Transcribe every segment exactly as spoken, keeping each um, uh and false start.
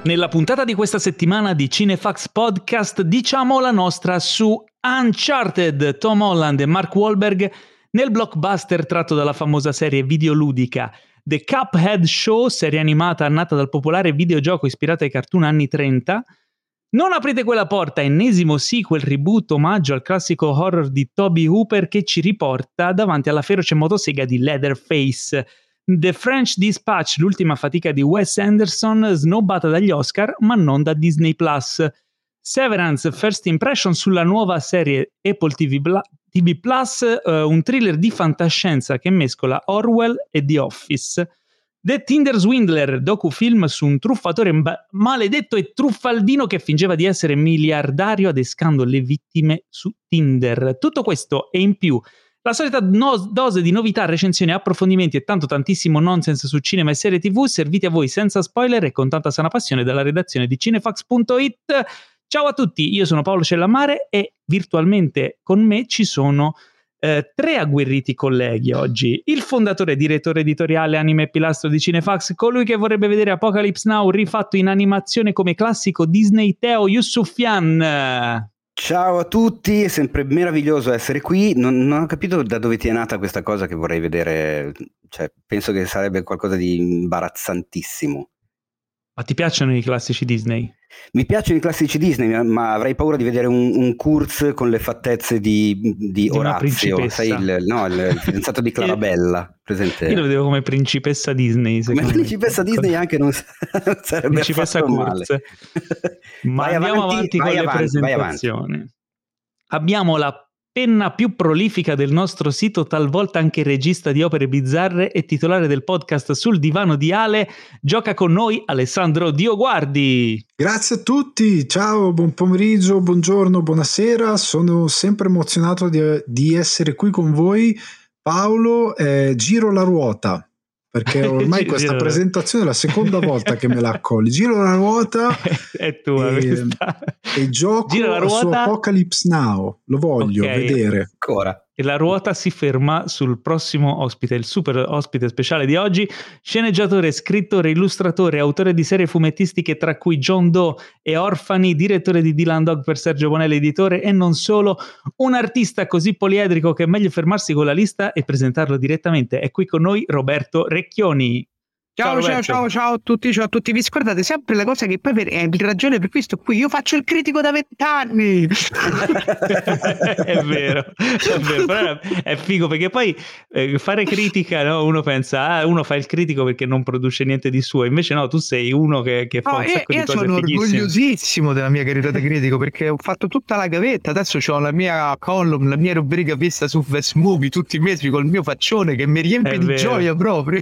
Nella puntata di questa settimana di Cinefax Podcast diciamo la nostra su Uncharted, Tom Holland e Mark Wahlberg nel blockbuster tratto dalla famosa serie videoludica The Cuphead Show, serie animata nata dal popolare videogioco ispirato ai cartoon anni trenta. Non aprite quella porta, ennesimo sequel, reboot, omaggio al classico horror di Tobe Hooper che ci riporta davanti alla feroce motosega di Leatherface. The French Dispatch, l'ultima fatica di Wes Anderson, snobbata dagli Oscar, ma non da Disney Plus. Severance, First Impression sulla nuova serie Apple T V, Bla- T V Plus, uh, un thriller di fantascienza che mescola Orwell e The Office. The Tinder Swindler, docufilm su un truffatore mba- maledetto e truffaldino che fingeva di essere miliardario adescando le vittime su Tinder. Tutto questo e in più la solita no- dose di novità, recensioni, approfondimenti e tanto tantissimo nonsense su cinema e serie tv serviti a voi senza spoiler e con tanta sana passione dalla redazione di cinefax punto it. Ciao a tutti, io sono Paolo Cellamare e virtualmente con me ci sono eh, tre agguerriti colleghi oggi. Il fondatore e direttore editoriale, anime e pilastro di Cinefax, colui che vorrebbe vedere Apocalypse Now rifatto in animazione come classico Disney, Teo Yusufian. Ciao a tutti, è sempre meraviglioso essere qui. Non, non ho capito da dove ti è nata questa cosa che vorrei vedere, cioè penso che sarebbe qualcosa di imbarazzantissimo. Ma ti piacciono i classici Disney? Mi piacciono i classici Disney, ma avrei paura di vedere un, un Kurz con le fattezze di, di, Di una Orazio, principessa. sai, il, no, il, il fidanzato di Clarabella, presente? Io lo vedevo come principessa Disney. Come principessa me. Disney anche non sarebbe principessa affatto Kurz. male. Ma vai andiamo avanti, avanti con vai le avanti, presentazioni. Abbiamo la penna più prolifica del nostro sito, talvolta anche regista di opere bizzarre e titolare del podcast Sul divano di Ale. Gioca con noi Alessandro Dioguardi. Grazie a tutti, ciao, buon pomeriggio, buongiorno, buonasera. Sono sempre emozionato di, di essere qui con voi. Paolo, eh, giro la ruota, perché ormai questa presentazione è la seconda volta che me la accogli. Giro la ruota è tua e, questa. e gioco Gira la ruota. su Apocalypse Now, lo voglio Okay. vedere. Ancora. E la ruota si ferma sul prossimo ospite, il super ospite speciale di oggi, sceneggiatore, scrittore, illustratore, autore di serie fumettistiche tra cui John Doe e Orfani, direttore di Dylan Dog per Sergio Bonelli editore e non solo, un artista così poliedrico che è meglio fermarsi con la lista e presentarlo direttamente. È qui con noi Roberto Recchioni. Ciao, ciao, ciao, ciao a tutti, ciao a tutti. Vi scordate sempre la cosa che poi per, è la ragione per cui sto qui. Io faccio il critico da vent'anni. È vero, è vero, però è figo perché poi eh, fare critica, no? Uno pensa, ah, uno fa il critico perché non produce niente di suo, invece no, tu sei uno che, che fa No, un sacco io, di io cose sono fighissime. orgogliosissimo della mia carriera da critico perché ho fatto tutta la gavetta. Adesso ho la mia column, la mia rubrica vista su Fast Movie tutti i mesi col mio faccione che mi riempie È di vero. gioia proprio.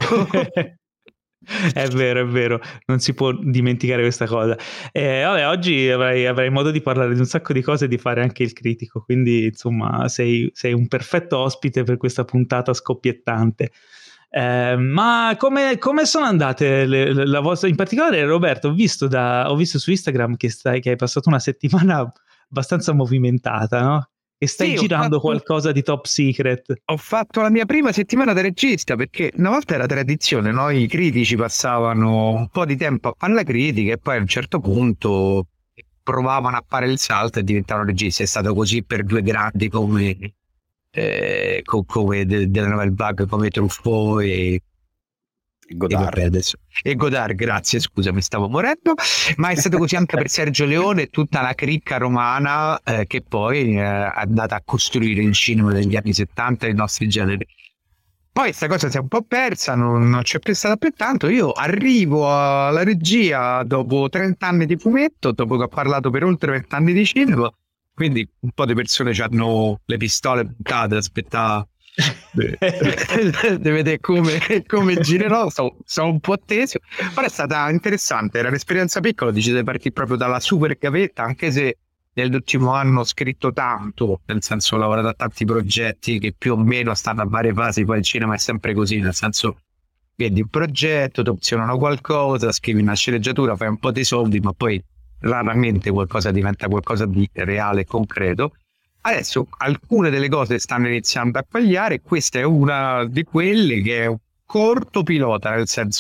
È vero, è vero, non si può dimenticare questa cosa. Eh, vabbè, oggi avrai, avrai modo di parlare di un sacco di cose e di fare anche il critico, quindi insomma sei, sei un perfetto ospite per questa puntata scoppiettante. Eh, ma come, come sono andate le, le, la vostra, in particolare Roberto, ho visto, da, ho visto su Instagram che, stai, che hai passato una settimana abbastanza movimentata, no? E stai Sì, ho girando fatto- qualcosa di top secret. Ho fatto la mia prima settimana da regista perché una volta era tradizione, no? I critici passavano un po' di tempo a fare la critica e poi a un certo punto provavano a fare il salto e diventavano registi. È stato così per due grandi come, eh, co- come de- della Nouvelle Vague, come Truffaut e Godard. E, vabbè, adesso. e Godard, grazie, scusa, mi stavo morendo. Ma è stato così anche per Sergio Leone e tutta la cricca romana eh, che poi eh, è andata a costruire il cinema degli anni settanta i nostri generi. Poi questa cosa si è un po' persa, non, non c'è più stata più tanto. Io arrivo alla regia dopo trenta anni di fumetto, dopo che ho parlato per oltre venti anni di cinema, quindi un po' di persone hanno le pistole puntate, aspettare di vedere come, come girerò. Sono so un po' teso, però è stata interessante, era un'esperienza piccola, decide partire proprio dalla super gavetta, anche se nell'ultimo anno ho scritto tanto, nel senso ho lavorato a tanti progetti che più o meno stanno a varie fasi. Poi il cinema è sempre così, nel senso vedi un progetto, ti opzionano qualcosa, scrivi una sceneggiatura, fai un po' di soldi, ma poi raramente qualcosa diventa qualcosa di reale e concreto. Adesso alcune delle cose stanno iniziando a quagliare, questa è una di quelle che è un corto pilota, nel senso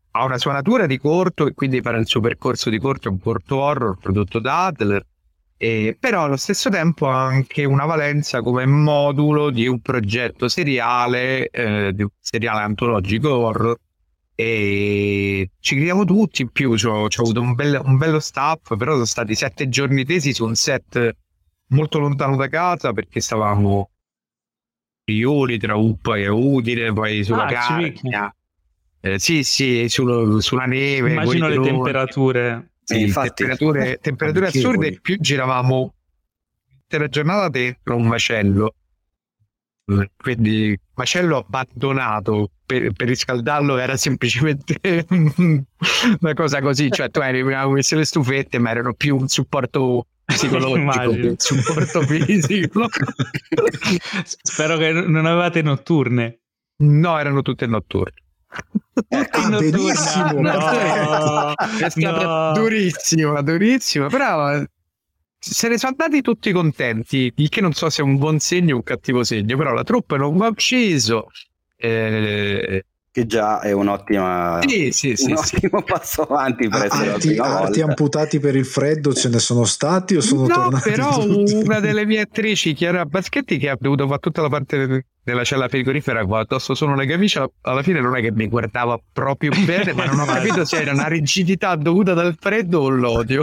ha una sua natura di corto e quindi farà il suo percorso di corto, è un corto horror prodotto da Adler, e, però allo stesso tempo ha anche una valenza come modulo di un progetto seriale, eh, di un seriale antologico horror, e ci crediamo tutti. In più c'ho, c'ho avuto un, bel, un bello staff, però sono stati sette giorni tesi su un set molto lontano da casa, perché stavamo a Friuli, tra Uppa e Udine, poi sulla Ah, Carnia. Eh, sì, sì, sullo- sulla neve. Immagino coi le droni. temperature. Eh, Sì, infatti. temperature, temperature Amichevoli. assurde. Più giravamo l'intera giornata dentro un macello, Eh, quindi macello abbandonato. Per, per riscaldarlo era semplicemente una cosa così, cioè tu eri, avevamo messo le stufette, ma erano più un supporto psicologico che Immagino. un supporto fisico. Spero che non avevate notturne. No, erano tutte notturne. Ah, Notturna. benissimo. No, È stata no. durissima, durissima, però eh, se ne sono andati tutti contenti, il che non so se è un buon segno o un cattivo segno, però la troupe non mi ha ucciso. Eh, Che già è un'ottima, sì, sì, sì, un sì. ottimo passo avanti per essere la Arti, prima arti volta. amputati per il freddo ce ne sono stati o sono No, tornati però tutti? una delle mie attrici, Chiara Baschetti, che ha dovuto fare tutta la parte della cella frigorifera con addosso solo le camicie, alla fine non è che mi guardava proprio bene, ma non ho capito se era una rigidità dovuta dal freddo o l'odio.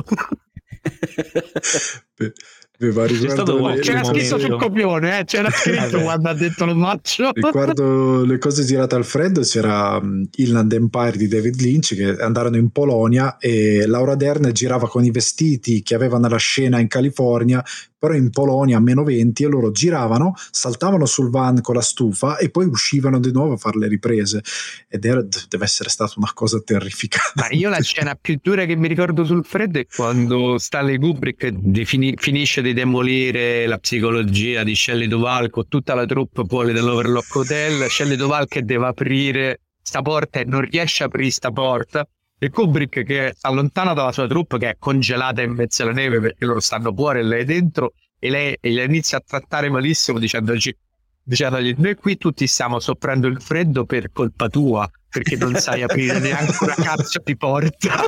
Beh, beh, ma C'è stato riguardo qualche le, C'era le momento. scritto cose, sul copione, eh? C'era scritto beh. quando ha detto lo faccio. riguardo le cose girate al freddo, c'era um, Inland Empire di David Lynch, che andarono in Polonia e Laura Dern girava con i vestiti che aveva nella scena in California, però in Polonia a meno venti, e loro giravano, saltavano sul van con la stufa e poi uscivano di nuovo a fare le riprese, ed era, deve essere stata una cosa terrificante. Ma io la scena più dura che mi ricordo sul freddo è quando Stanley Kubrick defini- finisce di demolire la psicologia di Shelley Duvall con tutta la troupe fuori dall'Overlock Hotel. Shelley Duvall che deve aprire sta porta e non riesce a aprire sta porta, e Kubrick che allontana dalla sua troupe, che è congelata in mezzo alla neve perché loro stanno fuori e lei è dentro, e lei e la inizia a trattare malissimo, dicendoci dicendogli: noi qui tutti stiamo soffrendo il freddo per colpa tua, perché non sai aprire neanche una cazzo di porta.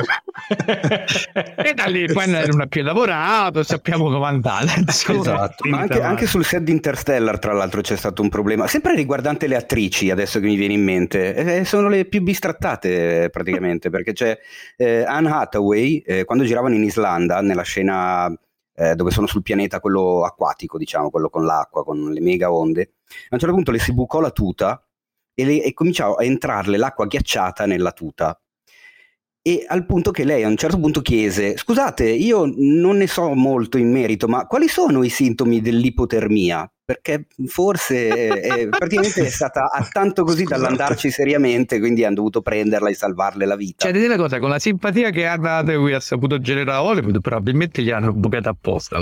E da lì poi non ha più lavorato, sappiamo come andare. Esatto, ma anche, anche sul set di Interstellar tra l'altro c'è stato un problema, sempre riguardante le attrici, adesso che mi viene in mente, eh, sono le più bistrattate praticamente, perché c'è eh, Anne Hathaway, eh, quando giravano in Islanda, nella scena eh, dove sono sul pianeta quello acquatico, diciamo, quello con l'acqua, con le mega onde, a un certo punto le si bucò la tuta e, le, e cominciò a entrarle l'acqua ghiacciata nella tuta. E al punto che lei a un certo punto chiese: scusate, io non ne so molto in merito, ma quali sono i sintomi dell'ipotermia? Perché forse eh, praticamente è stata a tanto così dall'andarci seriamente, quindi hanno dovuto prenderla e salvarle la vita. Cioè, dite una cosa, con la simpatia che Anna Hathaway ha saputo generare a Hollywood, probabilmente gli hanno bucata apposta.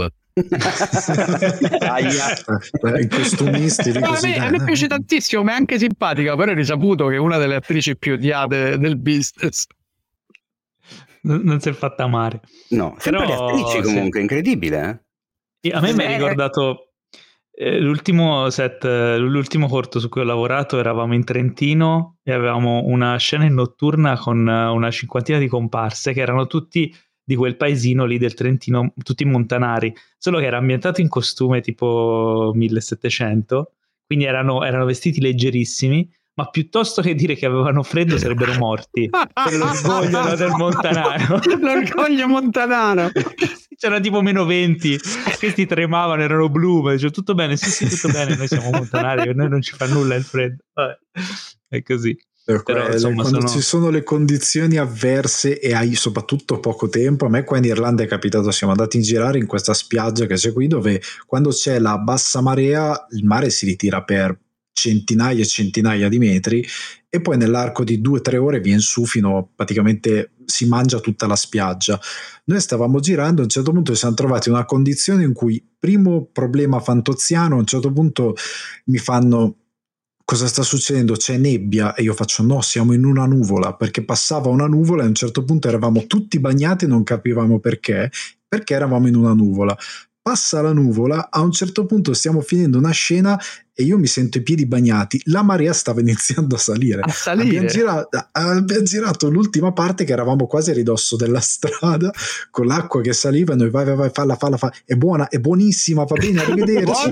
Aia. I costumisti lì No, a così, me, a dai, me dai. piace tantissimo, ma è anche simpatica, però è risaputo che è una delle attrici più odiate del business. Non, non si è fatta amare. No, sempre Però, le attrici comunque, sì. incredibile, eh? A me mi ha Eh. ricordato eh, l'ultimo set, eh, l'ultimo corto su cui ho lavorato. Eravamo in Trentino e avevamo una scena in notturna con eh, una cinquantina di comparse che erano tutti di quel paesino lì del Trentino, tutti montanari, solo che era ambientato in costume tipo millesettecento, quindi erano, erano vestiti leggerissimi, ma piuttosto che dire che avevano freddo sarebbero morti per l'orgoglio del montanaro. L'orgoglio montanaro. C'era tipo meno venti, questi tremavano, erano blu, ma dicevo tutto bene, sì sì tutto bene, noi siamo montanari, per noi non ci fa nulla il freddo. Vabbè, è così. Eh, Però, quelle- insomma, quando sono- ci sono le condizioni avverse e hai soprattutto poco tempo, a me qua in Irlanda è capitato, siamo andati in girare in questa spiaggia che c'è qui, dove quando c'è la bassa marea il mare si ritira per centinaia e centinaia di metri, e poi nell'arco di due o tre ore viene su fino, praticamente si mangia tutta la spiaggia. Noi stavamo girando, a un certo punto ci siamo trovati in una condizione in cui, primo problema fantoziano, a un certo punto mi fanno: cosa sta succedendo? C'è nebbia? E io faccio: no, siamo in una nuvola, perché passava una nuvola e a un certo punto eravamo tutti bagnati e non capivamo perché, perché eravamo in una nuvola. passa la nuvola, a un certo punto stiamo finendo una scena e io mi sento i piedi bagnati, la marea stava iniziando a salire, a salire. Abbiamo, girato, abbiamo girato l'ultima parte che eravamo quasi a ridosso della strada con l'acqua che saliva e noi vai vai vai falla falla falla, è buona, è buonissima, va bene, arrivederci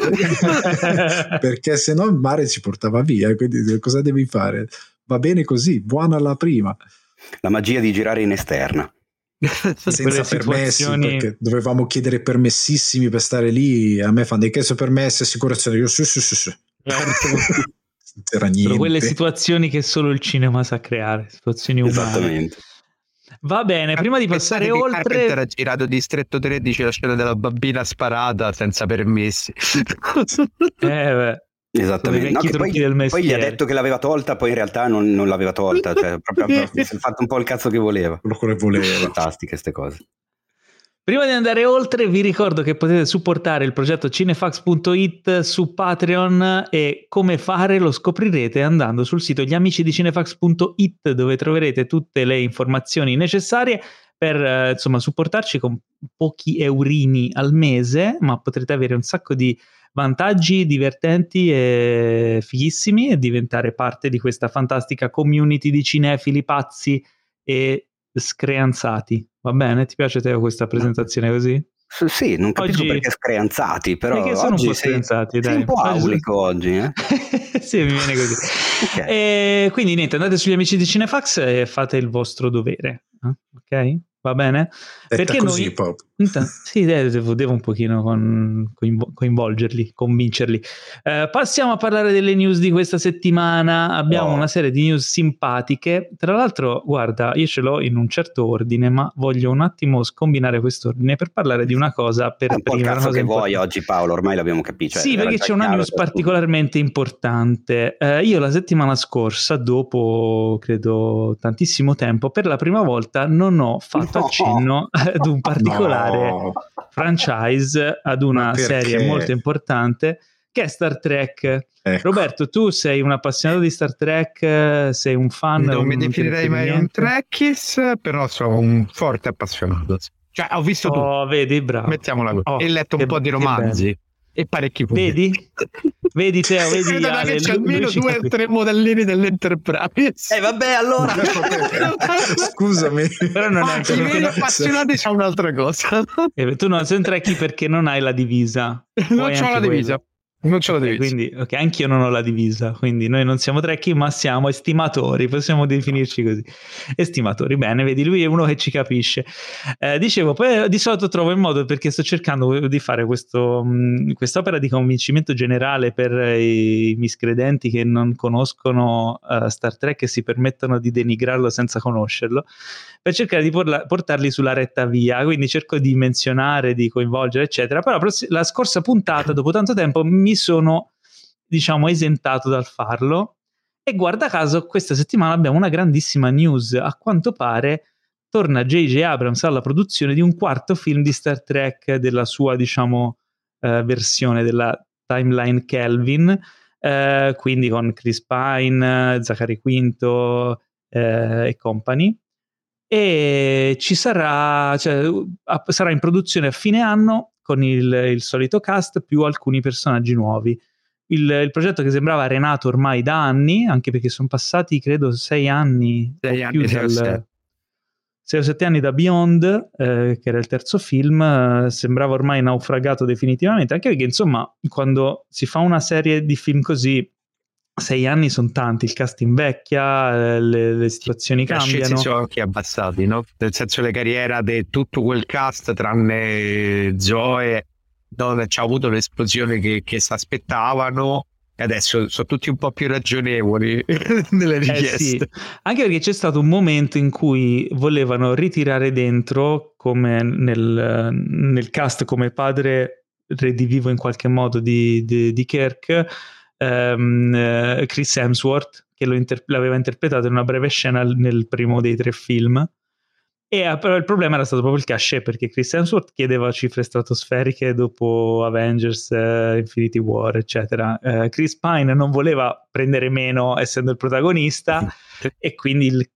perché se no il mare ci portava via, quindi cosa devi fare? Va bene così, buona la prima. La magia di girare in esterna. Senza permessi, perché dovevamo chiedere permessissimi per stare lì. A me fanno dei chiesto permessi, assicurazione, io su su su su non c'era niente. Sono quelle situazioni che solo il cinema sa creare, situazioni umane. Esattamente. Va bene, prima di passare oltre, Carpenter ha girato Distretto tredici la scena della bambina sparata senza permessi. eh beh. Esattamente, no, che poi, poi gli ha detto che l'aveva tolta, poi in realtà non, non l'aveva tolta, cioè proprio si è fatto un po' il cazzo che voleva. Quello che voleva. Fantastiche queste cose. Prima di andare oltre vi ricordo che potete supportare il progetto cinefax punto it su Patreon, e come fare lo scoprirete andando sul sito gli amici di cinefax punto it, dove troverete tutte le informazioni necessarie per eh, insomma supportarci con pochi eurini al mese, ma potrete avere un sacco di vantaggi divertenti e fighissimi e diventare parte di questa fantastica community di cinefili pazzi e screanzati. Va bene? Ti piace, Teo, questa presentazione così? Sì, non capisco oggi, perché screanzati, però perché sono oggi un po' screanzati, sei, dai. Sei un po' aulico oggi, eh? Sì, mi viene così. Okay. E quindi niente, andate sugli amici di Cinefax e fate il vostro dovere, ok? Va bene? Detta perché così, noi Pop. sì, devo, devo un pochino con, coinvolgerli, convincerli. Eh, passiamo a parlare delle news di questa settimana. Abbiamo oh. una serie di news simpatiche. Tra l'altro, guarda, io ce l'ho in un certo ordine, ma voglio un attimo scombinare quest'ordine per parlare di una cosa per È un prima. po' il cazzo che importante. vuoi oggi, Paolo, ormai l'abbiamo capito. Cioè, sì, perché c'è una news particolarmente importante. Eh, io la settimana scorsa, dopo credo tantissimo tempo, per la prima volta non ho fatto no. accenno ad un particolare no. franchise, ad una serie molto importante che è Star Trek. Ecco. Roberto, tu sei un appassionato di Star Trek, sei un fan? Non un mi definirei mai un Trekkies, però sono un forte appassionato. Cioè, ho visto tu. Oh, vedi, bravo. Mettiamola così. Oh, e letto un che, po' di romanzi. E parecchi punti. Vedi? Vedi Teo, vedi credo Ale, che c'è almeno due o tre modellini dell'Enterprise. Eh vabbè, allora scusami, però non ah, è i veri appassionati c'è un'altra cosa. Eh, tu non sei un Trekkie perché non hai la divisa. Non c'ho la divisa. Quello. Non ce la okay, quindi ok, anch'io non ho la divisa, quindi noi non siamo Trekkie ma siamo estimatori, possiamo definirci così, estimatori. Bene, vedi, lui è uno che ci capisce. Eh, dicevo, poi di solito trovo il modo, perché sto cercando di fare questo mh, quest'opera di convincimento generale per i miscredenti che non conoscono uh, Star Trek e si permettono di denigrarlo senza conoscerlo, per cercare di porla, portarli sulla retta via. Quindi cerco di menzionare, di coinvolgere eccetera, però la scorsa puntata, dopo tanto tempo, mi sono diciamo esentato dal farlo, e guarda caso questa settimana abbiamo una grandissima news. A quanto pare torna J J Abrams alla produzione di un quarto film di Star Trek, della sua diciamo eh, versione della timeline Kelvin, eh, quindi con Chris Pine, Zachary Quinto eh, e company, e ci sarà, cioè, sarà in produzione a fine anno con il, il solito cast più alcuni personaggi nuovi. Il, il progetto che sembrava renato ormai da anni, anche perché sono passati credo sei anni, sei o anni più dal, sei o sette anni da Beyond, eh, che era il terzo film, eh, sembrava ormai naufragato definitivamente, anche perché insomma quando si fa una serie di film così sei anni sono tanti, il cast invecchia, le, le situazioni sì, cambiano. Sono anche abbassati, no? Nel senso, le carriere di tutto quel cast tranne Zoe non ci ha avuto l'esplosione che, che si aspettavano, e adesso sono tutti un po' più ragionevoli nelle richieste. Eh sì. Anche perché c'è stato un momento in cui volevano ritirare dentro, come nel, nel cast come padre redivivo in qualche modo di, di, di Kirk, Um, Chris Hemsworth, che lo inter- l'aveva interpretato in una breve scena nel primo dei tre film, E però il problema era stato proprio il cachet, perché Chris Hemsworth chiedeva cifre stratosferiche dopo Avengers, eh, Infinity War, eccetera. Eh, Chris Pine non voleva prendere meno essendo il protagonista e quindi il,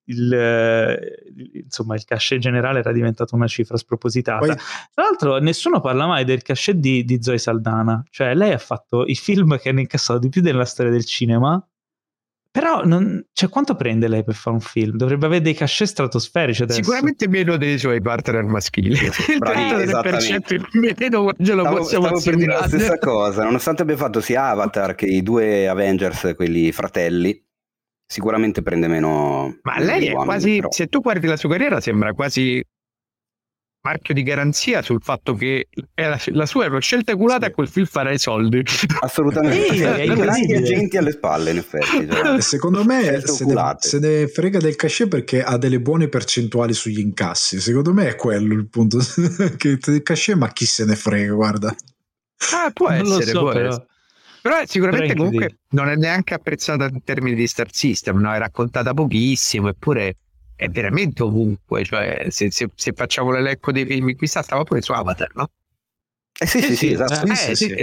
il, insomma il cachet generale era diventato una cifra spropositata. Poi, tra l'altro nessuno parla mai del cachet di, di Zoe Saldana, cioè lei ha fatto i film che hanno incassato di più nella storia del cinema. Però non, cioè, quanto prende lei per fare un film? Dovrebbe avere dei cachet stratosferici adesso. Sicuramente meno dei suoi partner maschili. Il trenta per cento meno ce lo stavo, possiamo stavo per dire la stessa cosa. Nonostante abbia fatto sia Avatar che i due Avengers, quelli fratelli, sicuramente prende meno. Ma lei è uomini, quasi, però. Se tu guardi la sua carriera, sembra quasi marchio di garanzia sul fatto che la, la sua era una scelta culata, sì. A quel film farà i soldi. Assolutamente, sì, hai grandi agenti alle spalle in effetti, cioè. Secondo me se ne, se ne frega del cachet perché ha delle buone percentuali sugli incassi, secondo me è quello il punto. Che il cachet, ma chi se ne frega, guarda. Ah, può non essere, so, può però. essere. Però sicuramente però comunque non è neanche apprezzata in termini di Star System, no? È raccontata pochissimo, eppure è veramente ovunque, cioè se, se, se facciamo l'elenco dei film in cui sta, stava pure su Avatar, no? Eh sì, eh, sì, sì, esatto. Eh, sì, sì, sì. sì.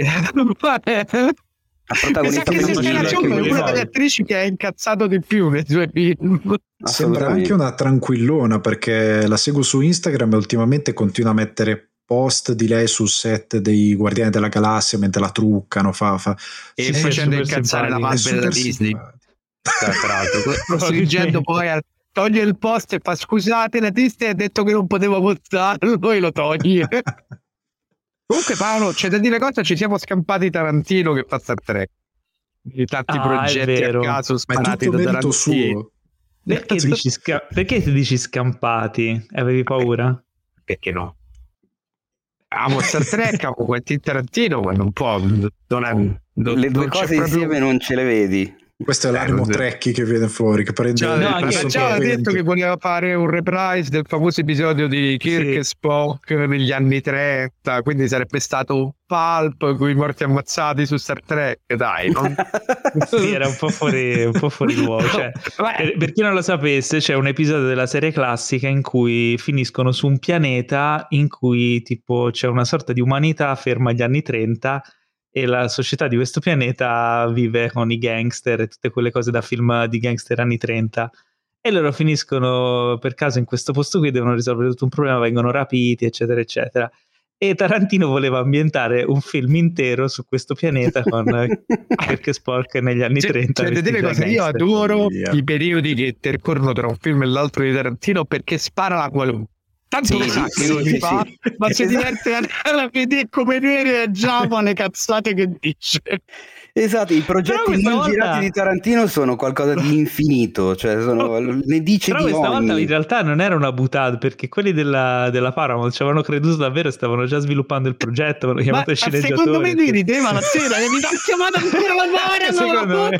Ha protagonista che è una delle attrici che ha incazzato di più nei suoi film. Sembra anche una tranquillona, perché la seguo su Instagram e ultimamente continua a mettere post di lei sul set dei Guardiani della Galassia mentre la truccano, fa, fa. E sì, facendo incazzare la Marvel della Disney, tra l'altro, costringendo poi a toglie il post e fa scusate, la Disney ha detto che non potevo postarlo, poi lo toglie. Comunque Paolo, c'è da dire cosa, ci siamo scampati Tarantino che fa Star Trek, di tanti ah, progetti a caso sparati da Tarantino suo. Perché, dici sca- perché ti dici scampati? Avevi paura? Perché no? Amo Star Trek, amo Quentin Tarantino, ma non può non è, non, le due cose insieme proprio... non ce le vedi. Questo è l'animo eh, Trekkie che viene fuori, che prende già, no, anche, già ha detto che voleva fare un reprise del famoso episodio di Kirk sì. e Spock negli anni trenta, quindi sarebbe stato un pulp con i morti ammazzati su Star Trek, dai, no? Sì, era un po' fuori, un po' fuori luogo, cioè, per, per chi non lo sapesse, c'è un episodio della serie classica in cui finiscono su un pianeta in cui tipo c'è una sorta di umanità ferma agli anni trenta e la società di questo pianeta vive con i gangster e tutte quelle cose da film di gangster anni trenta, e loro finiscono per caso in questo posto qui, devono risolvere tutto un problema, vengono rapiti eccetera eccetera, e Tarantino voleva ambientare un film intero su questo pianeta con Kirk e Spock negli anni cioè, trenta. Cioè, dire cosa, io adoro yeah. i periodi che intercorrono tra un film e l'altro di Tarantino, perché spara la qualunque. Tanto sì, sì, sì, sì, fa, sì. Ma si diverte a vedere come vedere già le cazzate che dice. Esatto, i progetti non volta... girati di Tarantino sono qualcosa di infinito, cioè sono, ne dice però di questa ogni. volta in realtà non era una boutade, perché quelli della, della Paramount ci avevano creduto davvero, stavano già sviluppando il progetto, avevano chiamato i sceneggiatori. Secondo me mi rideva la sera che mi ha chiamato ancora la Paramount.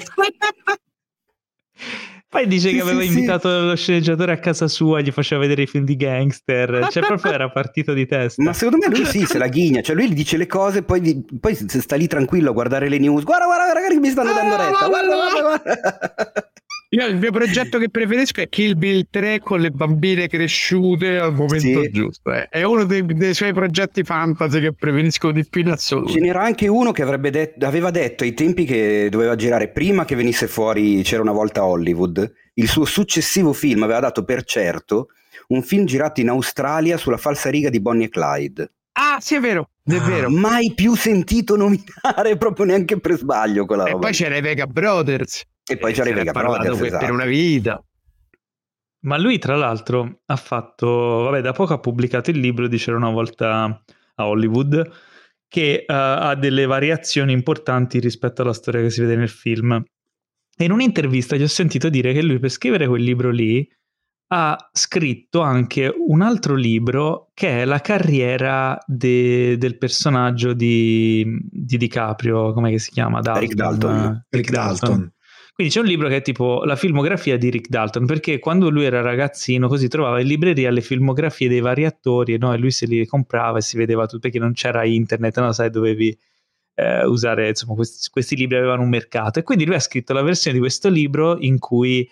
Poi dice sì, che aveva sì, invitato sì. lo sceneggiatore a casa sua, gli faceva vedere i film di gangster, cioè proprio era partito di testa. Ma secondo me lui sì, se la ghigna, cioè lui gli dice le cose, poi, di, poi sta lì tranquillo a guardare le news, guarda guarda guarda che mi stanno dando retta, guarda guarda guarda. Io il mio progetto che preferisco è Kill Bill tre con le bambine cresciute al momento sì. giusto, eh. È uno dei, dei suoi progetti fantasy che preferisco di più in assoluto. Ce n'era anche uno che avrebbe detto, aveva detto ai tempi che doveva girare prima che venisse fuori C'era una volta Hollywood, il suo successivo film aveva dato per certo un film girato in Australia sulla falsariga di Bonnie e Clyde. Ah sì, è vero, è vero. Mai più sentito nominare proprio neanche per sbaglio quella e roba. Poi c'era i Vega Brothers. E poi c'era i Vega Brothers, per, esatto. per una vita. Ma lui tra l'altro ha fatto, vabbè, da poco ha pubblicato il libro di C'era una volta a Hollywood, che uh, ha delle variazioni importanti rispetto alla storia che si vede nel film. E in un'intervista gli ho sentito dire che lui per scrivere quel libro lì ha scritto anche un altro libro che è la carriera de, del personaggio di, di DiCaprio, come si chiama? Dalton. Rick Dalton. Rick Dalton. Quindi c'è un libro che è tipo la filmografia di Rick Dalton, perché quando lui era ragazzino così trovava in libreria le filmografie dei vari attori, no? E lui se li comprava e si vedeva tutto, perché non c'era internet, no? Sai, dovevi eh, usare, insomma, questi, questi libri avevano un mercato, e quindi lui ha scritto la versione di questo libro in cui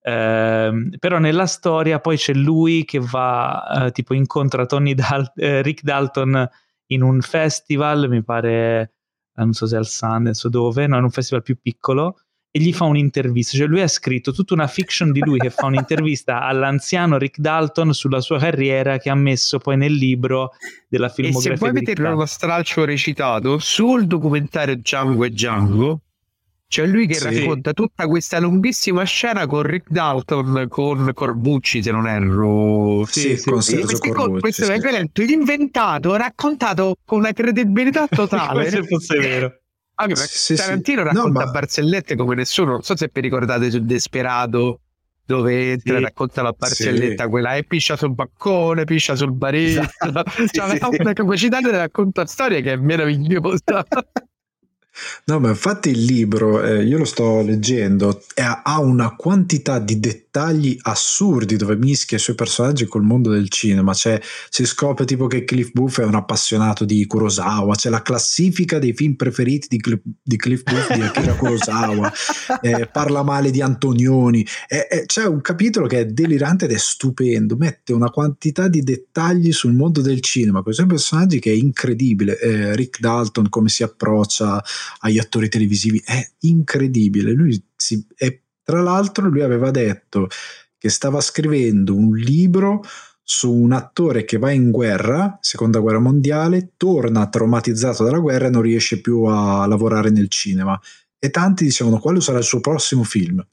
Eh, però nella storia poi c'è lui che va, eh, tipo incontra Tony Dal- eh, Rick Dalton in un festival, mi pare, non so se al Sundance o dove, no, in un festival più piccolo, e gli fa un'intervista. Cioè lui ha scritto tutta una fiction di lui che fa un'intervista all'anziano Rick Dalton sulla sua carriera, che ha messo poi nel libro della filmografia. E se vuoi vedere lo stralcio recitato sul documentario Django e Django, c'è lui che sì. racconta tutta questa lunghissima scena con Rick Dalton, con Corbucci, se non erro. Sì, sì, con sì. Sergio Corbucci. Questo sì. è veramente inventato, raccontato con una credibilità totale. Come se fosse vero. Anche sì, Tarantino sì. racconta no, ma... barzellette come nessuno. Non so se vi ricordate su Desperado, dove entra e sì. racconta la barzelletta, sì. quella e piscia sul bancone, piscia sul baretto. Esatto. Cioè, sì, ha sì. una capacità di raccontare storie che è meravigliosa. No, ma infatti il libro, eh, io lo sto leggendo, è, ha una quantità di dettagli assurdi dove mischia i suoi personaggi col mondo del cinema. C'è, si scopre tipo che Cliff Booth è un appassionato di Kurosawa, c'è la classifica dei film preferiti di, Cliff, di Cliff Booth di Akira Kurosawa, eh, parla male di Antonioni, eh, eh, c'è un capitolo che è delirante ed è stupendo, mette una quantità di dettagli sul mondo del cinema con i suoi personaggi che è incredibile. eh, Rick Dalton come si approccia agli attori televisivi è incredibile. Lui si, è, tra l'altro lui aveva detto che stava scrivendo un libro su un attore che va in guerra, seconda guerra mondiale, torna traumatizzato dalla guerra e non riesce più a lavorare nel cinema, e tanti dicevano quello sarà il suo prossimo film.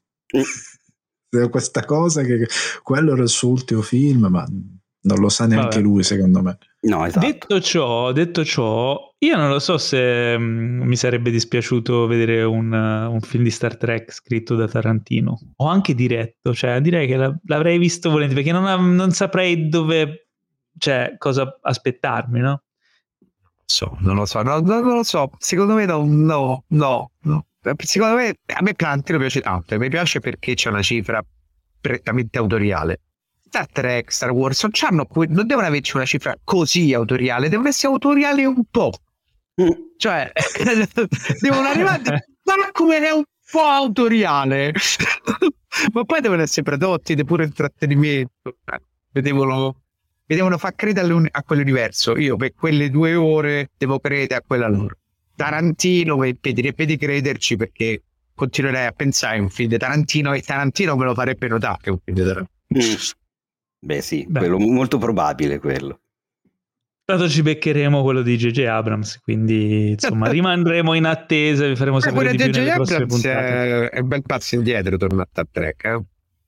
Questa cosa che quello era il suo ultimo film, ma non lo sa neanche Vabbè. lui, secondo me. No, esatto. Detto ciò, detto ciò, io non lo so se mh, mi sarebbe dispiaciuto vedere un, uh, un film di Star Trek scritto da Tarantino, o anche diretto, cioè direi che la, l'avrei visto volentieri, perché non, ha, non saprei dove, cioè cosa aspettarmi, no? So, non lo so, no, non lo so, secondo me no, no, no, no. Secondo me, a me Tarantino piace tanto, mi piace perché c'è una cifra prettamente autoriale. Star Trek, Star Wars non, c'hanno, non devono averci una cifra così autoriale, devono essere autoriali un po', mm. cioè devono arrivare ma come è un po' autoriale ma poi devono essere prodotti di puro intrattenimento, mi devono, mi devono far credere a quell'universo. Io per quelle due ore devo credere a quella loro. Tarantino mi impedirebbe di crederci, perché continuerei a pensare a un film di Tarantino e Tarantino me lo farebbe notare che è un film di Tarantino. mm. Beh sì, Beh. quello molto probabile quello. Tanto ci beccheremo quello di J J Abrams, quindi insomma rimarremo in attesa, vi faremo sapere di più nelle prossime puntate. È un bel passo indietro torna a Star Trek, eh?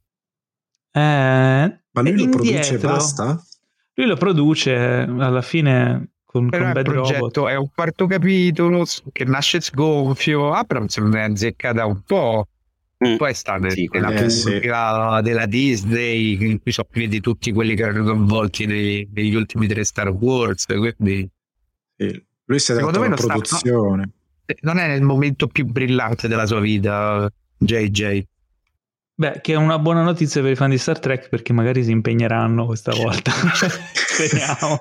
Eh, ma lui lo produce e basta? Lui lo produce alla fine con, Però con il Bad progetto Robot. È un quarto capitolo che nasce sgonfio. Abrams non è azzeccata un po'. Mm. Poi sta nel, sì, nella eh, sì. della Disney, in cui sono più di tutti quelli che erano coinvolti nei, negli ultimi tre Star Wars, quindi sì. Lui si è dato alla produzione. Sta, no, non è nel momento più brillante della sua vita J J. Beh, che è una buona notizia per i fan di Star Trek, perché magari si impegneranno questa volta. Speriamo.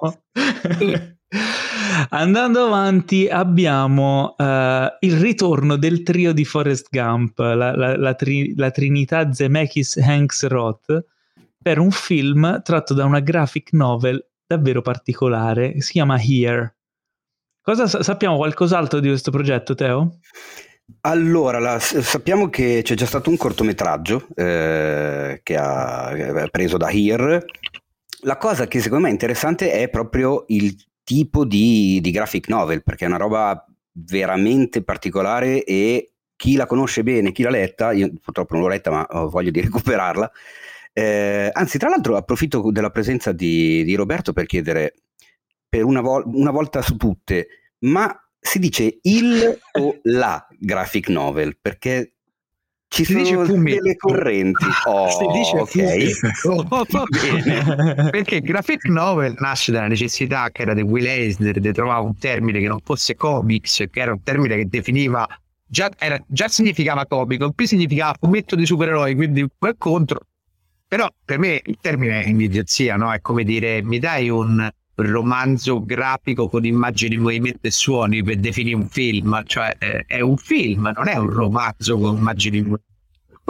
Andando avanti abbiamo uh, il ritorno del trio di Forrest Gump, la, la, la, tri, la trinità Zemeckis, Hanks, Roth, per un film tratto da una graphic novel davvero particolare che si chiama Here. Cosa sappiamo qualcos'altro di questo progetto, Teo? Allora, la, sappiamo che c'è già stato un cortometraggio eh, che ha che preso da Here. La cosa che secondo me è interessante è proprio il tipo di, di graphic novel, perché è una roba veramente particolare e chi la conosce bene, chi l'ha letta, io purtroppo non l'ho letta ma ho voglia di recuperarla, eh, anzi tra l'altro approfitto della presenza di, di Roberto per chiedere per una, vol- una volta su tutte, ma si dice il o la graphic novel? Perché ci si sono delle correnti. Oh, si dice ok. Oh, oh, oh. Bene. Perché graphic novel nasce dalla necessità che era di Will Eisner di trovare un termine che non fosse comics, che era un termine che definiva già, era, già significava comico, più significava fumetto di supereroi, quindi quel contro. Però per me il termine è idiozia, no? È come dire mi dai un romanzo grafico con immagini, movimento e suoni per definire un film, cioè eh, è un film, non è un romanzo con immagini.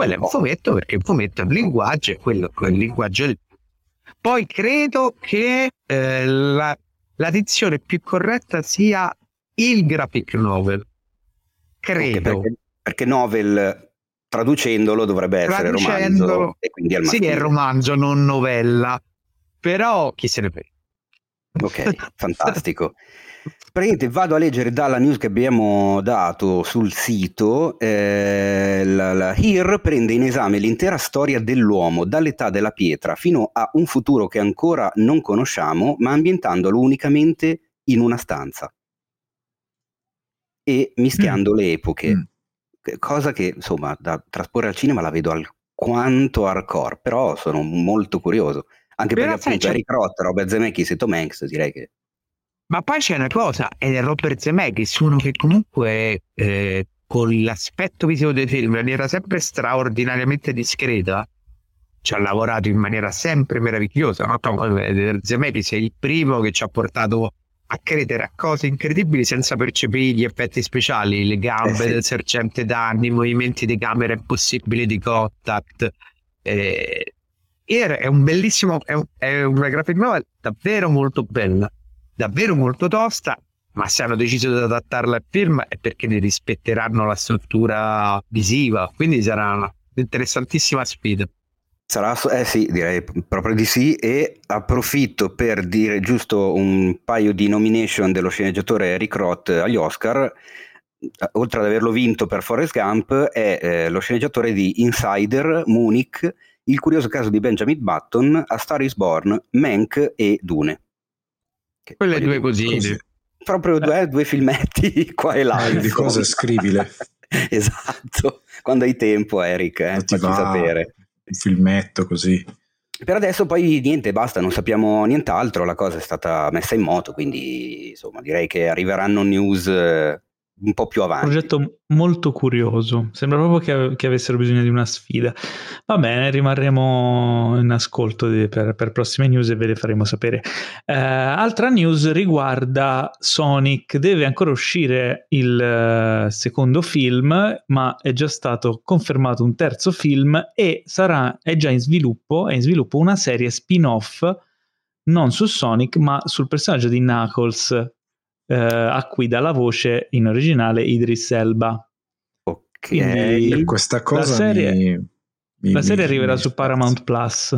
quello è un fumetto, perché il fumetto è un linguaggio, e quello quel linguaggio è. Poi credo che eh, la, la dizione più corretta sia il graphic novel, credo, okay, perché, perché novel traducendolo dovrebbe essere romanzo, e quindi al maschile. Sì, è romanzo, non novella, però chi se ne frega. Ok, fantastico. Praticamente vado a leggere dalla news che abbiamo dato sul sito. eh, la, la H I R prende in esame l'intera storia dell'uomo dall'età della pietra fino a un futuro che ancora non conosciamo, ma ambientandolo unicamente in una stanza e mischiando mm. le epoche. Mm. Cosa che insomma da trasporre al cinema la vedo alquanto hardcore, però sono molto curioso, anche però perché appunto Eric Roth, Robert Zemeckis e Tom Hanks, direi che. Ma poi c'è una cosa, ed è Robert Zemeckis, uno che comunque eh, con l'aspetto visivo dei film in maniera sempre straordinariamente discreta ci ha lavorato in maniera sempre meravigliosa, no? Zemeckis è il primo che ci ha portato a credere a cose incredibili senza percepire gli effetti speciali, le gambe eh sì. del sergente Danny, i movimenti di camera impossibili di contact. Eh, è un bellissimo, è, un, è una graphic novel davvero molto bella, davvero molto tosta, ma se hanno deciso di adattarla al film è perché ne rispetteranno la struttura visiva, quindi sarà una interessantissima sfida. Sarà, eh sì, direi proprio di sì, e approfitto per dire giusto un paio di nomination dello sceneggiatore Eric Roth agli Oscar. Oltre ad averlo vinto per Forrest Gump, è eh, lo sceneggiatore di Insider, Munich, Il curioso caso di Benjamin Button, A Star is Born, Mank e Dune. Che Quelle due cosine. Così. Proprio due, due filmetti qua e là. Di cose scrivile. Esatto, quando hai tempo, Eric, eh, facci va... sapere. Un filmetto così. Per adesso poi niente, basta, non sappiamo nient'altro, la cosa è stata messa in moto, quindi insomma direi che arriveranno news eh, un po' più avanti. Progetto molto curioso, sembra proprio che, che avessero bisogno di una sfida. Va bene, rimarremo in ascolto di, per, per prossime news e ve le faremo sapere. Eh, altra news riguarda Sonic, deve ancora uscire il uh, secondo film, ma è già stato confermato un terzo film e sarà, è già in sviluppo, è in sviluppo una serie spin-off non su Sonic ma sul personaggio di Knuckles, Uh, a cui dà la voce in originale Idris Elba. Ok, Quindi questa cosa la serie, mi, mi, la serie mi, arriverà mi su Paramount Plus.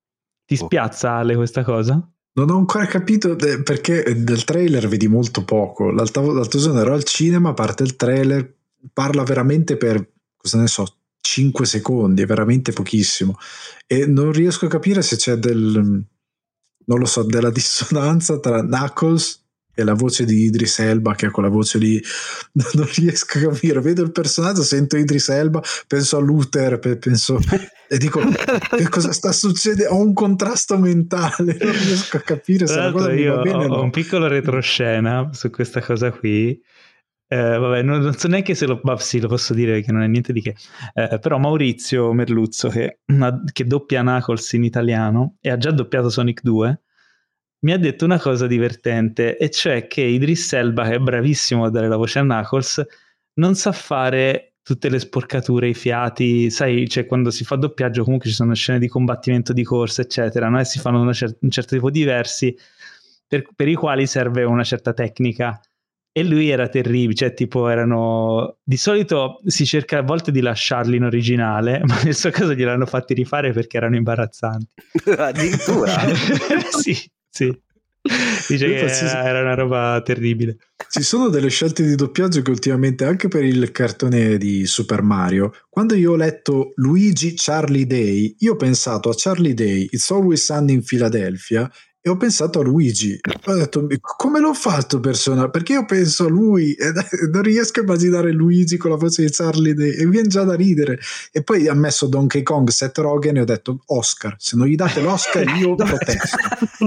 Ti spiazza, Ale, questa cosa? Non ho ancora capito de- perché del trailer vedi molto poco. L'altro, l'altro giorno ero al cinema, parte il trailer, parla veramente per, cosa ne so, cinque secondi, è veramente pochissimo, e non riesco a capire se c'è del, non lo so, della dissonanza tra Knuckles e la voce di Idris Elba, che ha quella voce lì, non riesco a capire. Vedo il personaggio, sento Idris Elba, penso a Luther, penso e dico che cosa sta succedendo, ho un contrasto mentale, non riesco a capire se la cosa mi va bene o no. Ho un piccolo retroscena su questa cosa qui. Eh, vabbè, non, non so neanche se lo, bah, sì, lo posso dire che non è niente di che, eh, però Maurizio Merluzzo che, che doppia Knuckles in italiano e ha già doppiato Sonic due, mi ha detto una cosa divertente, e cioè che Idris Elba, che è bravissimo a dare la voce a Knuckles, non sa fare tutte le sporcature, i fiati, sai, cioè quando si fa doppiaggio comunque ci sono scene di combattimento, di corsa eccetera, no? E si fanno una cer- un certo tipo di versi per, per i quali serve una certa tecnica, e lui era terribile, cioè tipo erano, di solito si cerca a volte di lasciarli in originale, ma nel suo caso gliel'hanno fatti rifare perché erano imbarazzanti. Addirittura? Sì. Sì, dice che era una roba terribile. Ci sono delle scelte di doppiaggio che ultimamente, anche per il cartone di Super Mario, quando io ho letto Luigi Charlie Day, io ho pensato a Charlie Day, It's Always Sunny in Philadelphia, e ho pensato a Luigi. Ho detto, come l'ho fatto persona? Perché io penso a lui e non riesco a immaginare Luigi con la voce di Charlie Day e mi viene già da ridere. E poi ha messo Donkey Kong, Seth Rogen, e ho detto Oscar, se non gli date l'Oscar io protesto.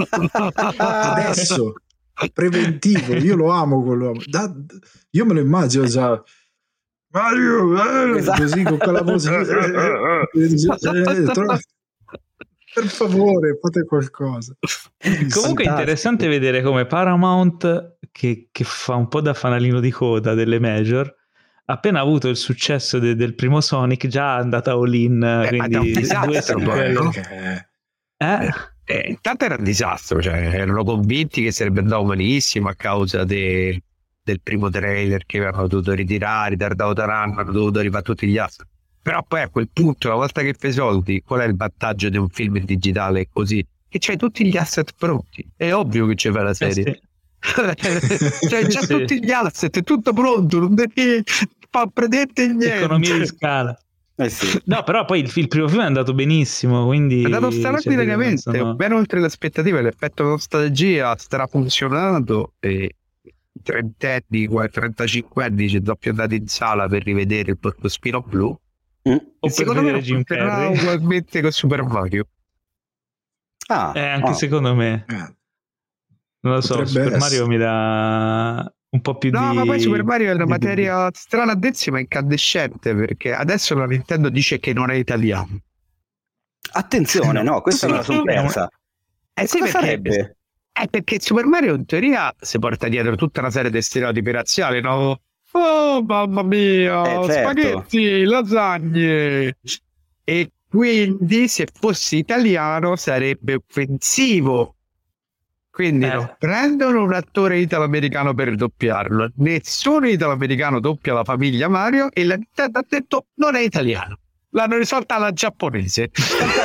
Adesso preventivo, io lo amo quell'uomo. Da, io me lo immagino già Mario eh, esatto. Così con quella voce eh, eh, eh, per favore fate qualcosa. Comunque è interessante vedere come Paramount, che, che fa un po' da fanalino di coda delle major, appena avuto il successo de- del primo Sonic già è andata all in, eh, quindi ma un disastro, due sequel. no? Eh, Eh? Eh, intanto era un disastro, cioè erano convinti che sarebbe andato malissimo a causa de- del primo trailer che avevano dovuto ritirare, ritardato da un anno, hanno dovuto arrivare tutti gli asset. Però poi a quel punto, una volta che fai soldi, qual è il vantaggio di un film in digitale così? Che c'hai tutti gli asset pronti, è ovvio che ci fai la serie. Eh sì. Cioè già Sì. tutti gli asset, è tutto pronto, non devi fare praticamente niente. Economia di scala. Eh sì. No, però poi il, il primo film è andato benissimo, quindi È andato cioè, straordinariamente, sono... ben oltre le aspettative, l'effetto nostalgia sarà funzionato e i trentenni, trentacinque anni ci sono più andati in sala per rivedere il Porcospino Blu. Mm. o per Secondo me vedere Jim funzionerà Carrey. ugualmente con Super Mario. Ah, Eh, anche ah. secondo me, eh. non lo so, Potrebbe Super essere. Mario mi dà un po' più No, di... ma poi Super Mario è una di materia strana a dirsi, ma incandescente, perché adesso la Nintendo dice che non è italiano. Attenzione, no, questa Sì, me la sono sì, persa. Eh sì, Cosa perché, sarebbe? eh, perché Super Mario in teoria si porta dietro tutta una serie di stereotipi razziali, no? Oh mamma mia, Eh, certo. spaghetti, lasagne. E quindi se fosse italiano sarebbe offensivo. Quindi Eh. non prendono un attore italo-americano per doppiarlo. Nessun italo-americano doppia la famiglia Mario e la Nintendo ha detto non è italiano. L'hanno risolta alla giapponese. È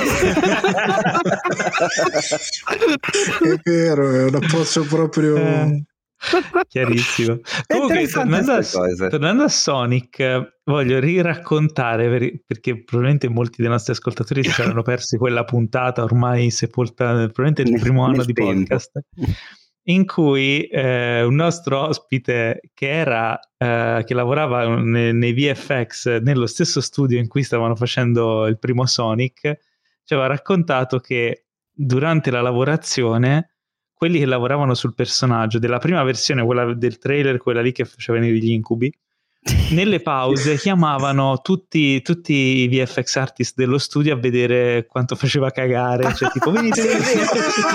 vero, è un approccio proprio... Eh, chiarissimo. Comunque, interessante tornando a, queste cose. tornando a Sonic, eh, voglio riraccontare per- perché probabilmente molti dei nostri ascoltatori si saranno persi quella puntata ormai sepolta, probabilmente nel Nel- primo anno nel di tempo. podcast, in cui eh, un nostro ospite che era eh, che lavorava ne- nei V F X nello stesso studio in cui stavano facendo il primo Sonic ci aveva raccontato che durante la lavorazione quelli che lavoravano sul personaggio della prima versione, quella del trailer, quella lì che facevano gli incubi, nelle pause chiamavano tutti, tutti i V F X artist dello studio a vedere quanto faceva cagare, cioè tipo venite, venite.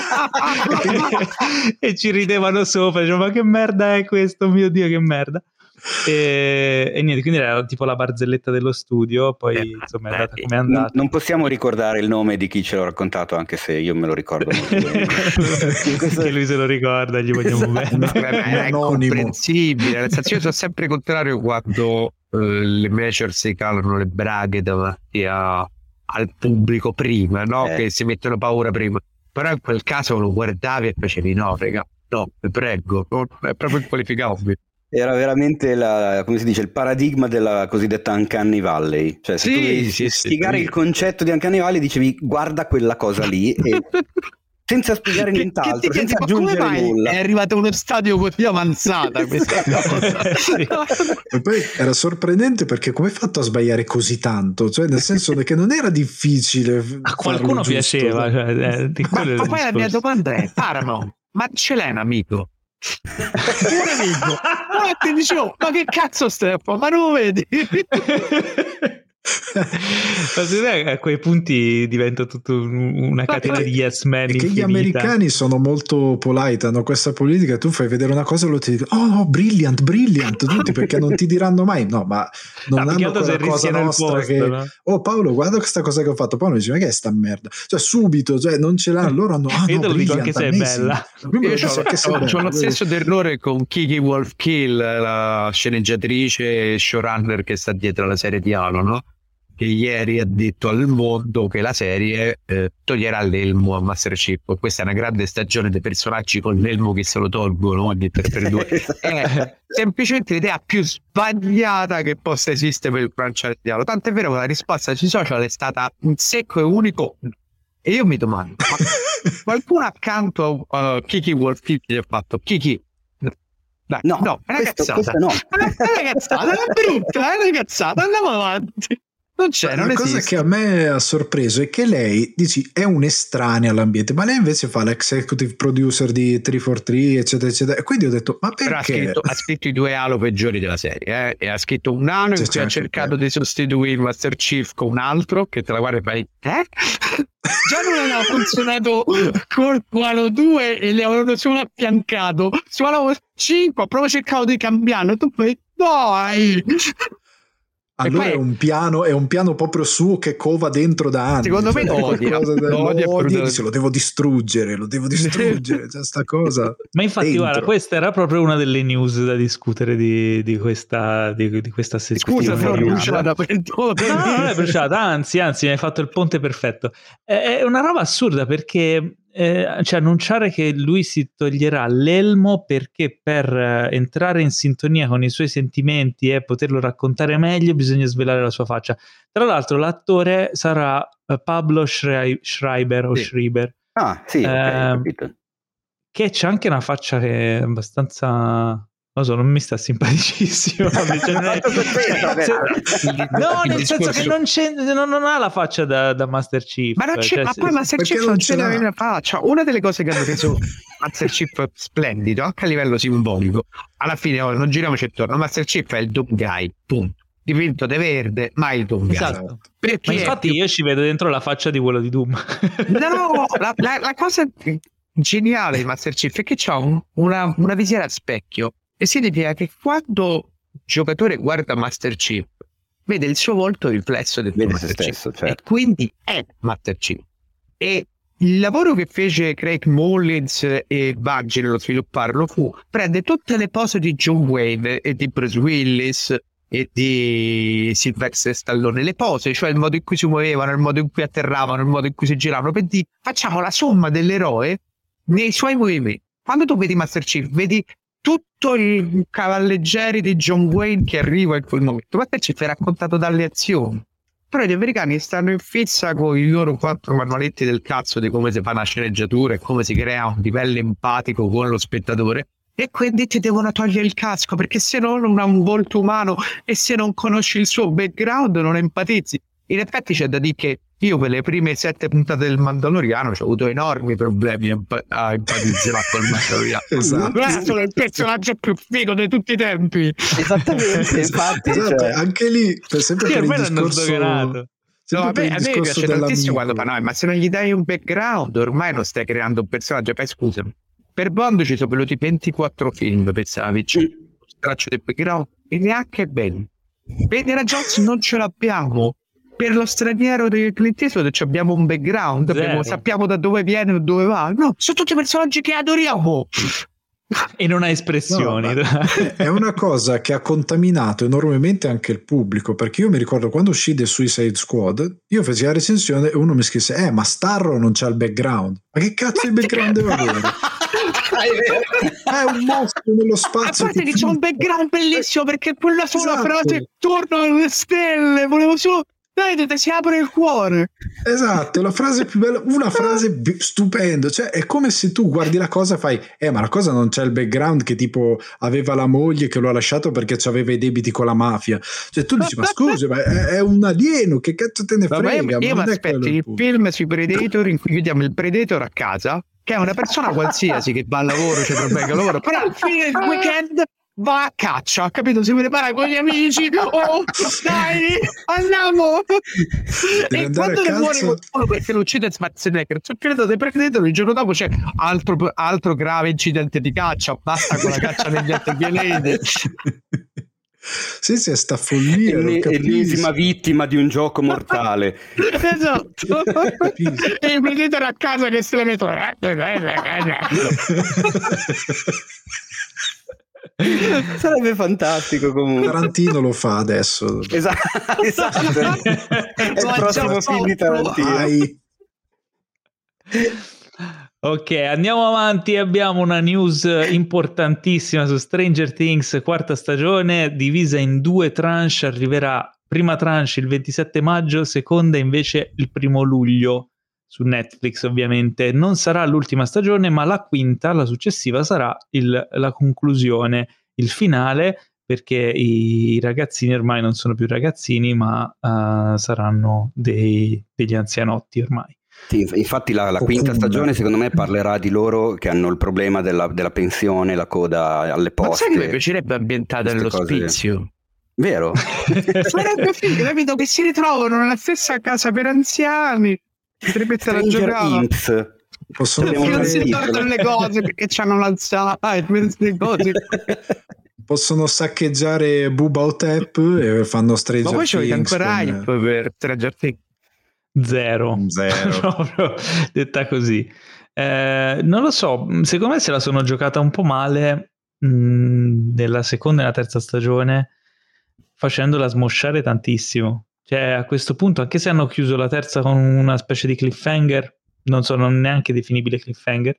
E ci ridevano sopra, dicevano ma che merda è questo, mio Dio che merda. E, e niente, quindi era tipo la barzelletta dello studio, poi Eh, insomma è beh, andata come è Non, andata. non possiamo ricordare il nome di chi ce l'ha raccontato, anche se io me lo ricordo molto bene. Questo- Che lui se lo ricorda, gli vogliamo Esatto. bene. Vabbè, è Anonimo. incomprensibile. Nel senso, io sono sempre contrario quando eh, le major si calano le braghe davanti a- al pubblico prima, no? Eh. Che si mettono paura prima. Però in quel caso lo guardavi e facevi no, raga, no, vi prego, no, è proprio inqualificabile. Era veramente la, come si dice, il paradigma della cosiddetta Uncanny Valley. Cioè, se Sì, tu devi sì, sì, spiegare sì. il concetto di Uncanny Valley, dicevi guarda quella cosa lì, e senza spiegare Che- che nient'altro, ti chiedi, senza ma come aggiungere mai nulla. è arrivato a uno stadio così avanzata questa cosa? Sì. E poi era sorprendente perché come hai fatto a sbagliare così tanto? Cioè, nel senso che non era difficile. A qualcuno farlo giusto. piaceva, cioè, eh, di Ma, quello è il ma poi la mia discorso. domanda è: Paramount, ma ce l'hai un amico? Un amico, ma ti dicevo, ma che cazzo stai a fare? Ma non lo vedi? Ma secondo me a quei punti diventa tutta una catena di yes man E che gli infinita. americani sono molto polite, hanno questa politica, tu fai vedere una cosa e loro ti dicono oh no, brilliant, brilliant, tutti perché non ti diranno mai no, ma non Ah, più che hanno altro se quella cosa rischiano il nostra posto, che no? oh Paolo guarda questa cosa che ho fatto, Paolo dice ma che è sta merda, cioè subito, cioè non ce l'hanno, loro hanno ah Io no, te lo dico anche brilliant, se è amazing. bella. Prima Io lo dice che sia ho, bella, lo poi- stesso terrore con Kiki Wolfkill, la sceneggiatrice e showrunner che sta dietro alla serie di Halo, no? Che ieri ha detto al mondo che la serie eh, toglierà l'elmo a Master Chief. Questa è una grande stagione dei personaggi con l'elmo che se lo tolgono ogni tre per due. È semplicemente l'idea più sbagliata che possa esistere per il franchise di Halo. Tant'è vero che la risposta sui social è stata un secco e unico. E io mi domando, ma qualcuno accanto a uh, Kiki Wolfkill gli ha fatto Kiki? Dai, No, no, è una questo- cazzata. questo no. È una cazzata, è brutta, è una cazzata, andiamo avanti. Non c'è, non la cosa esiste. che a me ha sorpreso è che lei dici è un'estranea all'ambiente, ma lei invece fa l'executive producer di tre quattro tre eccetera eccetera, e quindi ho detto ma Però ha perché scritto, ha scritto i due Halo peggiori della serie, eh? E ha scritto un anno in C'è cui ha anche cercato quello. di sostituire Master Chief con un altro che te la guarda e fai eh? Già non aveva funzionato con Halo due e le avevano solo affiancato su Halo cinque, ho proprio cercato di cambiarlo, tu fai dai. Allora poi, è un piano, è un piano proprio suo che cova dentro da anni. Secondo me lo odia, lo lo odia, odia, dice, lo devo distruggere, lo devo distruggere, c'è sta cosa. Ma infatti, dentro. Guarda, questa era proprio una delle news da discutere di, di questa di, di questa settimana. Scusa, sono bruciata per no, non è bruciata, anzi, anzi, mi hai fatto il ponte perfetto. È una roba assurda perché eh, cioè annunciare che lui si toglierà l'elmo perché per eh, entrare in sintonia con i suoi sentimenti e poterlo raccontare meglio bisogna svelare la sua faccia. Tra l'altro l'attore sarà uh, Pablo Schrei- Schreiber o sì. Schreiber. Ah, sì, ok, eh, capito. Che c'è anche una faccia che è abbastanza... Non so, non mi sta simpaticissimo. Cioè, non è... no, nel senso che non, c'è, non, non ha la faccia da, da Master Chief. Ma, non c'è, cioè, ma se... poi Master Chief non c'è la faccia. Una delle cose che hanno reso Master Chief splendido anche a livello simbolico, alla fine oh, non giriamoci attorno, Master Chief è il Doom Guy, punto. Dipinto di verde, ma il Doom Guy. Esatto. Ma infatti più... io ci vedo dentro la faccia di quello di Doom. No, la, la, la cosa geniale di Master Chief è che c'ha un, una, una visiera a specchio. E significa che quando il giocatore guarda Master Chief vede il suo volto riflesso del vede Master se stesso, Chief, certo. e quindi è Master Chief. E il lavoro che fece Craig Mullins e Bungie nello svilupparlo fu prende tutte le pose di John Wayne e di Bruce Willis e di Sylvester Stallone, le pose, cioè il modo in cui si muovevano, il modo in cui atterravano, il modo in cui si giravano, per dire facciamo la somma dell'eroe nei suoi movimenti. Quando tu vedi Master Chief vedi tutto il cavalleggeri di John Wayne che arriva in quel momento. Master Chief è raccontato dalle azioni, però gli americani stanno in fissa con i loro quattro manualetti del cazzo di come si fa una sceneggiatura e come si crea un livello empatico con lo spettatore, e quindi ti devono togliere il casco, perché se no non ha un volto umano e se non conosci il suo background non empatizzi. In effetti c'è da dire che io per le prime sette puntate del Mandaloriano ho avuto enormi problemi a empatizzare col Mandaloriano. Esatto. Non è solo il personaggio più figo di tutti i tempi. Esattamente, infatti. Esatto, Cioè... anche lì, per sempre sì, per il discorso... No, a me, a me piace tantissimo quando fa, no, ma se non gli dai un background ormai non stai creando un personaggio. Poi scusami, per Bond ci sono venuti ventiquattro film, pensavi, c'è un straccio di background e neanche bene. Per Indiana Jones non ce l'abbiamo. Per lo straniero di Clint Eastwood abbiamo un background, abbiamo, sappiamo da dove viene e dove va. No, sono tutti personaggi che adoriamo e non ha espressioni. No, è una cosa che ha contaminato enormemente anche il pubblico, perché io mi ricordo quando uscì The Suicide Squad, io feci la recensione e uno mi scrisse eh ma Starro non c'ha il background. Ma che cazzo di background deve avere? È un mostro nello spazio. A parte che c'è un background bellissimo, perché quella sola esatto. frase torno alle stelle, volevo solo vedete, si apre il cuore. Esatto, la frase più bella, una frase stupenda, cioè è come se tu guardi la cosa e fai eh ma la cosa non c'è il background che tipo aveva la moglie che lo ha lasciato perché aveva i debiti con la mafia, cioè tu dici ma scusi ma è, è un alieno, che cazzo te ne frega. Ma io mi aspetto il film sui Predator in cui vediamo il Predator a casa che è una persona qualsiasi che va al lavoro, c'è problemi che lavoro, però al fine del weekend va a caccia, capito? Si prepara con gli amici, oh dai, andiamo. Deve e quando ne muore qualcuno perché lo uccide Schwarzenegger, credo dei Predator, il giorno dopo c'è altro, altro grave incidente di caccia, basta con la caccia negli altri pianeti. Sì, sì, sta follia. Ennesima vittima di un gioco mortale. Esatto. E il Predator a casa che se la metto. Sarebbe fantastico comunque. Tarantino lo fa adesso. Esatto, esatto. È il prossimo film di Tarantino. Vai. Ok, andiamo avanti. Abbiamo una news importantissima su Stranger Things, quarta stagione, divisa in due tranche. Arriverà prima tranche il ventisette maggio, seconda invece il primo luglio su Netflix. Ovviamente non sarà l'ultima stagione, ma la quinta, la successiva, sarà il, la conclusione, il finale, perché i ragazzini ormai non sono più ragazzini, ma uh, saranno dei, degli anzianotti ormai. Sì, infatti la, la quinta stagione secondo me parlerà di loro che hanno il problema della, della pensione, la coda alle poste. Ma sai che mi piacerebbe ambientata nell'ospizio? Vero? Sarebbe figo, capito? Che si ritrovano nella stessa casa per anziani. Potrebbe essere a giocare. Possono non si ricordano le cose perché c'hanno l'Alzheimer, le cose. possono saccheggiare Bubba Hotep e fanno Stranger Things. Ma poi c'è ancora hype con... per Stranger Things? Zero. Zero. Proprio detta così. Eh, non lo so, secondo me se la sono giocata un po' male mh, nella seconda e nella terza stagione, facendola smosciare tantissimo. Cioè a questo punto, anche se hanno chiuso la terza con una specie di cliffhanger, non so, non neanche definibile cliffhanger,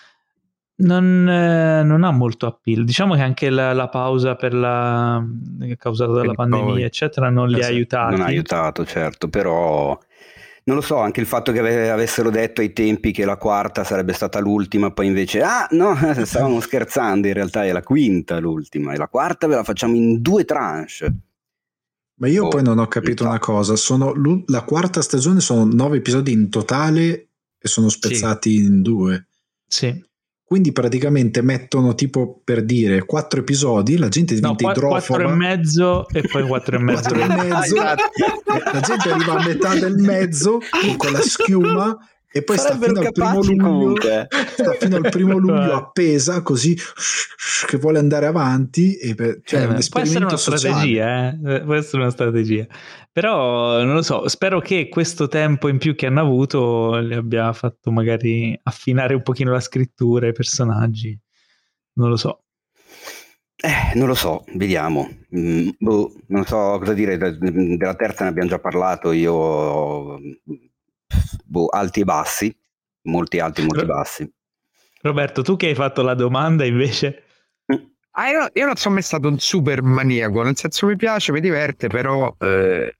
non, eh, non ha molto appeal. Diciamo che anche la, la pausa per la causata dalla per pandemia poi, eccetera non li ha aiutati. Non ha aiutato, certo, però non lo so, anche il fatto che ave- avessero detto ai tempi che la quarta sarebbe stata l'ultima, poi invece ah no, stavamo scherzando, in realtà è la quinta l'ultima e la quarta ve la facciamo in due tranche. Ma io oh, poi non ho capito una cosa, sono la quarta stagione, sono nove episodi in totale e sono spezzati sì. in due. Sì. Quindi praticamente mettono tipo, per dire, quattro episodi, la gente diventa no, idrofoba. Quattro e mezzo e poi quattro e mezzo. Quattro e mezzo, la gente arriva a metà del mezzo con la schiuma e poi sta fino al primo luglio, sta fino al primo luglio appesa così che vuole andare avanti. E per, cioè, eh, un può essere una sociale. strategia, eh? Può essere una strategia. Però non lo so, spero che questo tempo in più che hanno avuto li abbia fatto magari affinare un pochino la scrittura, i personaggi. Non lo so. Eh, non lo so, vediamo. Mm, boh, non so cosa dire, della terza ne abbiamo già parlato, io boh, alti e bassi, molti alti e molti bassi. Roberto, tu che hai fatto la domanda invece? Ah, io, io non sono mai stato un super maniaco, nel senso mi piace, mi diverte, però eh,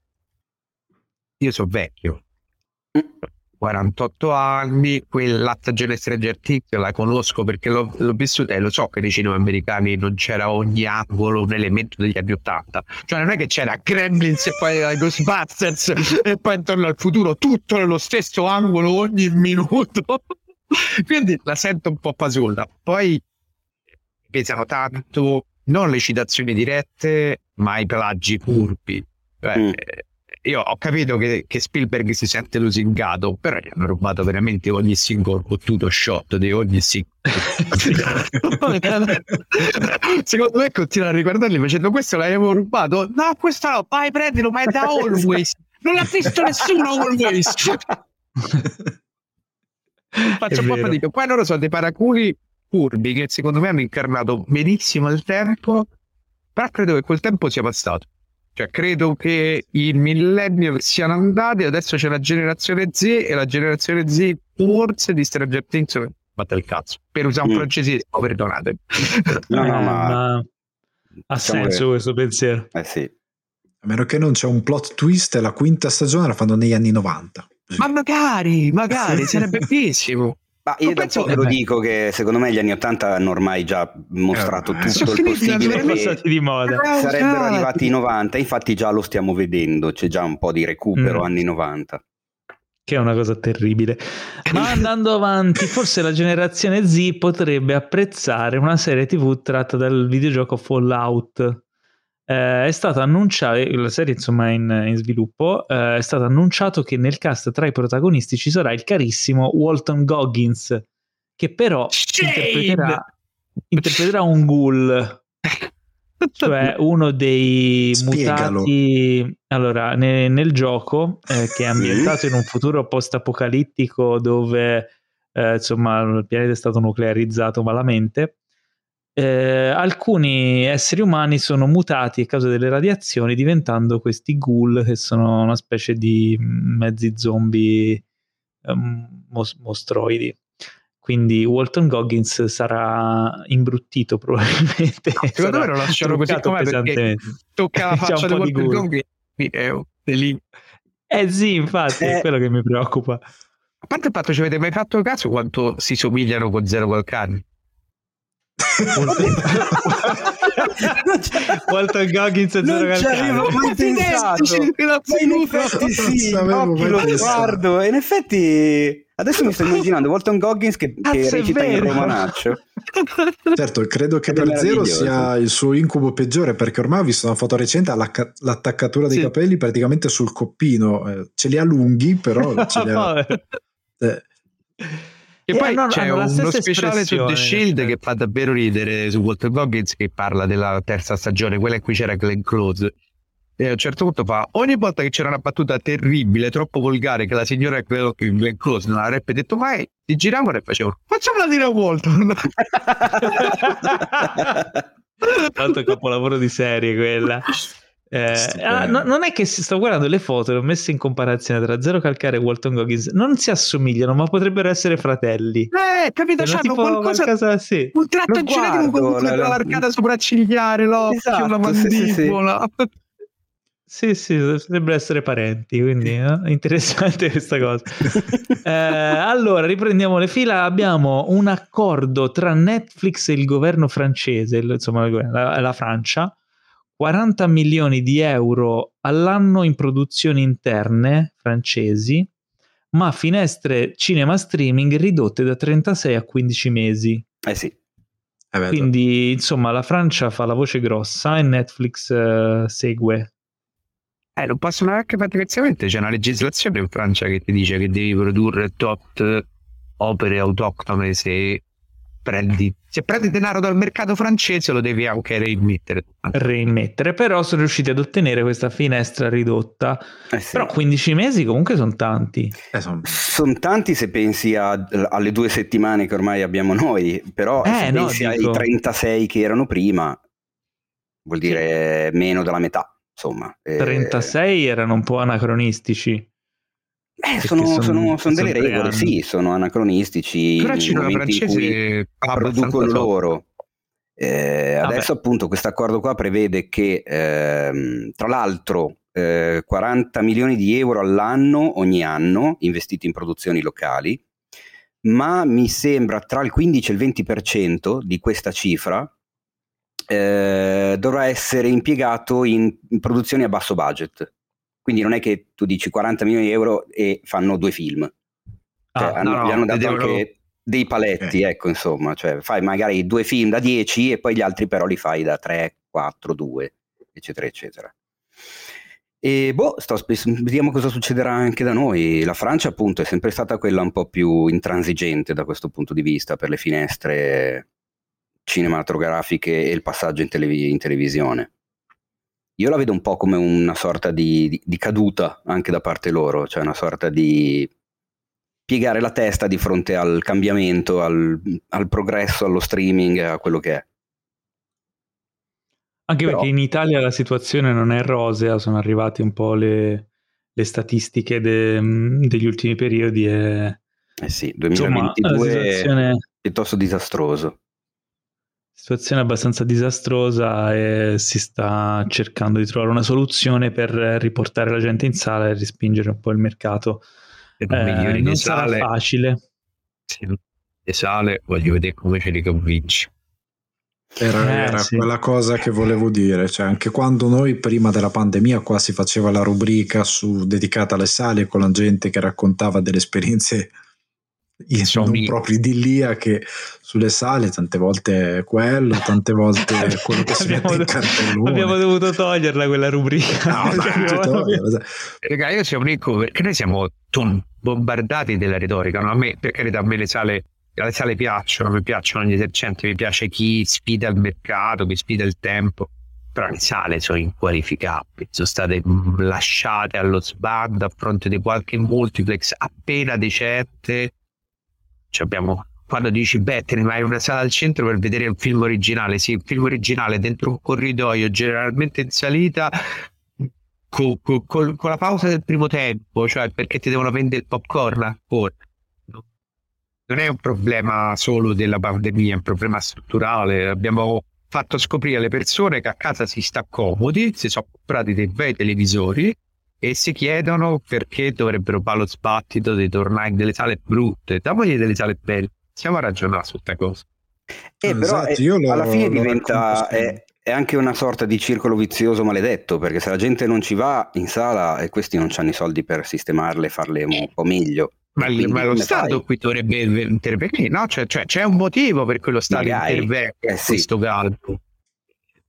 io sono vecchio, quarantotto anni, quella stagione Stranger Things la conosco perché l'ho, l'ho vissuta e lo so che nei cinema americani non c'era ogni angolo un elemento degli anni ottanta, cioè non è che c'era Gremlins e poi Ghostbusters e poi intorno al futuro tutto nello stesso angolo ogni minuto, quindi la sento un po' fasulla. Poi pesano tanto non le citazioni dirette ma i plagi furbi. Beh, mm. Io ho capito che, che Spielberg si sente lusingato, però gli hanno rubato veramente ogni singolo fottuto shot di ogni singolo. Secondo me continua a riguardarli facendo questo l'avevo rubato, no questo no, vai prendilo, ma è da Always, non l'ha visto nessuno Always. Faccio un po' fatica. Poi loro sono dei paraculi furbi che secondo me hanno incarnato benissimo il tempo, però credo che quel tempo sia passato. Cioè credo che i millennial siano andati, adesso c'è la generazione Z e la generazione Z forse di Stranger Things batte il cazzo, per usare un mm. francesismo, perdonate. No, no, eh, ma... ma ha senso che... questo pensiero. Eh sì. A meno che non c'è un plot twist e la quinta stagione la fanno negli anni novanta. Ma magari, magari, sarebbe bellissimo. Ma io da poco lo dico che secondo me gli anni ottanta hanno ormai già mostrato eh, tutto il possibile che di moda. sarebbero arrivati i novanta, infatti già lo stiamo vedendo, c'è già un po' di recupero mm. anni novanta. Che è una cosa terribile. Ma andando avanti, forse la generazione Z potrebbe apprezzare una serie tivù tratta dal videogioco Fallout. Eh, è stato annunciato, la serie insomma è in, in sviluppo, eh, è stato annunciato che nel cast tra i protagonisti ci sarà il carissimo Walton Goggins, che però interpreterà, interpreterà un ghoul, cioè uno dei Spiegalo. mutati allora ne, nel gioco eh, che è ambientato in un futuro post-apocalittico dove eh, insomma il pianeta è stato nuclearizzato malamente. Eh, alcuni esseri umani sono mutati a causa delle radiazioni diventando questi ghoul che sono una specie di mezzi zombie um, mos- mostroidi, quindi Walton Goggins sarà imbruttito probabilmente. No, secondo me lo lasciano così com'è perché tocca la faccia di Walton Goggins eh, lì. eh sì infatti eh. è quello che mi preoccupa. A parte il fatto, ci avete mai fatto caso quanto si somigliano con Zero Calcani? Walton Goggins e Zero Calcani non ci mai pensato, ma in effetti sì, occhi lo sguardo e in effetti adesso mi sto immaginando Walton Goggins che, che recita in romanaccio. Certo, credo che per Zero sia il suo incubo peggiore, perché ormai ho visto una foto recente, ha l'attaccatura dei sì. capelli praticamente sul coppino, eh, ce li ha lunghi però ce li ha... eh. E eh, poi hanno, c'è hanno uno speciale su The Shield cioè. che fa davvero ridere, su Walter Goggins, che parla della terza stagione, quella in cui c'era Glenn Close. E a un certo punto fa: ogni volta che c'era una battuta terribile, troppo volgare, che la signora Glenn Close non avrebbe detto mai, si giravano e facevano: facciamola dire a Walter. Tanto capolavoro di serie quella. Eh, ah, no, non è che si sto guardando le foto, le ho messe in comparazione tra Zero Calcare e Walton Goggins, non si assomigliano, ma potrebbero essere fratelli. Eh, capito? C'hanno tipo qualcosa, qualcosa, sì. un tratto genetico comunque tra l'arcata sopracigliare, l'occhio, esatto, la mandibola. Sì, sì, sì. Sì, sì, sembra essere parenti, quindi eh? Interessante questa cosa. eh, allora, riprendiamo le fila. Abbiamo un accordo tra Netflix e il governo francese, insomma la, la Francia, quaranta milioni di euro all'anno in produzioni interne francesi, ma finestre cinema streaming ridotte da trentasei a quindici mesi. Eh sì. Quindi, insomma, la Francia fa la voce grossa e Netflix eh, segue. Eh, non possono neanche praticamente, c'è una legislazione in Francia che ti dice che devi produrre tot opere autoctone se prendi se prendi denaro dal mercato francese lo devi anche reimmettere. Reimmettere, però sono riusciti ad ottenere questa finestra ridotta. Eh sì. Però quindici mesi comunque sono tanti. Eh, sono... sono tanti se pensi a, alle due settimane che ormai abbiamo noi, però eh, se no, pensi dico... ai trentasei che erano prima, vuol dire sì. Meno della metà. Insomma, trentasei eh... erano un po' anacronistici. Eh, sono, sono, sono, sono delle regole, sì, sono anacronistici. Però il momenti in cui producono loro. Eh, adesso appunto questo accordo qua prevede che ehm, tra l'altro eh, quaranta milioni di euro all'anno ogni anno investiti in produzioni locali, ma mi sembra tra il quindici e il venti per cento di questa cifra Eh, dovrà essere impiegato in, in produzioni a basso budget, quindi non è che tu dici quaranta milioni di euro e fanno due film, cioè, ah, hanno, no, no, gli hanno dato devono... anche dei paletti, eh. ecco, insomma, cioè fai magari due film da dieci e poi gli altri però li fai da tre, quattro, due, eccetera eccetera. E boh, sto spes- vediamo cosa succederà anche da noi. La Francia appunto è sempre stata quella un po' più intransigente da questo punto di vista per le finestre cinematografiche e il passaggio in, televi- in televisione. Io la vedo un po' come una sorta di, di, di caduta anche da parte loro, cioè una sorta di piegare la testa di fronte al cambiamento, al, al progresso, allo streaming, a quello che è. Anche Però... perché in Italia la situazione non è rosea, sono arrivate un po' le, le statistiche de, degli ultimi periodi e eh sì, duemilaventidue insomma, situazione... è piuttosto disastroso. Situazione abbastanza disastrosa e si sta cercando di trovare una soluzione per riportare la gente in sala e respingere un po' il mercato. Eh, non sarà sale, facile. Sì, le sale voglio vedere come ce li convinci. Era, eh, era sì. quella cosa che volevo dire, cioè anche quando noi prima della pandemia qua si faceva la rubrica su, dedicata alle sale con la gente che raccontava delle esperienze non proprio idilliache sulle sale, tante volte è quello, tante volte è quello che si mette in cartellone. Abbiamo dovuto toglierla quella rubrica. No, beh, toglierla. Raga, io sono ricco perché noi siamo bombardati della retorica, no? A me, per carità, a me le sale le sale piacciono, mi piacciono gli esercenti, mi piace chi sfida il mercato, chi sfida il tempo, però le sale sono inqualificabili, sono state lasciate allo sbando a fronte di qualche multiplex appena decente. Cioè abbiamo, quando dici beh te ne vai in una sala al centro per vedere un film originale, sì, un film originale dentro un corridoio generalmente in salita con, con, con, con la pausa del primo tempo, cioè perché ti devono vendere il popcorn ancora. Non è un problema solo della pandemia, è un problema strutturale. Abbiamo fatto scoprire alle persone che a casa si sta comodi, si sono comprati dei bei televisori e si chiedono perché dovrebbero fare lo sbattito di tornare in delle sale brutte. Damogli delle sale belle, stiamo a ragionare su questa cosa. Eh, però esatto, è, io lo, alla fine lo diventa è, è anche una sorta di circolo vizioso maledetto, perché se la gente non ci va in sala e questi non hanno i soldi per sistemarle e farle un po' meglio. Ma, ma lo Stato fai? Qui dovrebbe intervenire, no? Cioè, cioè, c'è un motivo per cui lo Stato Magari. interviene in eh, questo sì. caldo.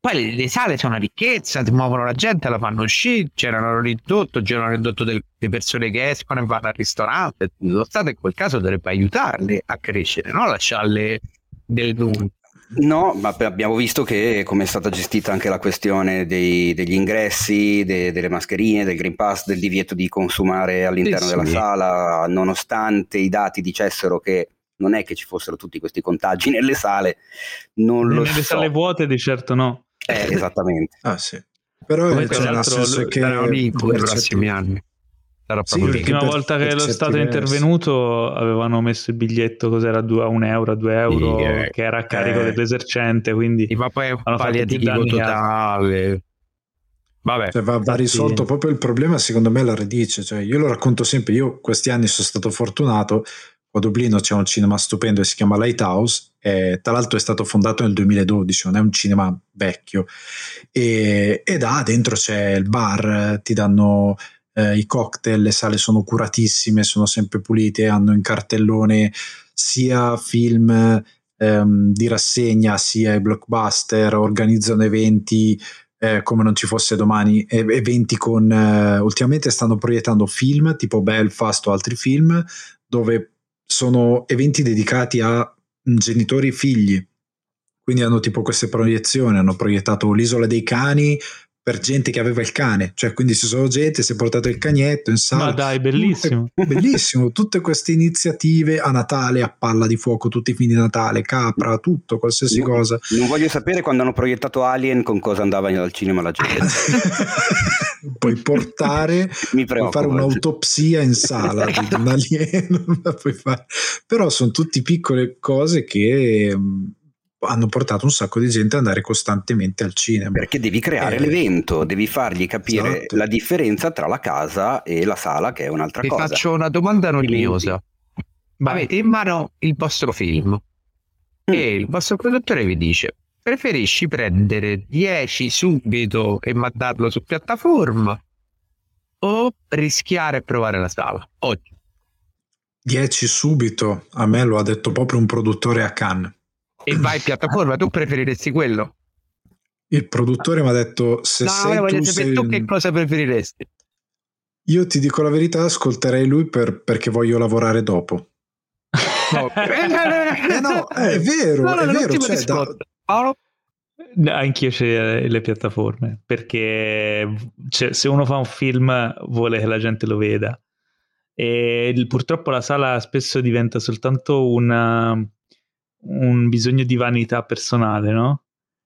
poi le sale sono una ricchezza, ti muovono la gente, la fanno uscire, c'erano l'indotto, c'erano l'indotto delle persone che escono e vanno al ristorante. Lo Stato in quel caso dovrebbe aiutarle a crescere, non lasciarle delle nuove. No, ma abbiamo visto che come è stata gestita anche la questione dei, degli ingressi, de, delle mascherine, del Green Pass, del divieto di consumare all'interno sì, della sì. sala, nonostante i dati dicessero che non è che ci fossero tutti questi contagi nelle sale, non lo nelle so. sale vuote di certo no. Eh, esattamente. Ah sì, però Come eh, tra cioè, nel l'altro senso lui- che Sarà un incubo nei per prossimi certi- anni. Sarà Sì, proprio perché L'ultima per- volta che per lo certi Stato è versi. intervenuto avevano messo il biglietto, cos'era, due- a un euro, a due euro, Sì, eh, che era a carico eh. dell'esercente, quindi ma poi è un hanno fatto più palliativo danni che altro. totale. Vabbè, Cioè, va, va Infatti- risolto proprio il problema, secondo me, alla radice. Cioè, io lo racconto sempre, io questi anni sono stato fortunato, a Dublino c'è un cinema stupendo che si chiama Lighthouse, e tra l'altro è stato fondato nel duemiladodici, non è un cinema vecchio, e, e da dentro c'è il bar, ti danno eh, i cocktail, le sale sono curatissime, sono sempre pulite, hanno in cartellone sia film ehm, di rassegna sia i blockbuster, organizzano eventi eh, come non ci fosse domani, eh, eventi con eh, ultimamente stanno proiettando film tipo Belfast o altri film dove sono eventi dedicati a genitori e figli, quindi hanno tipo queste proiezioni, hanno proiettato l'Isola dei Cani per gente che aveva il cane, cioè quindi ci sono gente, si è portato il cagnetto in sala. Ma dai, bellissimo. Tutte, bellissimo, tutte queste iniziative a Natale, a Palla di Fuoco, tutti i film di Natale, Capra, tutto, qualsiasi Non, cosa. non voglio sapere quando hanno proiettato Alien con cosa andava al cinema la gente. Puoi portare, Mi puoi preoccupa. fare un'autopsia in sala di, di un alieno, puoi fare. Però sono tutte piccole cose che mh, hanno portato un sacco di gente ad andare costantemente al cinema. Perché devi creare Eh, l'evento, devi fargli capire esatto. la differenza tra la casa e la sala, che è un'altra vi cosa. faccio una domanda noiosa. Vai. Avete in mano il vostro film e il vostro produttore vi dice: preferisci prendere dieci subito e mandarlo su piattaforma o rischiare e provare la sala oggi? dieci subito, a me lo ha detto proprio un produttore a Cannes. E vai in piattaforma, tu preferiresti quello? Il produttore mi ha detto se No, sei io voglio tu, sapere sei... tu che cosa preferiresti. Io ti dico la verità, ascolterei lui per, perché voglio lavorare dopo. No, Eh no, è vero, No, no, è vero. l'ultima Cioè, da- risposta. Paolo? Anch'io c'è le piattaforme, perché cioè, se uno fa un film vuole che la gente lo veda, e il- purtroppo la sala spesso diventa soltanto una, un bisogno di vanità personale, no?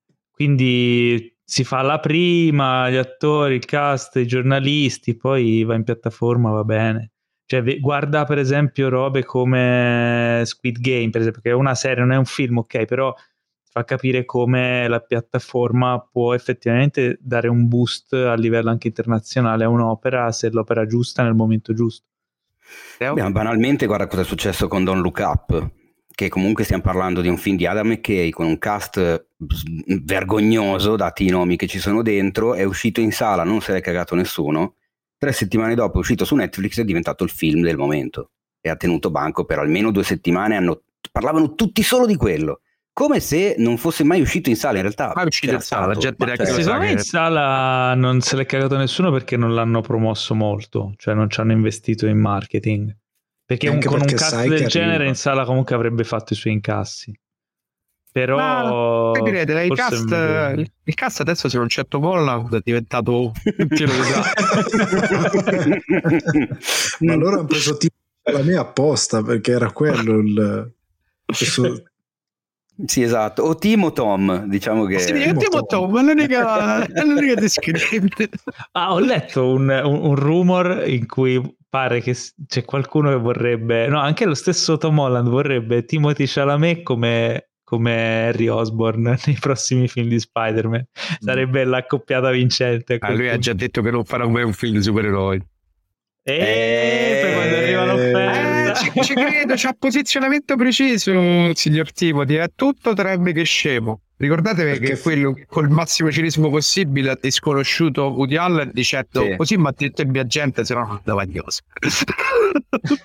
Quindi si fa la prima, gli attori, il cast, i giornalisti, poi va in piattaforma, va bene. Cioè, ve- guarda per esempio robe come Squid Game, per esempio, che è una serie, non è un film, ok, però fa capire come la piattaforma può effettivamente dare un boost a livello anche internazionale a un'opera, se l'opera è giusta nel momento giusto. Beh, ma banalmente guarda cosa è successo con Don't Look Up, che comunque stiamo parlando di un film di Adam McKay con un cast vergognoso, dati i nomi che ci sono dentro, è uscito in sala, non se l'è cagato nessuno, tre settimane dopo è uscito su Netflix e è diventato il film del momento e ha tenuto banco per almeno due settimane, hanno, parlavano tutti solo di quello, come se non fosse mai uscito in sala. In realtà Ma è uscito in sala, la gente ma neanche cioè, lo sa Secondo me che- in sala non se l'è cagato nessuno perché non l'hanno promosso molto, cioè non ci hanno investito in marketing. Perché un- Anche con un perché cast sai del che genere arriva. in sala comunque avrebbe fatto i suoi incassi. Ma Però che credere, il forse cast, è meglio- il cast adesso se non certo Holland è diventato pieno di Ma loro hanno preso tipo la mia apposta perché era quello il questo- Sì, esatto, o Tim o Tom, diciamo che Sì, io Timo Tom, ma l'unica è l'unica descritta. Ah, ho letto un, un- un rumor in cui pare che s- c'è qualcuno che vorrebbe, no, anche lo stesso Tom Holland vorrebbe Timothy Chalamet come, come Harry Osborn nei prossimi film di Spider-Man. Sarebbe l'accoppiata vincente. a Ah, quel lui ha punto. già detto che non farà mai un film di supereroi. E poi quando arriva Eh, l'offerta. Eh, ci, ci credo, c'ha posizionamento preciso, signor Timothy, è tutto tranne che scemo. Ricordatevi Perché- che quello col massimo cinismo possibile ha disconosciuto Woody Allen dicendo Sì. così mi ha detto il mio agente, se no non dava gli Oscar.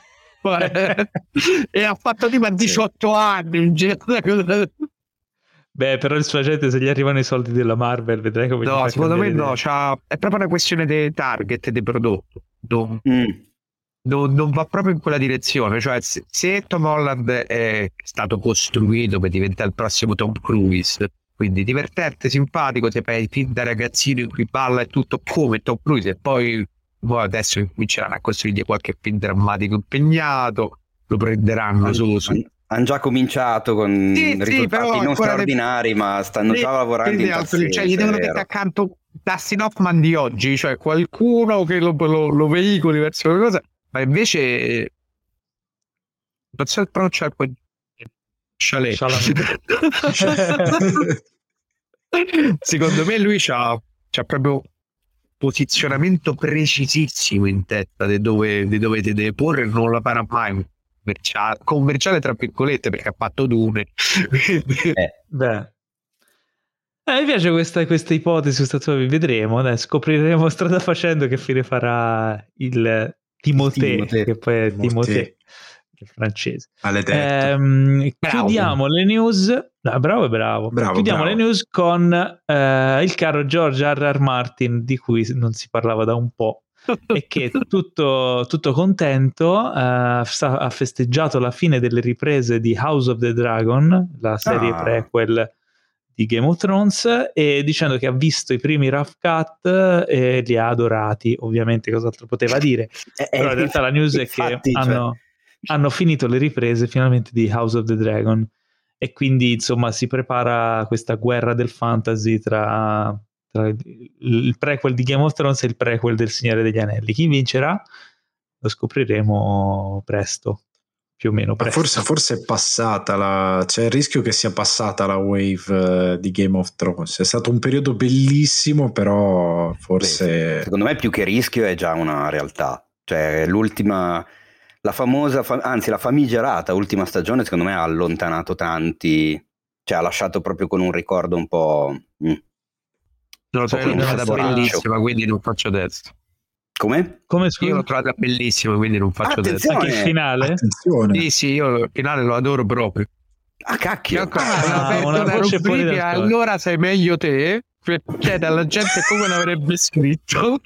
E ha fatto tipo a diciotto anni un genere. Beh, però il suo agente, se gli arrivano i soldi della Marvel, vedrai come... No, secondo me no, c'ha... è proprio una questione di target, di prodotto. Non, mm. non, non va proprio in quella direzione. Cioè, se, se Tom Holland è stato costruito per diventare il prossimo Tom Cruise, quindi divertente, simpatico, ti fai il film da ragazzino in cui balla e tutto come Tom Cruise, e poi boh, adesso cominceranno a costruirgli qualche film drammatico impegnato, lo prenderanno solo su... Hanno già cominciato con sì, risultati sì, non straordinari, de... ma stanno sì, già lavorando in altri, cioè gli devono mettere accanto Dustin Hoffman di oggi, cioè qualcuno che lo, lo, lo veicoli verso qualcosa, ma invece non so pronunciare poi Chalet. Secondo me lui c'ha, c'ha proprio posizionamento precisissimo in testa di dove, di dove ti deve porre e non la farà mai commerciale, commerciale tra virgolette, perché ha fatto Dune. eh, beh. Eh, mi piace questa, questa ipotesi, questa, vedremo, dai, scopriremo strada facendo che fine farà il Timothée, che poi è Timothée, il francese. Eh, chiudiamo le news. No, bravo, bravo. bravo chiudiamo bravo. le news con eh, il caro George R R. Martin, di cui non si parlava da un po'. E che tutto, tutto contento uh, sta, ha festeggiato la fine delle riprese di House of the Dragon, la serie ah. prequel di Game of Thrones, e dicendo che ha visto i primi rough cut e li ha adorati. Ovviamente cos'altro poteva dire, eh, però in realtà la news infatti, è che cioè... hanno, hanno finito le riprese finalmente di House of the Dragon, e quindi insomma si prepara questa guerra del fantasy tra il prequel di Game of Thrones e il prequel del Signore degli Anelli. Chi vincerà lo scopriremo presto, più o meno presto. Forse, forse è passata la... c'è il rischio che sia passata la wave uh, di Game of Thrones. È stato un periodo bellissimo, però forse Beh, secondo me più che rischio è già una realtà. Cioè l'ultima, la famosa, anzi la famigerata ultima stagione secondo me ha allontanato tanti, cioè ha lasciato proprio con un ricordo un po' mm. l'ho trovata bellissima, quindi non faccio adesso. Come? Come io l'ho trovata bellissima, quindi non faccio adesso. Anche il finale? Attenzione. Sì, sì, io il finale lo adoro proprio. Ah, cacchio! Io ah, ah, una una rubrica, allora sei meglio te, chiede alla gente come l'avrebbe scritto.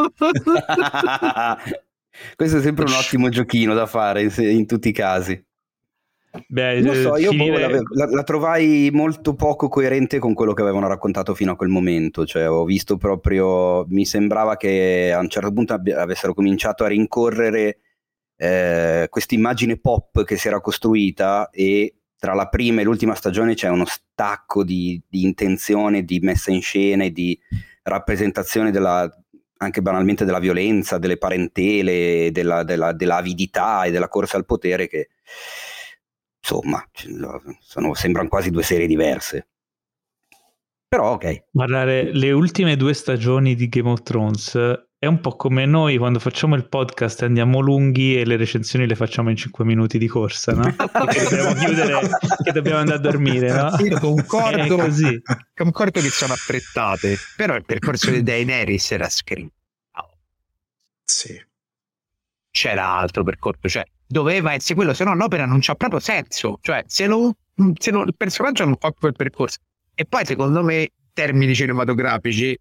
Questo è sempre un ottimo giochino da fare in, in tutti i casi. Beh, non so, io finire... boh, la, la trovai molto poco coerente con quello che avevano raccontato fino a quel momento. Cioè ho visto proprio, mi sembrava che a un certo punto abb- avessero cominciato a rincorrere eh, questa immagine pop che si era costruita, e tra la prima e l'ultima stagione c'è uno stacco di, di intenzione, di messa in scena e di rappresentazione della, anche banalmente della violenza, delle parentele, della, della, della avidità e della corsa al potere, che insomma sono, sembrano quasi due serie diverse. Però ok. Guardare le ultime due stagioni di Game of Thrones è un po' come noi quando facciamo il podcast e andiamo lunghi e le recensioni le facciamo in cinque minuti di corsa, no? Che dobbiamo chiudere, che dobbiamo andare a dormire, no? Sì, concordo, così. Concordo che sono affrettate, però il percorso di Daenerys era scritto. Sì. C'era altro percorso, cioè doveva essere quello, se no l'opera non c'ha proprio senso, cioè se, lo, se lo, il personaggio non fa quel percorso. E poi secondo me, termini cinematografici,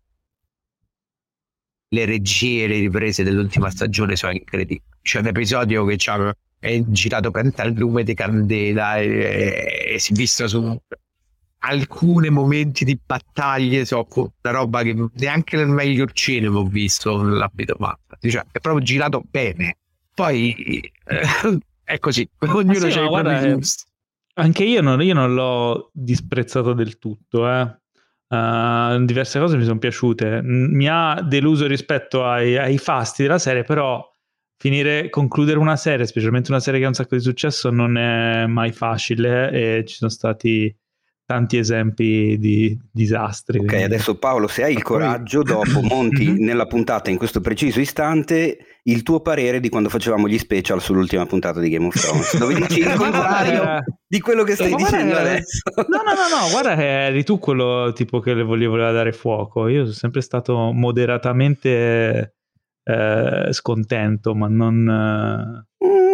le regie e le riprese dell'ultima stagione sono incredibili. C'è un episodio che è girato per il lume di candela e, e, e si è visto su alcuni momenti di battaglie, so, una roba che neanche nel meglio cinema ho visto nell'ambito fantasy, cioè è proprio girato bene. Poi eh, è così, ognuno sì, c'ha i propri gusti. Anche io non, io non l'ho disprezzato del tutto, eh. Uh, diverse cose mi sono piaciute. Mi ha deluso rispetto ai, ai fasti della serie, però finire, concludere una serie, specialmente una serie che ha un sacco di successo, non è mai facile, e ci sono stati tanti esempi di disastri. Ok, quindi. Adesso Paolo, se hai il coraggio, dopo monti mm-hmm. nella puntata, in questo preciso istante, il tuo parere di quando facevamo gli special sull'ultima puntata di Game of Thrones, dove dici il contrario di quello che stai dicendo adesso. No, no, no, no, guarda che eri tu quello tipo che le voleva dare fuoco. Io sono sempre stato moderatamente eh, scontento, ma non... Eh...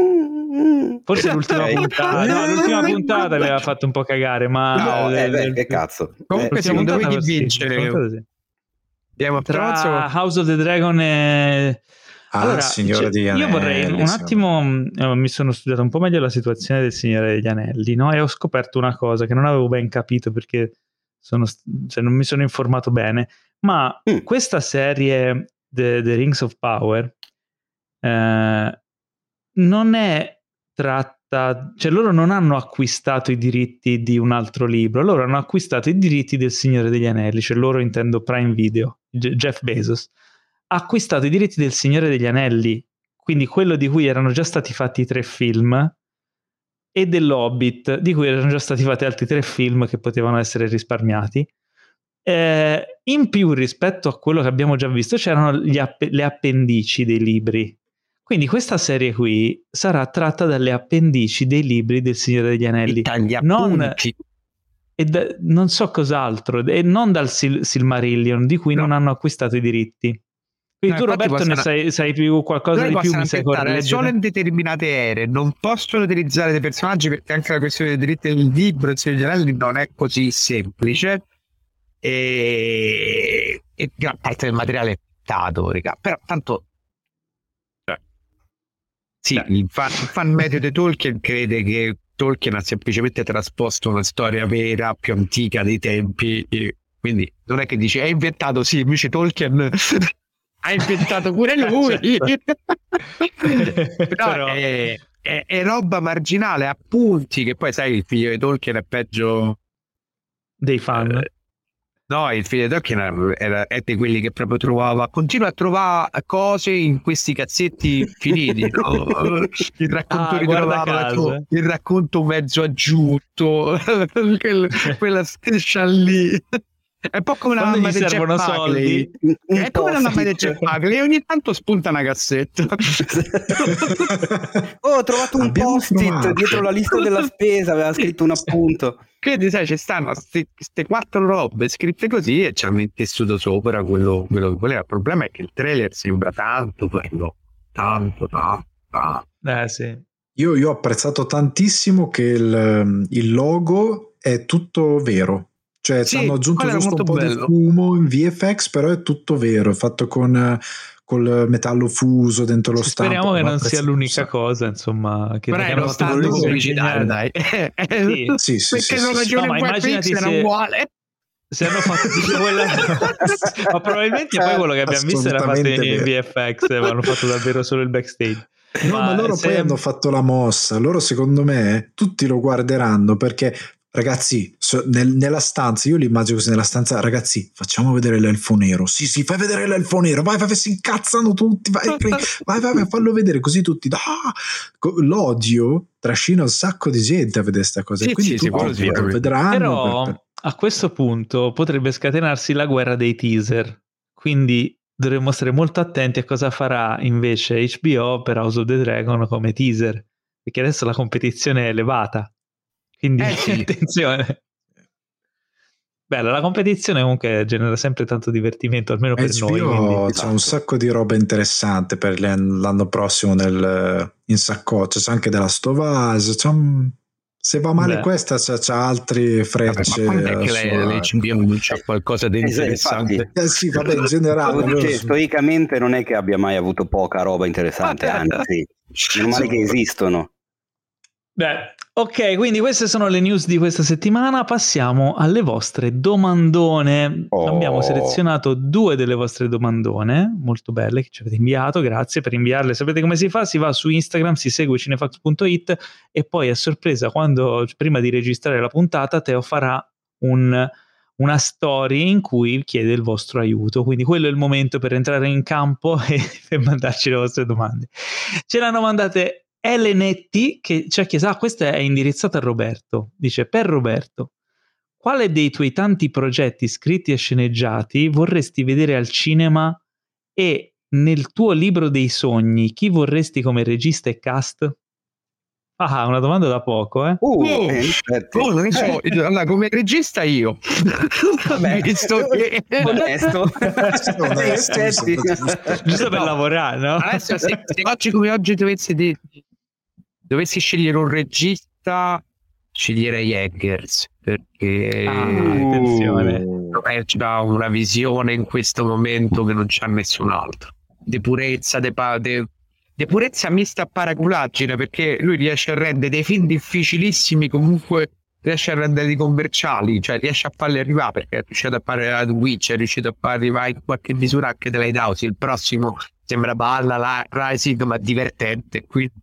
Forse l'ultima Ok. puntata, no, l'ultima puntata mi aveva fatto un po' cagare, ma No, eh, eh, beh, eh, che cazzo. Comunque, Eh, secondo voi chi puntata sì, vince? l'ultima puntata sì. Game of Thrones Tra o- House of the Dragon e Ah, allora, Signore cioè, degli io vorrei Anelli, un secondo attimo mh, eh, mi sono studiato un po' meglio la situazione del Signore degli Anelli, no? E ho scoperto una cosa che non avevo ben capito perché sono, st- cioè, non mi sono informato bene, ma Mm. questa serie The, The Rings of Power eh, non è tratta, cioè loro non hanno acquistato i diritti di un altro libro, loro hanno acquistato i diritti del Signore degli Anelli, cioè loro intendo Prime Video, Ge- Jeff Bezos ha acquistato i diritti del Signore degli Anelli, quindi quello di cui erano già stati fatti tre film, e dell'Hobbit, di cui erano già stati fatti altri tre film che potevano essere risparmiati. Eh, in più rispetto a quello che abbiamo già visto c'erano gli app- le appendici dei libri, quindi questa serie qui sarà tratta dalle appendici dei libri del Signore degli Anelli, Gli non, appunti. e da, non so cos'altro, e non dal Sil- Silmarillion di cui No. non hanno acquistato i diritti. Quindi No, tu infatti Roberto ne possono- sai, sai più qualcosa Loro di più, possono mi sai ambientare solo correggere? in determinate ere, non possono utilizzare dei personaggi perché anche la questione dei diritti del libro il Signore degli Anelli non è così semplice e, e gran parte del materiale è dato, raga. Però tanto sì, Beh. il fan, il fan medio di Tolkien crede che Tolkien ha semplicemente trasposto una storia vera più antica dei tempi e quindi non è che dice è inventato, sì, invece Tolkien ha inventato pure lui. Certo. Però, Però- È, è, è roba marginale, appunti che poi sai il figlio di Tolkien è peggio. Dei fan. Eh, no, il figlio di Tolkien era, era- è di quelli che proprio trovava, continua a trovare cose in questi cazzetti finiti, no? Il racconto Ah, guarda ritrovava caso. il racconto mezzo aggiunto, quel- quella striscia lì. È un po' come la Quando mamma gli di Jeff servono Buckley. soldi, Un- un È come la mamma di post-it. Jeff Buckley, ogni tanto spunta una cassetta. Oh, ho trovato un Abbiamo post-it trovato. dietro la lista della spesa, aveva scritto un appunto. Quindi sai, ci stanno queste quattro robe scritte così e ci hanno intessuto sopra quello, quello che voleva. Il problema è che il trailer sembra tanto quello, tanto, tanto, tanto. eh sì. Io, io ho apprezzato tantissimo che il, il logo è tutto vero. Cioè, Sì, ci hanno aggiunto quello era giusto un po' molto di bello. fumo in V F X, però è tutto vero, è fatto con col metallo fuso dentro lo stampo. Speriamo che L'ho non sia apprezzato un l'unica sacco. cosa, insomma, che Però che è hanno uno fatto stand così pubblicitario, ingegnere. dai. Sì. Sì, sì, Perché sì, la sì, ragione No, ma in immaginati era se- uguale. Se hanno fatto tipo quella, ma probabilmente poi quello che abbiamo visto era fatto in, Assolutamente in vero. V F X, ma hanno fatto davvero solo il backstage. No, ma, loro se- poi hanno fatto la mossa. Loro, secondo me, tutti lo guarderanno perché, ragazzi, so- nel- nella stanza, io li immagino così nella stanza, ragazzi, facciamo vedere l'elfo nero. Sì, sì, fai vedere l'elfo nero. Vai, vai, vai, si incazzano tutti. Vai, vai, vai, vai, vai, fallo vedere così tutti. Ah! Co- L'odio trascina un sacco di gente a vedere sta cosa. Sì, e quindi sì, tutti sicuro, lo sicuramente. vedranno. Però per- per- a questo punto potrebbe scatenarsi la guerra dei teaser, quindi dovremmo stare molto attenti a cosa farà invece H B O per House of the Dragon come teaser, perché adesso la competizione è elevata, quindi Eh sì. attenzione. Bella, la competizione comunque genera sempre tanto divertimento, almeno per noi. H B O Quindi... c'è un sacco di roba interessante per l'anno prossimo nel, in saccoccia. C'è anche della Stovaz. C'è un, se va male Beh. questa, c'è, c'è altri Vabbè, frecce. ma quando è che su- lei, l'H B O non c'ha qualcosa di Eh, sì, interessante? infatti. Eh sì, vabbè, in generale. Stavo loro dicendo, sono- storicamente non è che abbia mai avuto poca roba interessante, anzi, meno male che esistono. Beh, ok, quindi queste sono le news di questa settimana. Passiamo alle vostre domandone. Oh. Abbiamo selezionato due delle vostre domandone molto belle che ci avete inviato. Grazie per inviarle. Sapete come si fa? Si va su Instagram, si segue cinefax punto it e poi a sorpresa, quando prima di registrare la puntata, Teo farà un, una story in cui chiede il vostro aiuto. Quindi quello è il momento per entrare in campo e per mandarci le vostre domande. Ce l'hanno mandate Elenetti, che ci ha chiesto, ah, questa è indirizzata a Roberto, dice: per Roberto, quale dei tuoi tanti progetti scritti e sceneggiati vorresti vedere al cinema e nel tuo libro dei sogni chi vorresti come regista e cast? Ah, una domanda da poco, eh? Uh, Oh, eh, in effetti. Oh, non so, Eh, allora, come regista io. vabbè, Visto che... onesto. Onesto, In effetti. giusto. Giusto per No. lavorare, no? Adesso se, se oggi come oggi dovessi dire dovessi scegliere un regista, sceglierei Eggers, perché ah, attenzione, ha una visione in questo momento che non c'ha nessun altro, di purezza, di pa- de, de purezza mista a paraculaggine, perché lui riesce a rendere dei film difficilissimi, comunque riesce a renderli commerciali, cioè riesce a farli arrivare, perché è riuscito a fare la Witch, è riuscito a far arrivare in qualche misura anche The Lighthouse. Il prossimo sembra balla la Rising, ma divertente, quindi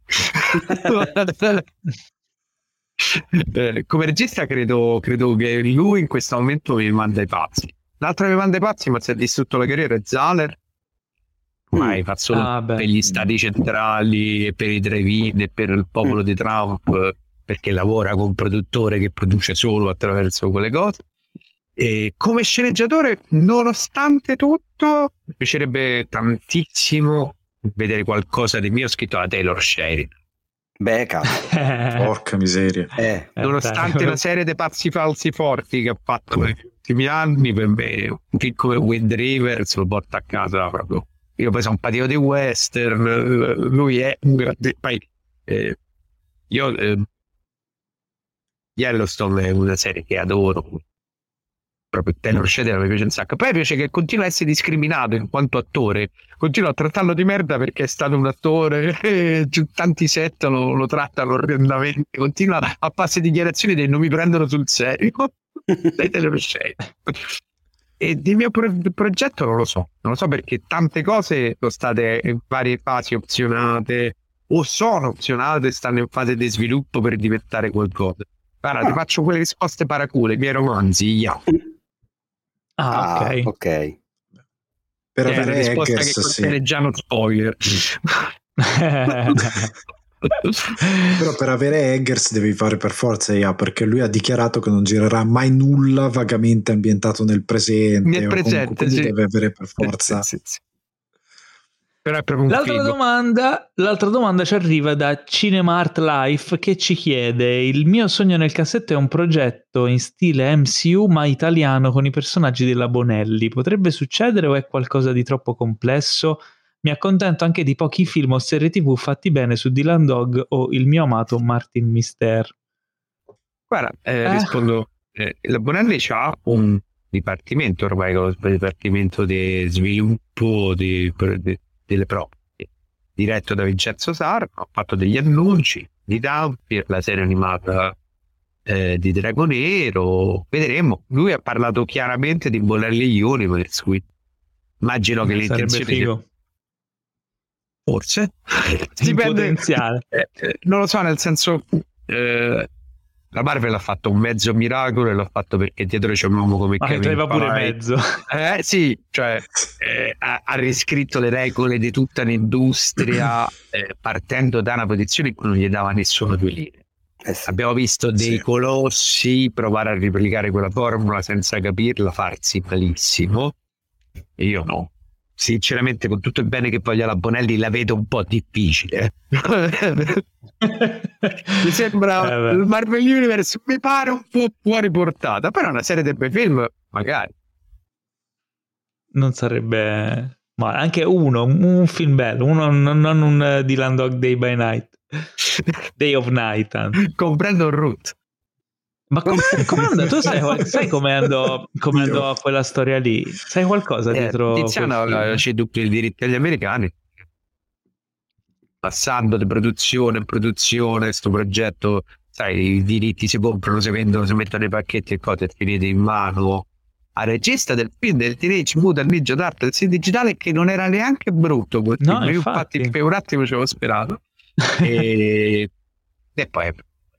eh, come regista credo, credo che lui in questo momento mi manda i pazzi. L'altro che mi manda i pazzi, ma si è distrutto la carriera, è Zahler, ormai fa solo ah, per gli stati centrali e per i drive-in e per il popolo di Trump, perché lavora con un produttore che produce solo attraverso quelle cose. E come sceneggiatore, nonostante tutto, mi piacerebbe tantissimo vedere qualcosa di mio scritto da Taylor Sheridan. Beh, cazzo. Porca miseria. Eh. Nonostante la serie dei pazzi falsi forti che ha fatto negli ultimi anni, per me un film come Wind River se lo porta a casa proprio. Io poi sono un patino di western, lui è un grande... Poi, eh, io eh, Yellowstone è una serie che adoro, proprio Taylor Sheridan mi piace un sacco. Poi mi piace che continua a essere discriminato in quanto attore, continua a trattarlo di merda perché è stato un attore, eh, tanti set lo, lo trattano orrendamente, continua a farsi dichiarazioni che non mi prendono sul serio dai Taylor Sheridan. E del mio pro- progetto non lo so, non lo so, perché tante cose sono state in varie fasi opzionate o sono opzionate, stanno in fase di sviluppo per diventare qualcosa. Guarda, ti faccio quelle risposte paracule, i miei romanzi, yeah. ah, ok, Ah, ok. Per È una avere risposta Eggers, che sì. contiene già uno spoiler. Però per avere Eggers devi fare per forza I A, perché lui ha dichiarato che non girerà mai nulla vagamente ambientato nel presente, Nel o presente, comunque, quindi sì. deve avere per forza. Sì, sì, sì. Però è proprio un L'altra figo. domanda, l'altra domanda ci arriva da Cinema Art Life, che ci chiede: il mio sogno nel cassetto è un progetto in stile M C U ma italiano con i personaggi della Bonelli. Potrebbe succedere o è qualcosa di troppo complesso? Mi accontento anche di pochi film o serie tv fatti bene su Dylan Dog o il mio amato Martin Mister. Guarda, eh, Eh. rispondo, eh, la Bonelli ha un dipartimento ormai, con lo dipartimento di sviluppo di, di, delle prove, diretto da Vincenzo Sara. Ha fatto degli annunci di Dampir, la serie animata eh, di Drago Nero, vedremo. Lui ha parlato chiaramente di Bonelli Universe, quindi immagino che Sarebbe l'intenzione figo. forse Il dipende, potenziale. eh, eh, non lo so, nel senso eh, la Marvel ha fatto un mezzo miracolo e l'ha fatto perché dietro c'è un uomo come Ma Kevin traeva pure Feige. mezzo. Eh sì, cioè eh, ha, ha riscritto le regole di tutta l'industria eh, partendo da una posizione in cui non gli dava nessuno due linee. Eh sì. Abbiamo visto dei Sì. colossi provare a replicare quella formula senza capirla, farsi malissimo. E io no. Sinceramente, con tutto il bene che voglia la Bonelli, la vedo un po' difficile. Mi sembra Eh beh. il Marvel Universe, mi pare un po' fuori portata, però una serie di bei film magari. Non sarebbe... Ma anche uno, un film bello, uno, non, non un uh, Dylan Dog Day by Night. Day of Night, anzi. Con Brandon Root. Ma come andò? Tu sai, sai come andò, come andò quella storia lì? Sai qualcosa Eh, dietro quel Tiziano film? ci dupli i diritti agli americani, passando di produzione in produzione. Sto progetto, sai, i diritti si comprano, si vendono, si mettono nei pacchetti e cose finite in mano al regista del film del Teenage Mutant Ninja Turtles in digitale, che non era neanche brutto quel No, film. Io infatti. infatti per un attimo ci avevo sperato e... e poi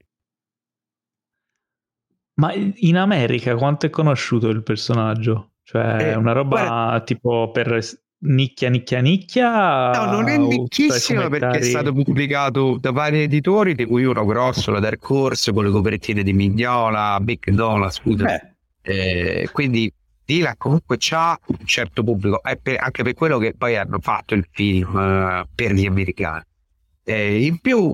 Ma in America quanto è conosciuto il personaggio? Cioè, Eh, una roba guarda- tipo per nicchia, nicchia, nicchia? no, non è o nicchissimo tra i perché è commentari- stato pubblicato da vari editori, di cui uno grosso, la Dark Horse, con le copertine di Mignola, Big Nola, scusa. Eh, Eh, quindi Dylan comunque c'ha un certo pubblico, è per- anche per quello che poi hanno fatto il film eh, per gli americani. Eh, in più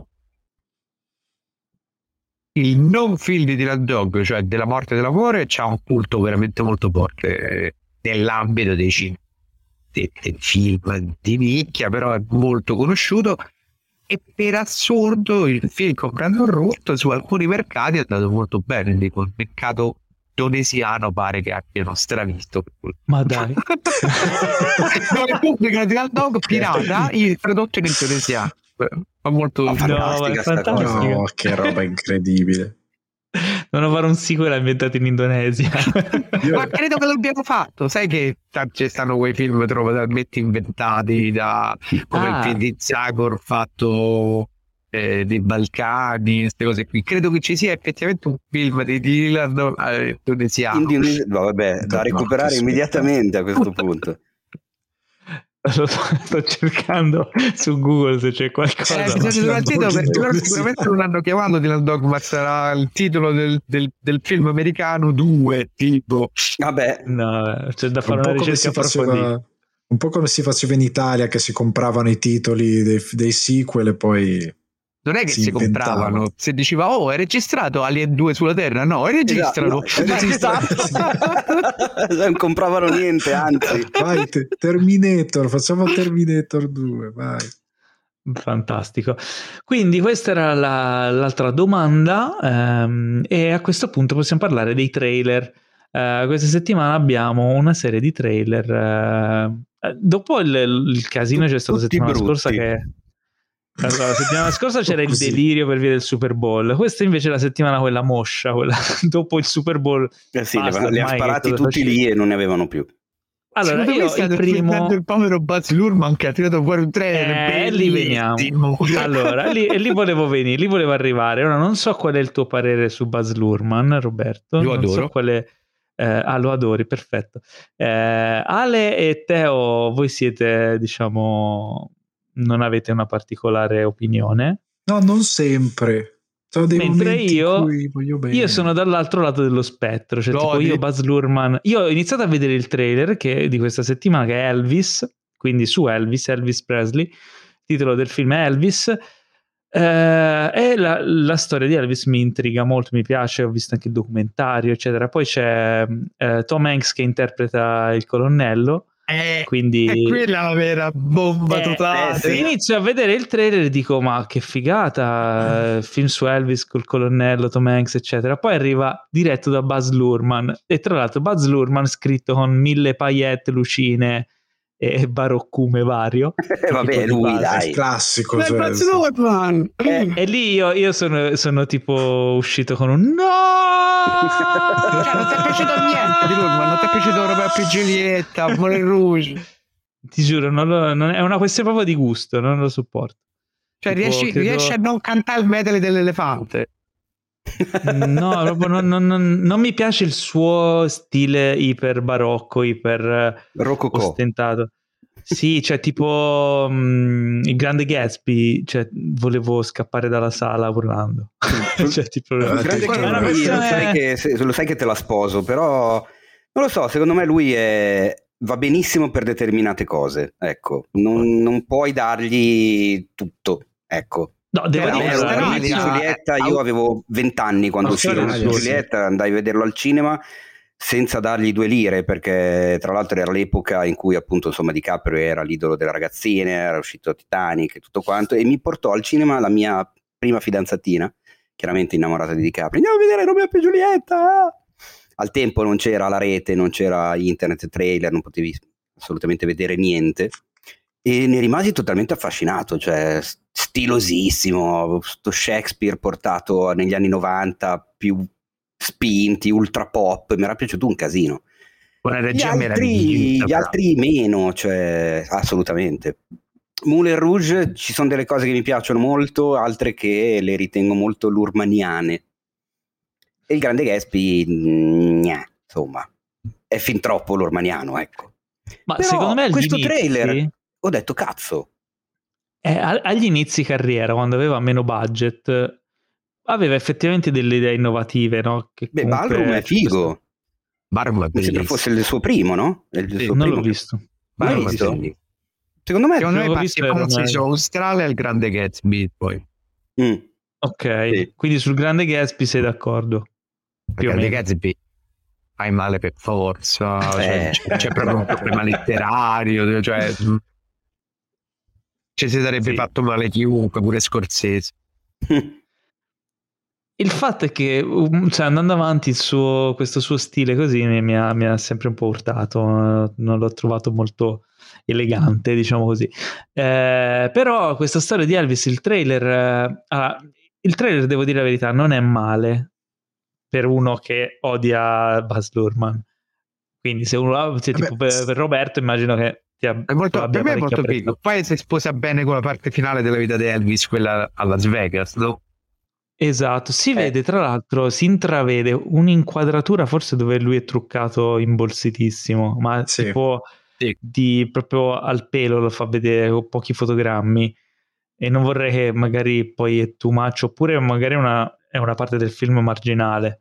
il non film di Dylan Dog, cioè della morte dell'amore, c'ha un culto veramente molto forte eh, nell'ambito dei, cin- dei, dei film di nicchia, però è molto conosciuto. e per assurdo il film con Brandon Routh su alcuni mercati è andato molto bene. Dico, il mercato indonesiano pare che abbiano stravisto. Ma dai. Dove pubblicano Real Dog pirata il prodotto in indonesiano. Fa molto oh, no, è fantastico. No, che roba incredibile. Devono fare un sequel ambientato in Indonesia. Io... ma credo che l'abbiamo fatto. Sai che ci stanno quei film totalmente inventati da come ah. il film di Zagor fatto eh, dei Balcani, queste cose qui. Credo che ci sia effettivamente un film di Dylan eh, indonesiano. Indone... no, vabbè, da recuperare no, immediatamente a questo punto. Lo sto cercando su Google se c'è qualcosa. Eh, bisogna titolo, perché loro sicuramente non hanno chiamato Dylan Dog, ma sarà il titolo del, del, del film americano due, tipo. Vabbè, no, c'è da fare un una ricerca faceva, un po' come si faceva in Italia, che si compravano i titoli dei, dei sequel e poi non è che si, si compravano, se diceva oh è registrato Alien due sulla Terra, no, è registrano, esatto, no, non compravano niente, anzi vai te, Terminator, facciamo Terminator due, vai. Fantastico. Quindi questa era la, l'altra domanda ehm, e a questo punto possiamo parlare dei trailer. Uh, questa settimana abbiamo una serie di trailer uh, dopo il, il casino c'è stato la settimana brutti. scorsa che allora, la settimana scorsa c'era il delirio per via del Super Bowl, questa invece è la settimana quella moscia, quella dopo il Super Bowl. Eh sì, basta, li ha sparati tutti lì e non ne avevano più. Allora, io il primo il povero Baz Luhrmann che ha tirato fuori un trailer e eh, lì veniamo. Allora, lì, lì volevo venire, lì volevo arrivare. Ora non so qual è il tuo parere su Baz Luhrmann, Roberto. Lo non adoro. So qual è... Eh, ah, lo adori, perfetto. Eh, Ale e Teo, voi siete, diciamo, non avete una particolare opinione? No, non sempre. Sono dei Mentre io, voglio bene. io sono dall'altro lato dello spettro, cioè tipo io Baz Luhrmann, io ho iniziato a vedere il trailer che, di questa settimana, che è Elvis, quindi su Elvis, Elvis Presley, il titolo del film è Elvis. Uh, e la, la storia di Elvis mi intriga molto, mi piace, ho visto anche il documentario eccetera. Poi c'è uh, Tom Hanks che interpreta il colonnello, eh, quindi è quella la vera bomba eh, totale. Eh, sì. Inizio a vedere il trailer e dico ma che figata, film su Elvis col colonnello, Tom Hanks eccetera. Poi arriva diretto da Baz Luhrmann e tra l'altro Baz Luhrmann scritto con mille paillette, lucine e baroccume vario. Eh, vabbè, lui dai, classico, cioè, Baz Luhrmann. Eh, e lì io, io sono, sono tipo uscito con un no. Cioè, non ti è piaciuto niente di Luhrmann, non ti è piaciuto Romeo e Giulietta, Moulin Rouge? Ti giuro, non lo, non è una questione proprio di gusto, non lo sopporto. Cioè tipo, riesci, credo... riesci a non cantare il medley dell'elefante? No, proprio non, non, non, non mi piace il suo stile iper barocco, iper rococò, ostentato. Sì, cioè tipo um, il Grande Gatsby, cioè volevo scappare dalla sala urlando. Cioè, tipo, il Grande Gatsby, lo, sai che, se, lo sai che te la sposo, però non lo so, secondo me lui è, va benissimo per determinate cose, ecco, non, non puoi dargli tutto, ecco. No, devo Però, dire, allora, Romeo e Giulietta, io avevo vent'anni quando uscì Romeo e Giulietta, andai a vederlo al cinema senza dargli due lire, perché tra l'altro era l'epoca in cui appunto insomma DiCaprio era l'idolo delle ragazzine, era uscito Titanic e tutto quanto, e mi portò al cinema la mia prima fidanzatina, chiaramente innamorata di DiCaprio. Andiamo a vedere Romeo e Giulietta. Al tempo non c'era la rete, non c'era internet trailer, non potevi assolutamente vedere niente, e ne rimasi totalmente affascinato, cioè stilosissimo, sto Shakespeare portato negli anni novanta, più spinti, ultra pop, mi era piaciuto un casino. Gli altri, gli altri meno, cioè assolutamente. Moulin Rouge, ci sono delle cose che mi piacciono molto, altre che le ritengo molto lurmaniane, e il Grande Gatsby gnà, insomma è fin troppo lurmaniano, ecco. Ma però secondo me questo inizi... trailer ho detto cazzo, eh, agli inizi carriera, quando aveva meno budget, aveva effettivamente delle idee innovative, no? Che beh, Ballroom è figo. Ballroom è mi sembra fosse il suo primo, no? È il sì, suo non primo. l'ho visto. L'hai visto? Secondo me, secondo me passi il consiglio australe al Grande Gatsby poi. Mm. Ok, sì. Quindi sul Grande Gatsby sei d'accordo? Il Grande Gatsby fai male per forza, eh. cioè, c'è, c'è proprio un problema letterario, cioè ci si sarebbe sì. fatto male chiunque, pure Scorsese. Il fatto è che, cioè, andando avanti, il suo, questo suo stile così mi, mi, ha, mi ha sempre un po' urtato, non l'ho trovato molto elegante, diciamo così. Eh, però questa storia di Elvis, il trailer, eh, ah, il trailer, devo dire la verità, non è male per uno che odia Baz Luhrmann. Quindi se uno, cioè, tipo per, per Roberto, immagino che ti è molto, per me è molto figo. Poi si sposa bene con la parte finale della vita di Elvis, quella a Las Vegas, no? Esatto, si eh. vede tra l'altro, si intravede un'inquadratura forse dove lui è truccato imbolsitissimo, ma sì. tipo sì. di proprio al pelo lo fa vedere con pochi fotogrammi, e non vorrei che magari poi è too much, oppure magari una, è una parte del film marginale.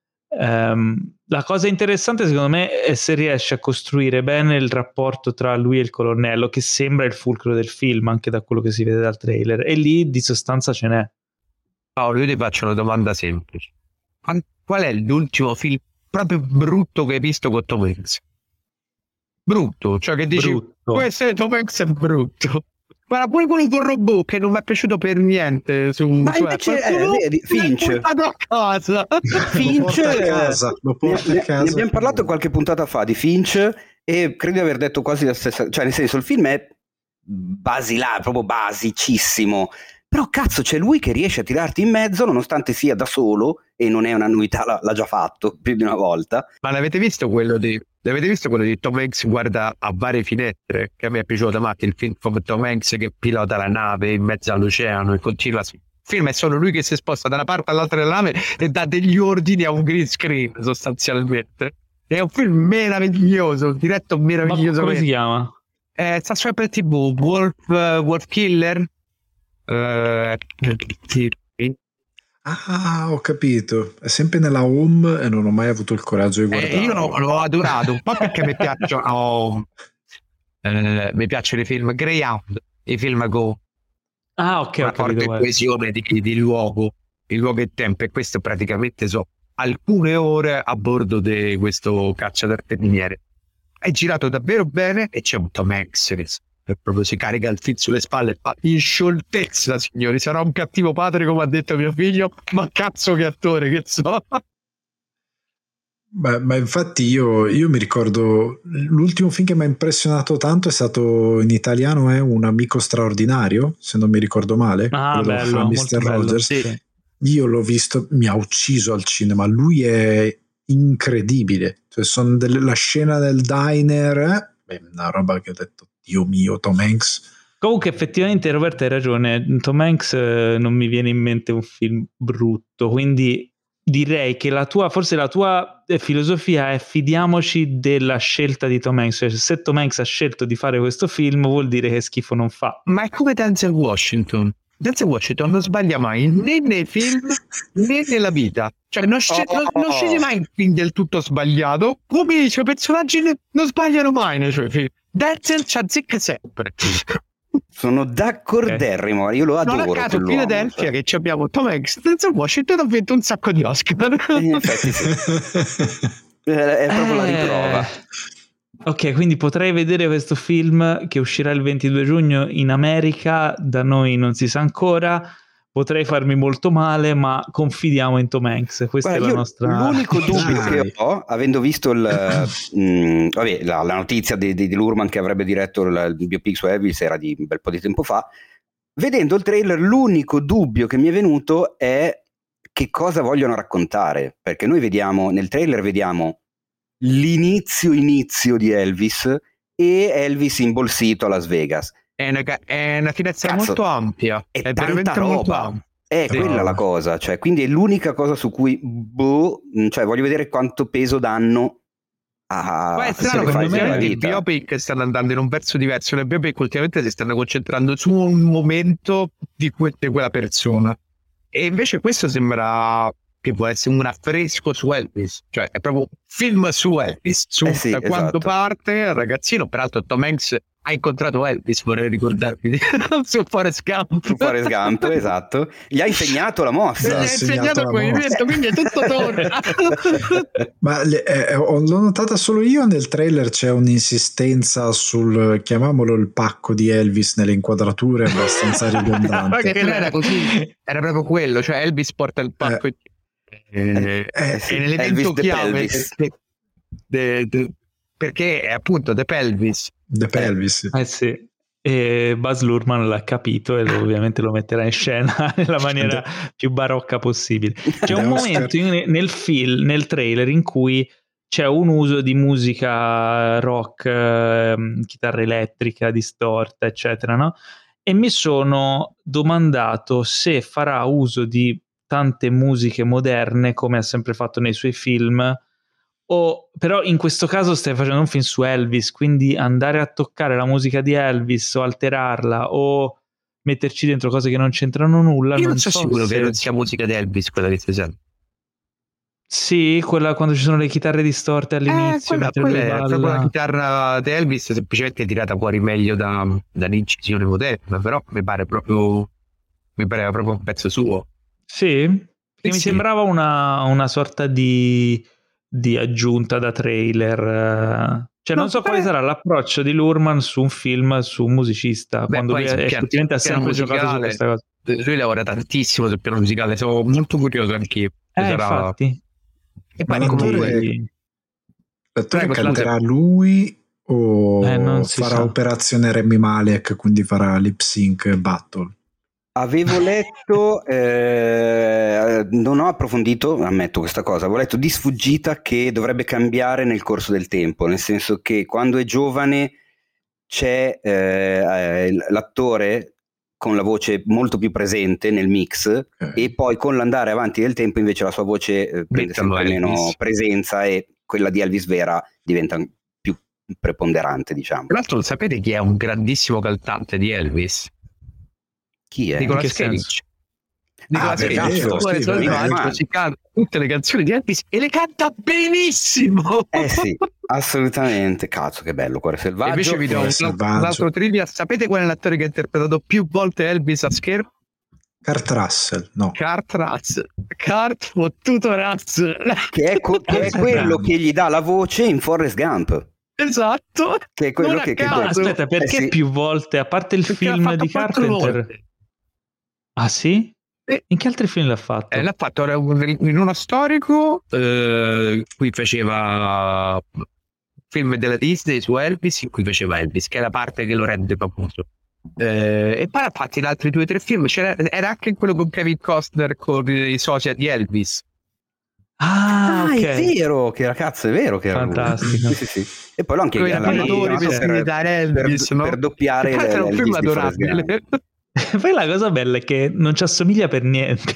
Um, la cosa interessante secondo me è se riesce a costruire bene il rapporto tra lui e il colonnello, che sembra il fulcro del film anche da quello che si vede dal trailer, e lì di sostanza ce n'è. Paolo, io ti faccio una domanda semplice. Qual è l'ultimo film proprio brutto che hai visto con Tom Hanks? Brutto, cioè che dici, brutto. Questo è Tom Hanks è brutto. Guarda, pure quello con robot che non mi è piaciuto per niente. Su, Ma su invece, eh, vedi, Finch. a casa. Finch, lo porta a casa. Lo porta ne, a casa ne abbiamo parlato qualche puntata fa di Finch e credo di aver detto quasi la stessa, cioè nel senso il film è basilare, proprio basicissimo, però cazzo c'è lui che riesce a tirarti in mezzo nonostante sia da solo, e non è una novità, l'ha, l'ha già fatto più di una volta. Ma l'avete visto quello di l'avete visto quello di Tom Hanks guarda a varie finestre, che a me è piaciuto matti, il film con Tom Hanks che pilota la nave in mezzo all'oceano e continua a... il film è solo lui che si sposta da una parte all'altra della nave e dà degli ordini a un green screen sostanzialmente. È un film meraviglioso, diretto meravigliosamente. Ma come si chiama? Eh, sta su Apple ti vu, Wolf, uh, Wolf Killer. Uh, sì. Ah, ho capito. È sempre nella home e non ho mai avuto il coraggio di guardarlo. Eh, io no, l'ho adorato, un po' perché mi piacciono oh, eh, mi piacciono i film Greyhound, i film Go. Ah, ok, una ho capito. forte coesione di, di luogo, di luogo e tempo, e questo praticamente so alcune ore a bordo di questo cacciatorpediniere. È girato davvero bene e c'è un Tom Hanks che proprio si carica il film sulle spalle e fa in scioltezza, signori, sarà un cattivo padre come ha detto mio figlio, ma cazzo che attore che so. Beh, ma infatti io, io mi ricordo l'ultimo film che mi ha impressionato tanto è stato in italiano è Un amico straordinario, se non mi ricordo male, ah, bello, mister Rogers. Sì. Io l'ho visto, mi ha ucciso al cinema, lui è incredibile, cioè sono delle, la scena del diner, eh? Beh, una roba che ho detto Dio mio, Tom Hanks. Comunque effettivamente Roberto hai ragione, Tom Hanks eh, non mi viene in mente un film brutto, quindi direi che la tua, forse la tua filosofia è fidiamoci della scelta di Tom Hanks, cioè se Tom Hanks ha scelto di fare questo film vuol dire che schifo non fa. Ma è come Denzel Washington. Denzel Washington non sbaglia mai né nei film né nella vita, cioè non, sc- oh, non, non sceglie mai il film del tutto sbagliato, come i suoi personaggi ne- non sbagliano mai nei suoi film. Denzel ci azzecca sempre. Sono d'accorderrimo, io lo adoro. Non a caso Philadelphia, che ci abbiamo Tom Hanks, Denzel Washington ha vinto un sacco di Oscar. In effetti sì. È proprio eh... la riprova. Ok, quindi potrei vedere questo film che uscirà il ventidue giugno in America, da noi non si sa ancora, potrei farmi molto male, ma confidiamo in Tom Hanks. Questa Guarda, è la nostra... L'unico dubbio che ho, avendo visto il, mh, vabbè, la, la notizia di, di, di Luhrmann che avrebbe diretto il, il biopic su Elvis era di un bel po' di tempo fa, vedendo il trailer l'unico dubbio che mi è venuto è che cosa vogliono raccontare, perché noi vediamo, nel trailer vediamo l'inizio inizio di Elvis e Elvis imbolsito a Las Vegas. È una, è una finestra Cazzo, molto ampia, è, è tanta roba. Molto ampia. È sì. quella la cosa, cioè, quindi è l'unica cosa su cui boh, cioè voglio vedere quanto peso danno a... Ma è strano perché ultimamente i biopic stanno andando in un verso diverso, le biopic ultimamente si stanno concentrando su un momento di, que- di quella persona, e invece questo sembra che può essere un affresco su Elvis, cioè è proprio un film su Elvis, su eh sì, da esatto. quando parte il ragazzino, peraltro Tom Hanks ha incontrato Elvis, vorrei ricordarvi, su Forrest Gump. Su Forrest Gump, esatto. Gli ha insegnato la mossa. Gli ha insegnato il movimento, quindi è tutto torna. Ma le, eh, l'ho notata solo io, nel trailer c'è un'insistenza sul, chiamiamolo il pacco di Elvis nelle inquadrature abbastanza ridondante. Perché era così, era proprio quello, cioè Elvis porta il pacco eh, eh, eh, sì, è l'elemento chiave perché, de, de, perché è appunto The Pelvis. The Pelvis. Eh sì. E Baz Luhrmann l'ha capito e lo, ovviamente lo metterà in scena nella maniera più barocca possibile. C'è un momento in, nel film, nel trailer, in cui c'è un uso di musica rock, eh, chitarra elettrica distorta, eccetera, no? E mi sono domandato se farà uso di tante musiche moderne come ha sempre fatto nei suoi film, o però in questo caso stai facendo un film su Elvis, quindi andare a toccare la musica di Elvis o alterarla o metterci dentro cose che non c'entrano nulla. Io non, non so so sicuro se... che non sia musica di Elvis quella che stai usando. Sì, quella quando ci sono le chitarre distorte all'inizio, eh, quella, quella è proprio la chitarra di Elvis, semplicemente tirata fuori meglio da, dall'incisione moderna, però mi pare proprio mi pareva proprio un pezzo suo. Sì, sì, mi sì. sembrava una, una sorta di, di aggiunta da trailer. Cioè, no, non so beh, quale sarà l'approccio di Luhrmann su un film su un musicista, beh, quando lui effettivamente ha sempre musicale, giocato su questa cosa. Lui lavora tantissimo sul piano musicale, sono molto curioso anch'io. Eh, sarà... infatti. E poi l'attore, l'attore Prego, canterà lui o eh, farà operazione Rami Malek, quindi farà lip sync battle? Avevo letto, eh, non ho approfondito, ammetto questa cosa, avevo letto di sfuggita che dovrebbe cambiare nel corso del tempo, nel senso che quando è giovane c'è eh, l'attore con la voce molto più presente nel mix, okay. E poi con l'andare avanti del tempo invece la sua voce eh, prende sempre meno presenza e quella di Elvis vera diventa più preponderante, diciamo. Tra l'altro sapete chi è un grandissimo cantante di Elvis? Chi è? Nicolas Cage. Nicolas ah, Cage vero, sì, sì, si canta tutte le canzoni di Elvis e le canta benissimo. Eh sì, assolutamente. Cazzo, che bello, Cuore Selvaggio. E invece vi do un, un altro trivia. Sapete qual è l'attore che ha interpretato più volte Elvis a schermo? Kurt Russell, no. Kurt Russell. Kurt fottuto Russell. Che è, co- che è quello che gli dà la voce in Forrest Gump. Esatto. Che è quello non che, che aspetta, perché eh sì. più volte, a parte il perché film di Carpenter? Volte. Ah sì? Eh, in che altri film l'ha fatto? Eh, l'ha fatto in uno storico, eh, qui faceva film della Disney su Elvis, in cui faceva Elvis, che è la parte che lo rende famoso. Eh, e poi ha fatto in altri due o tre film, c'era, era anche in quello con Kevin Costner con i socia di Elvis. Ah, ah okay. È vero, che cazzo, è vero che fantastico. Sì, sì, sì. E poi l'ho anche chiamato per, per, Elvis, per, no? per doppiare il, era un film adorabile. Poi la cosa bella è che non ci assomiglia per niente.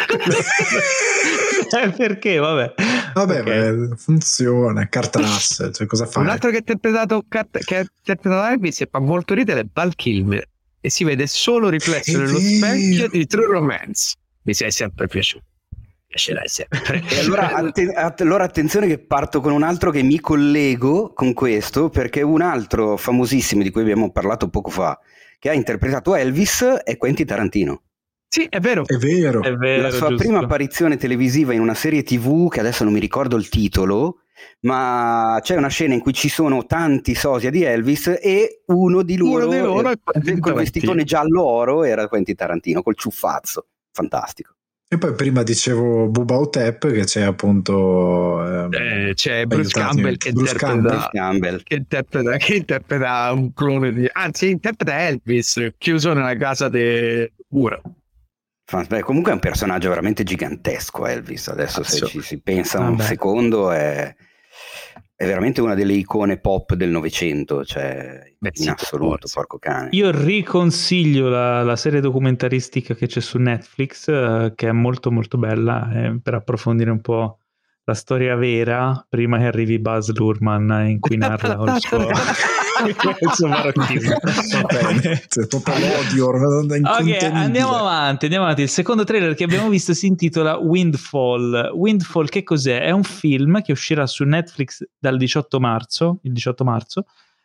Perché? Vabbè, vabbè okay. beh, funziona. Kurt Russell, cioè cosa fa? Un altro che ha interpretato che ha interpretato Elvis e fa molto ridere è Val Kilmer e si vede solo riflesso nello specchio di True Romance. Mi sei sempre piaciuto. Piacerai sempre. E allora, atten- att- allora attenzione che parto con un altro che mi collego con questo, perché un altro famosissimo di cui abbiamo parlato poco fa che ha interpretato Elvis è Quentin Tarantino. Sì, è vero. È vero. È vero, la sua giusto. prima apparizione televisiva in una serie tivù, che adesso non mi ricordo il titolo, ma c'è una scena in cui ci sono tanti sosia di Elvis e uno di loro, uno di loro eh, è col vestitone giallo oro era Quentin Tarantino, col ciuffazzo. Fantastico. E poi prima dicevo Bubba Hotep, che c'è appunto ehm, eh, c'è Bruce Campbell che, Bruce interpreta, Campbell. Che, interpreta, che interpreta un clone di anzi interpreta Elvis chiuso nella casa di Ura. Beh, comunque è un personaggio veramente gigantesco Elvis, adesso Cazzo. se ci si pensa ah un beh. secondo è, è veramente una delle icone pop del Novecento, cioè Beh, in sì, assoluto, porco cane. Io riconsiglio la, la serie documentaristica che c'è su Netflix, eh, che è molto molto bella, eh, per approfondire un po' la storia vera prima che arrivi Baz Luhrmann a inquinarla col suo, il suo marocchino. C'è proprio l'odio. Ok, andiamo avanti, andiamo avanti. Il secondo trailer che abbiamo visto si intitola Windfall. Windfall che cos'è? È un film che uscirà su Netflix dal diciotto marzo, il diciotto marzo,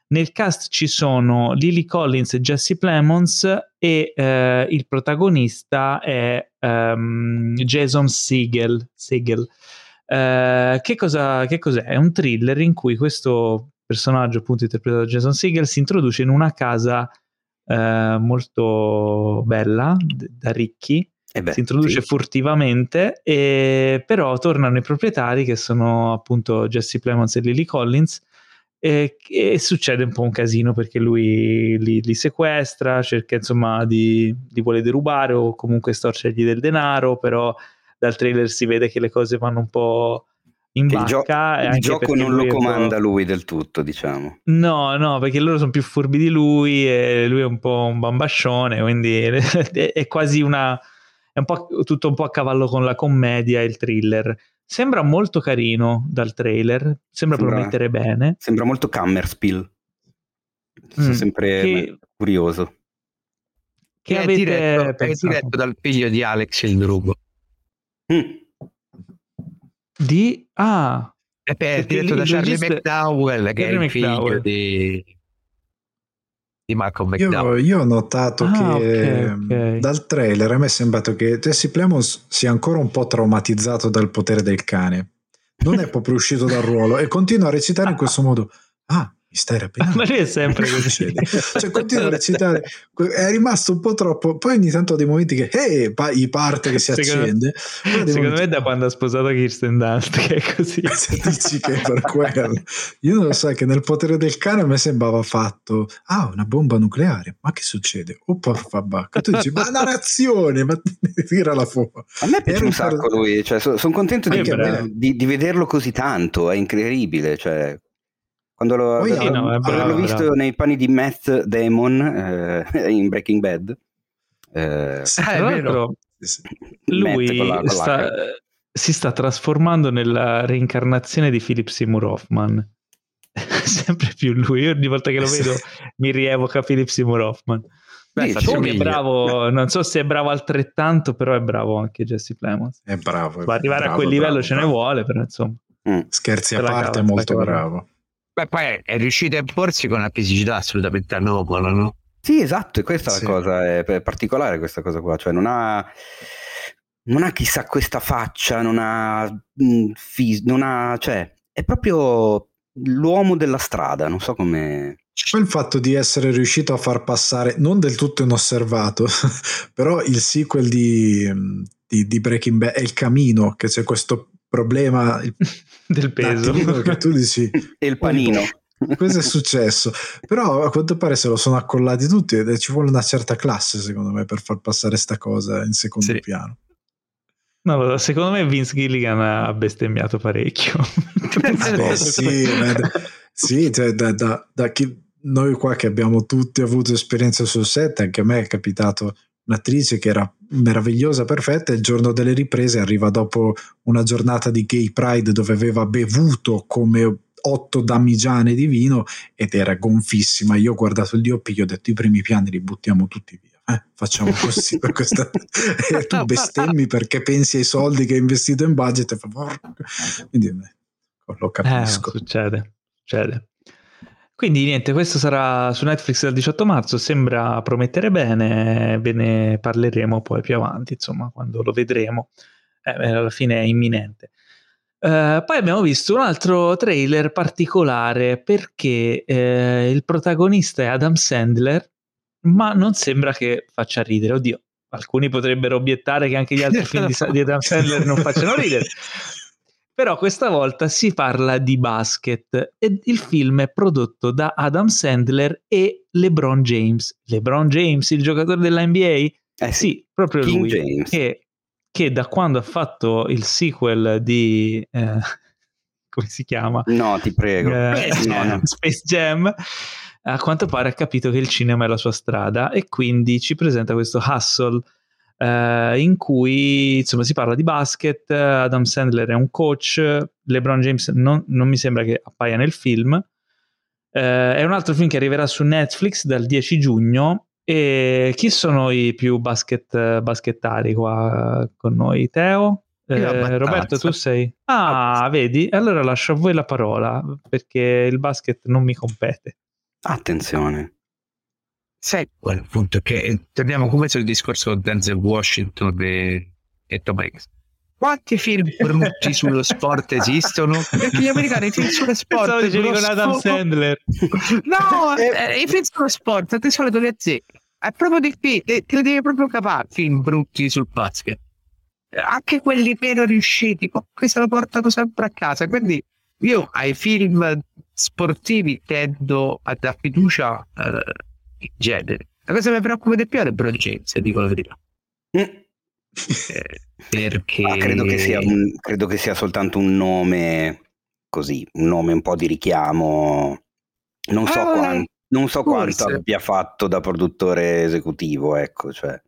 Nel cast ci sono Lily Collins e Jesse Plemons e eh, il protagonista è um, Jason Segel. Segel. Uh, che, cosa, che cos'è? È un thriller in cui questo personaggio, appunto interpretato da Jason Segel, si introduce in una casa uh, molto bella, d- da ricchi. Eh beh, si introduce sì. furtivamente, e però tornano i proprietari, che sono appunto Jesse Plemons e Lily Collins, e, e succede un po' un casino, perché lui li, li sequestra, cerca insomma di, di vuole derubare o comunque estorcergli del denaro, però dal trailer si vede che le cose vanno un po' in il bacca. Gio- il gioco non lo comanda lui del tutto, diciamo. No, no, perché loro sono più furbi di lui e lui è un po' un bambascione, quindi è, è quasi una... è un po' tutto un po' a cavallo con la commedia e il thriller. Sembra molto carino dal trailer, sembra, sembra promettere bene. Sembra molto Kammerspiel. Sono mm, sempre che, curioso. Che, che avete diretto, è diretto dal figlio di Alex il Drugo. Mm. Di ah è, è diretto da Charlie regista... McDowell, che Charlie è il McDowell. figlio di di Malcolm McDowell. Io, io ho notato ah, che okay, okay. dal trailer a me è sembrato che Jesse Plemons sia ancora un po' traumatizzato dal potere del cane, non è proprio uscito dal ruolo e continua a recitare in questo modo. Ah, mi stai rapendo? Ma lui è sempre così. Cioè continua a recitare, è rimasto un po' troppo, poi ogni tanto ha dei momenti che hey, pa- gli parte che si secondo, accende. Secondo momenti... me è da quando ha sposato Kirsten Dunst che è così. Se dici che è per quello. Io non lo so, che nel potere del cane a me sembrava fatto ah, una bomba nucleare, ma che succede? Oh porfa bacca, tu dici ma narrazione, ma tirala fuori. A me piace un sacco per... lui, cioè, sono son contento di, di, di vederlo così tanto, è incredibile, cioè quando l'ho, Poi, sì, no, bravo, visto bravo. nei panni di Meth Damon eh, in Breaking Bad, eh, ah, è vero. Lui con la, con sta, si sta trasformando nella reincarnazione di Philip Seymour Hoffman. Sempre più lui. Io ogni volta che lo vedo mi rievoca Philip Seymour Hoffman. Beh, sì, è bravo, non so se è bravo altrettanto, però è bravo anche Jesse Plemons. È bravo. Per arrivare bravo, a quel livello bravo, ce bravo. ne vuole, però insomma. Mm. Scherzi a parte, è molto bravo. Beh, poi è riuscito a imporsi con una fisicità assolutamente anomala, no? Sì, esatto, e questa sì. la cosa è particolare, questa cosa qua, cioè non ha non ha chissà questa faccia, non ha mh, fis- non ha, cioè è proprio l'uomo della strada, non so come. Poi il fatto di essere riuscito a far passare non del tutto inosservato però il sequel di, di, di Breaking Bad è Il Camino, che c'è questo problema del peso che tu dici e il panino. Cosa è successo? Però a quanto pare se lo sono accollati tutti e ci vuole una certa classe secondo me per far passare sta cosa in secondo sì. piano. No, secondo me Vince Gilligan ha bestemmiato parecchio. Beh, sì, sì cioè, da, da, da chi, noi qua che abbiamo tutti avuto esperienza sul set, anche a me è capitato un'attrice che era meravigliosa, perfetta, e il giorno delle riprese arriva dopo una giornata di Gay Pride dove aveva bevuto come otto damigiane di vino ed era gonfissima. Io ho guardato il D O P e ho detto i primi piani li buttiamo tutti via, eh, facciamo così per questa e tu bestemmi perché pensi ai soldi che hai investito in budget e fa... quindi lo capisco. Eh, succede, succede. Quindi niente, questo sarà su Netflix il diciotto marzo, sembra promettere bene, ve ne parleremo poi più avanti, insomma, quando lo vedremo, eh, alla fine è imminente. Uh, poi abbiamo visto un altro trailer particolare perché eh, il protagonista è Adam Sandler, ma non sembra che faccia ridere. Oddio, alcuni potrebbero obiettare che anche gli altri film di, di Adam Sandler non facciano ridere, però questa volta si parla di basket e il film è prodotto da Adam Sandler e LeBron James. LeBron James, il giocatore della N B A? Eh sì, sì, proprio King lui. James. Che che da quando ha fatto il sequel di eh, come si chiama? No, ti prego. Eh, no, no. Space Jam, a quanto pare ha capito che il cinema è la sua strada e quindi ci presenta questo hustle eh, in cui insomma si parla di basket. Adam Sandler è un coach, LeBron James non, non mi sembra che appaia nel film. Eh, è un altro film che arriverà su Netflix dal dieci giugno. E chi sono i più basket baschettari qua con noi? Teo? Eh, Roberto, tu sei? Ah, vedi? Allora lascio a voi la parola perché il basket non mi compete. Attenzione. Sequel, appunto, che torniamo come sul discorso di Denzel Washington e, e Tom Hanks. Quanti film brutti sullo sport esistono? Perché gli americani i film sullo sport dicevi con Adam Sandler. No, eh, i film sullo sport di solito li azzecchi. È proprio difficile, te li devi proprio capare film brutti sul basket. Anche quelli meno riusciti, questi lo portano sempre a casa. Quindi io ai film sportivi tendo a dare fiducia eh, in genere. La cosa che mi preoccupa di più è LeBron James, dico la verità. Mm. Eh, perché ah, credo, che sia un, credo che sia soltanto un nome così, un nome un po' di richiamo. Non so, ah, quanto, non so quanto abbia fatto da produttore esecutivo, ecco, cioè.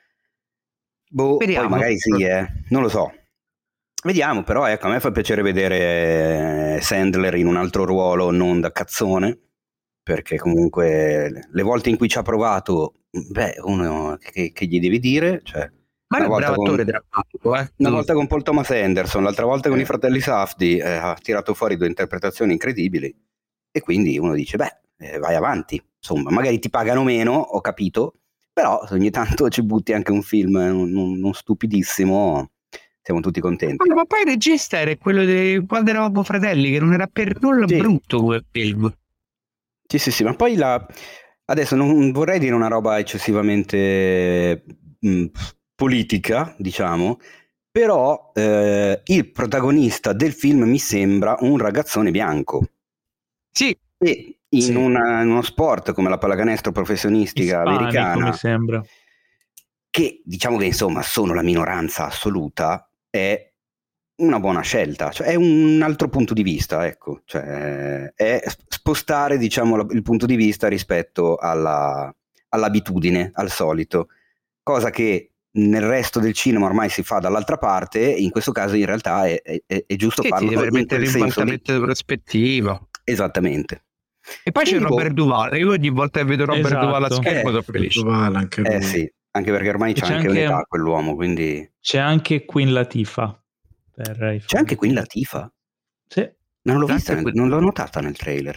Boh, poi magari sì, eh. non lo so. Vediamo, però ecco, a me fa piacere vedere Sandler in un altro ruolo non da cazzone, perché comunque le volte in cui ci ha provato, beh, uno che, che gli devi dire, cioè ma una, volta con, drammatico, eh? una volta con Paul Thomas Anderson, l'altra volta con eh. i fratelli Safdie, eh, ha tirato fuori due interpretazioni incredibili, e quindi uno dice, beh, eh, vai avanti, insomma, magari ti pagano meno, ho capito, però ogni tanto ci butti anche un film non, non, non stupidissimo, siamo tutti contenti. Ma poi il regista era quello di quando eravamo fratelli, che non era per nulla sì. brutto quel film. Sì, sì, sì, ma poi la... adesso non vorrei dire una roba eccessivamente mh, politica, diciamo, però eh, il protagonista del film mi sembra un ragazzone bianco. Sì. E in, sì. una, in uno sport come la pallacanestro professionistica Ispanico, americana, mi sembra, che diciamo che insomma sono la minoranza assoluta, è una buona scelta, cioè è un altro punto di vista, ecco, cioè è spostare diciamo il punto di vista rispetto alla, all'abitudine, al solito, cosa che nel resto del cinema ormai si fa dall'altra parte, e in questo caso in realtà è, è, è giusto che farlo ti deve mettere in voltamento di prospettiva. Esattamente. E poi quindi c'è Robert Duvall, io ogni volta che vedo Robert esatto. Duvall a schermo eh, sono felice. Duvall, anche lui. Eh sì, anche perché ormai c'è, c'è anche, anche un'età quell'uomo, quindi c'è anche Queen Latifah. Per c'è anche Queen Latifah? Sì. Non l'ho vista, nel, non l'ho notata nel trailer.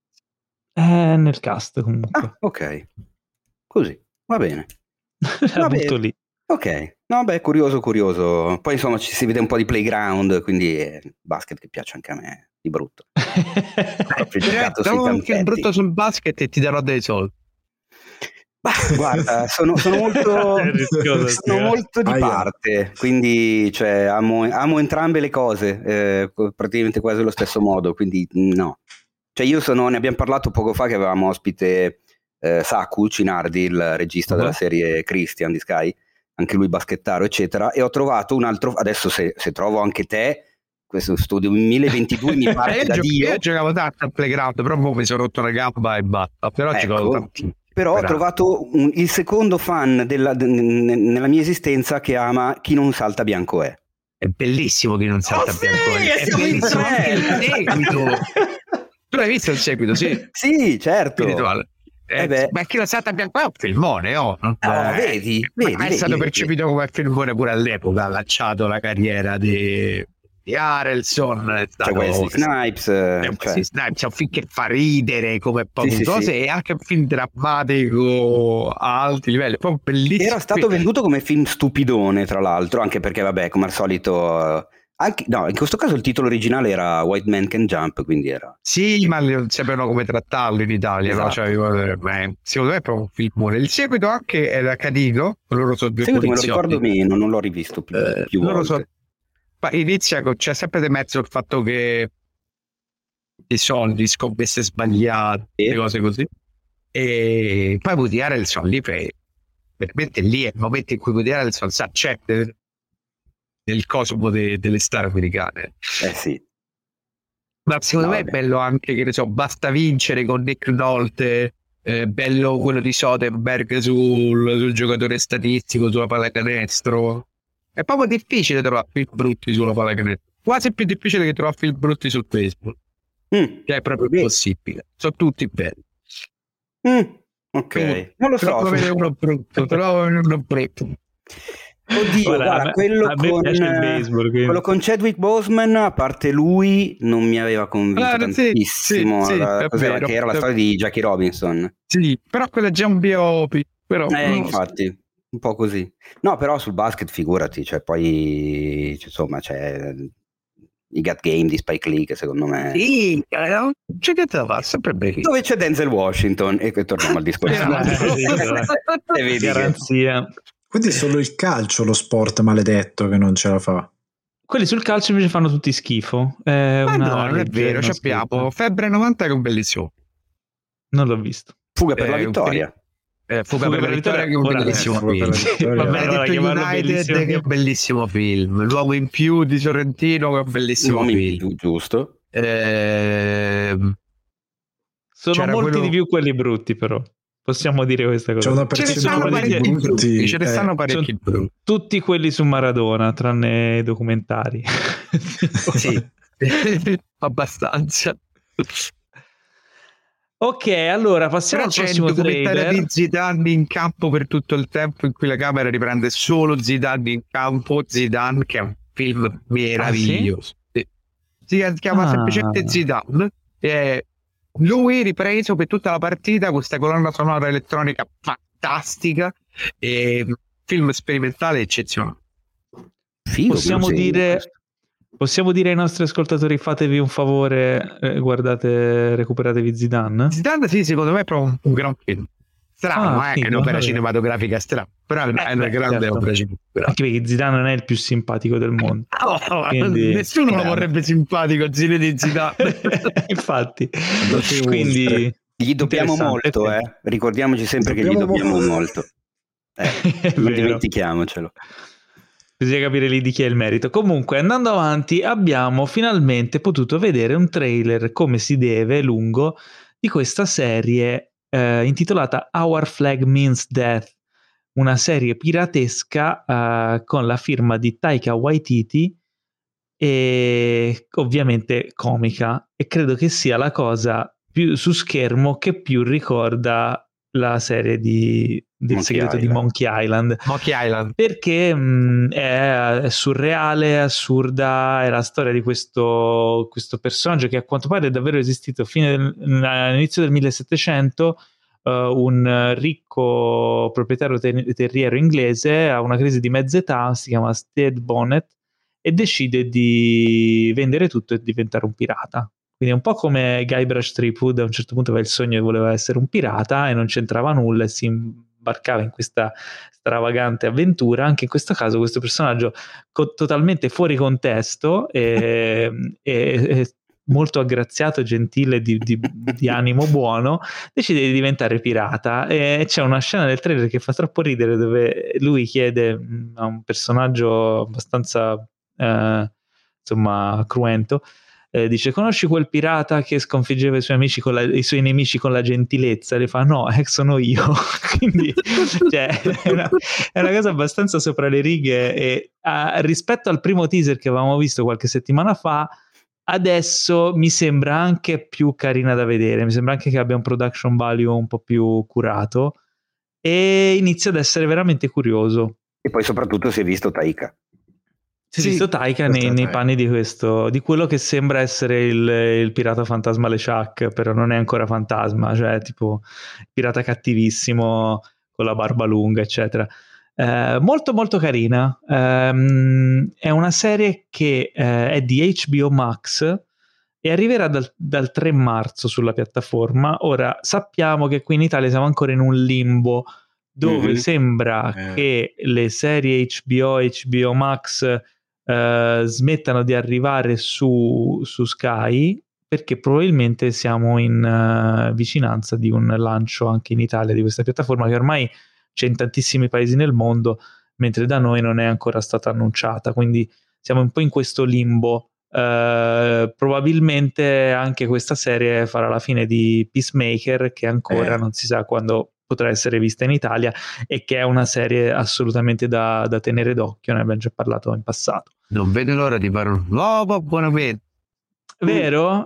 È nel cast comunque. Ah, ok. Così, va bene. La butto lì. Ok, no beh, curioso, curioso. Poi insomma ci si vede un po' di playground, quindi eh, basket che piace anche a me, di brutto. Trovo anche il brutto sul basket e ti darò dei soldi. Bah, guarda, sono, sono molto, sono molto di parte, quindi cioè, amo, amo entrambe le cose, eh, praticamente quasi allo stesso modo, quindi no. Cioè io sono, ne abbiamo parlato poco fa che avevamo ospite eh, Saku Cinardi, il regista uh-huh. della serie Christian di Sky, anche lui baschettaro eccetera, e ho trovato un altro, adesso se, se trovo anche te, questo studio duemilaventidue mi pare da io Dio. Io giocavo tanto al playground, però mi sono rotto la gamba e basta, però ecco, giocavo tanto. Però ho trovato un, il secondo fan della, de, ne, nella mia esistenza che ama Chi non salta bianco è. È bellissimo Chi non salta oh, bianco sì, è. È bellissimo anche il seguito. Tu l'hai visto il seguito, sì? Sì, certo. Spirituale. Eh, eh ma Chi non salta bianco è un filmone, oh. oh eh, vedi, vedi, ma è vedi, stato vedi, percepito vedi. come filmone pure all'epoca, ha lanciato la carriera di... di Harrelson, è stato cioè Wesley Snipes, è un, cioè. Snipes è un film che fa ridere come poche sì, cose, sì, e anche un film drammatico a alti livelli, proprio bellissimo. Era stato venduto come film stupidone, tra l'altro, anche perché vabbè, come al solito, anche, no, in questo caso il titolo originale era White Man Can Jump, quindi era sì, ma non sapevano come trattarlo in Italia, esatto. no? Cioè, beh, secondo me è proprio un filmone. Il seguito anche era carino, loro sono due il seguito me lo ricordo meno, non l'ho rivisto più, eh, più volte. So, inizia con, c'è sempre di mezzo il fatto che i soldi, scommesse sbagliate, e cose così, e poi Woody Harrelson lì per, veramente lì è il momento in cui Woody Harrelson si accetta nel cosmo de, delle star americane. Eh sì. Ma secondo no, me vabbè. è bello anche, che ne so, Basta vincere con Nick Nolte, eh, bello quello di Soderbergh sul, sul giocatore statistico, sulla pallacanestro. È proprio difficile trovare film brutti sulla pallacanestro, quasi più difficile che trovare film brutti su Facebook, mm. che è proprio Beh. impossibile, sono tutti belli. Mm. Ok, non lo so. Trovo uno brutto, trovo uno brutto. Oddio, guarda, guarda, quello, a me con, piace il baseball, quindi. quello con Chadwick Boseman, a parte lui, non mi aveva convinto ah, tantissimo. Sì, sì, la, sì, vero, che era la storia di Jackie Robinson. Sì, però quello è già un biopic. Però, eh, infatti, so. Un po' così. No, però sul basket, figurati, cioè poi, insomma, c'è i Got Game di Spike Lee, che secondo me... Sì, c'è che te la fa, sempre bene. Dove c'è Denzel Washington, e torniamo al discorso. E vedi garanzia. Che... Quindi è solo il calcio lo sport maledetto che non ce la fa. Quelli sul calcio invece fanno tutti schifo. È Ma una no, non è vero, ci abbiamo Febbre novanta che è un bellissimo. Non l'ho visto. Fuga per eh, la vittoria. Eh, Fuga, Fuga per la vittoria, vittoria che è un bellissimo film. Va bene, allora, United che è un bellissimo film. L'uomo in più di Sorrentino che è un bellissimo L'uomo film. In più, giusto. Eh... Sono C'era molti quello... di più quelli brutti, però. Possiamo dire questa cosa. C'è una percentuale di brutti. Ce ne stanno parecchi brutti. Tutti quelli su Maradona, tranne i documentari. Sì, abbastanza. Ok, allora passiamo Però al prossimo c'è il documentario trailer di Zidane in campo per tutto il tempo in cui la camera riprende solo Zidane in campo. Zidane, che è un film meraviglioso. Ah, sì? Si chiama ah. semplicemente Zidane. È lui ripreso per tutta la partita, questa colonna sonora elettronica fantastica, e film sperimentale eccezionale. Figo, possiamo dire possiamo dire ai nostri ascoltatori: fatevi un favore, eh, guardate, recuperatevi Zidane. Zidane sì, secondo me è proprio un, un gran film strano, ah, eh? figo, è un'opera cinematografica strana, però eh, è una beh, grande certo. opera cinematografica, anche perché Zidane non è il più simpatico del mondo. Oh, quindi... nessuno lo vorrebbe simpatico Zinedine Zidane. Infatti, quindi gli dobbiamo molto, eh? Ricordiamoci sempre dobbiamo che gli dobbiamo molto, molto. Eh, non dimentichiamocelo. Bisogna capire lì di chi è il merito. Comunque, andando avanti, abbiamo finalmente potuto vedere un trailer come si deve, lungo, di questa serie eh, intitolata Our Flag Means Death, una serie piratesca eh, con la firma di Taika Waititi e ovviamente comica, e credo che sia la cosa più su schermo che più ricorda la serie di del Monkey segreto Island. di Monkey Island. Monkey Island. Perché mh, è, è surreale, è assurda, è la storia di questo, questo personaggio che a quanto pare è davvero esistito fino all'inizio del millesettecento, uh, un ricco proprietario ter- terriero inglese ha una crisi di mezza età, si chiama Stede Bonnet, e decide di vendere tutto e diventare un pirata. Quindi è un po' come Guybrush Threepwood, a un certo punto aveva il sogno che voleva essere un pirata e non c'entrava nulla e si imbarcava in questa stravagante avventura. Anche in questo caso questo personaggio co- totalmente fuori contesto e, e, e molto aggraziato, gentile, di, di, di animo buono, decide di diventare pirata. E c'è una scena del trailer che fa troppo ridere, dove lui chiede a un personaggio abbastanza eh, insomma cruento, Eh, dice: conosci quel pirata che sconfiggeva i suoi amici con la, i suoi nemici con la gentilezza? Le fa: no, eh, sono io. Quindi cioè, è, una, è una cosa abbastanza sopra le righe e uh, rispetto al primo teaser che avevamo visto qualche settimana fa, adesso mi sembra anche più carina da vedere, mi sembra anche che abbia un production value un po' più curato e inizio ad essere veramente curioso. E poi soprattutto si è visto Taika. Si è sì, visto Taika nei, nei panni di questo, di quello che sembra essere il, il pirata fantasma LeChuck, però non è ancora fantasma, cioè tipo pirata cattivissimo con la barba lunga, eccetera. Eh, molto molto carina. Eh, è una serie che eh, è di H B O Max e arriverà dal, dal tre marzo sulla piattaforma. Ora sappiamo che qui in Italia siamo ancora in un limbo dove mm-hmm. sembra eh. che le serie H B O, H B O Max Uh, smettano di arrivare su, su Sky, perché probabilmente siamo in uh, vicinanza di un lancio anche in Italia di questa piattaforma, che ormai c'è in tantissimi paesi nel mondo, mentre da noi non è ancora stata annunciata, quindi siamo un po' in questo limbo. Uh, probabilmente anche questa serie farà la fine di Peacemaker, che ancora eh. non si sa quando potrà essere vista in Italia, e che è una serie assolutamente da, da tenere d'occhio, ne abbiamo già parlato in passato. Non vedo l'ora di fare un nuovo abbonamento. Vero?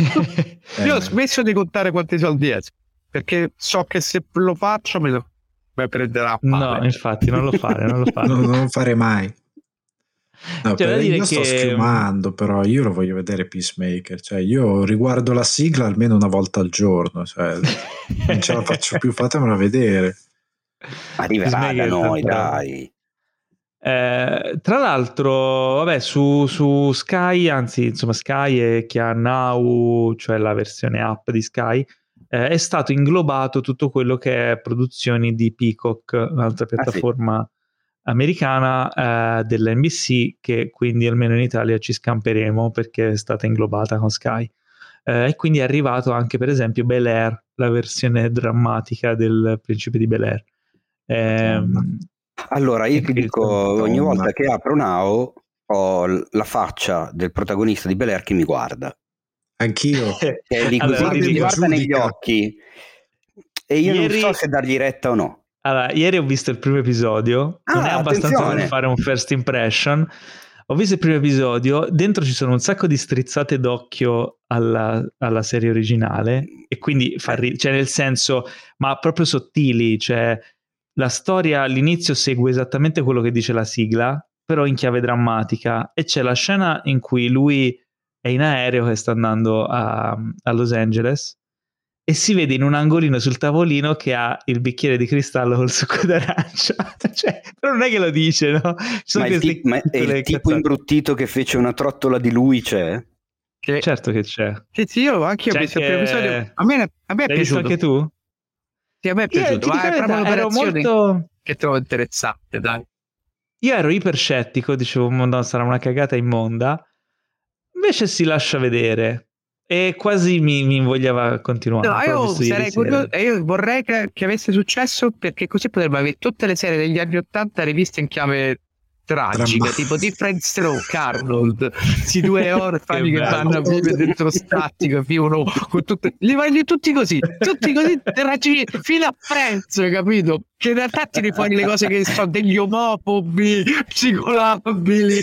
Eh? Io ho smesso di contare quanti soldi è, perché so che se lo faccio me lo... mi prenderà a no, infatti non lo fare, non lo fare. non, non lo fare mai. No, C'è da per, dire io che... sto schiumando, però io lo voglio vedere Peacemaker, cioè io riguardo la sigla almeno una volta al giorno, cioè non ce la faccio più, fatemela vedere. Arriverà da noi, dai. Eh, tra l'altro, vabbè, su, su Sky, anzi, insomma, Sky e che ha Now, cioè la versione app di Sky, eh, è stato inglobato tutto quello che è produzioni di Peacock, un'altra piattaforma ah, sì. americana eh, dell'N B C, che quindi almeno in Italia ci scamperemo perché è stata inglobata con Sky. Eh, e quindi è arrivato anche, per esempio, Bel-Air, la versione drammatica del Principe di Bel-Air. Eh, allora io ti dico, ogni volta che apro Now ho la faccia del protagonista di Bel-Air che mi guarda. Anch'io. Che è lì così, allora, mi guarda negli occhi e io ieri... non so se dargli retta o no. Allora, ieri ho visto il primo episodio, ah, non è abbastanza attenzione. Per fare un first impression. Ho visto il primo episodio, dentro ci sono un sacco di strizzate d'occhio alla, alla serie originale e quindi fa ri- cioè nel senso, ma proprio sottili, cioè la storia all'inizio segue esattamente quello che dice la sigla, però in chiave drammatica, e c'è la scena in cui lui è in aereo che sta andando a, a Los Angeles e si vede in un angolino sul tavolino che ha il bicchiere di cristallo col succo d'arancia. Cioè, però non è che lo dice, no? Ma il, ti- ma è il tipo imbruttito che fece una trottola di lui c'è? Che... Certo che c'è. Sì, sì, io anche ho visto il primo episodio. A me, a me è L'hai piaciuto. Visto anche tu? Sì, a me è piaciuto. Ma è proprio ero molto... che trovo interessante, dai. Io ero iper scettico, dicevo, no, sarà una cagata immonda. Invece si lascia vedere. E quasi mi, mi invogliava continuare. No, io, sarei curioso, io vorrei che, che avesse successo, perché così potremmo avere tutte le serie degli anni ottanta riviste in chiave tragica, Tramma. tipo Different Stroke, Arnold, questi due orfani che, che vanno a vivere dentro statico, vivono con tutte, li voglio tutti così, tutti così tragici, fino a Friends, capito? Che in realtà tiri fuori le cose che sono degli omofobi, psicolabili.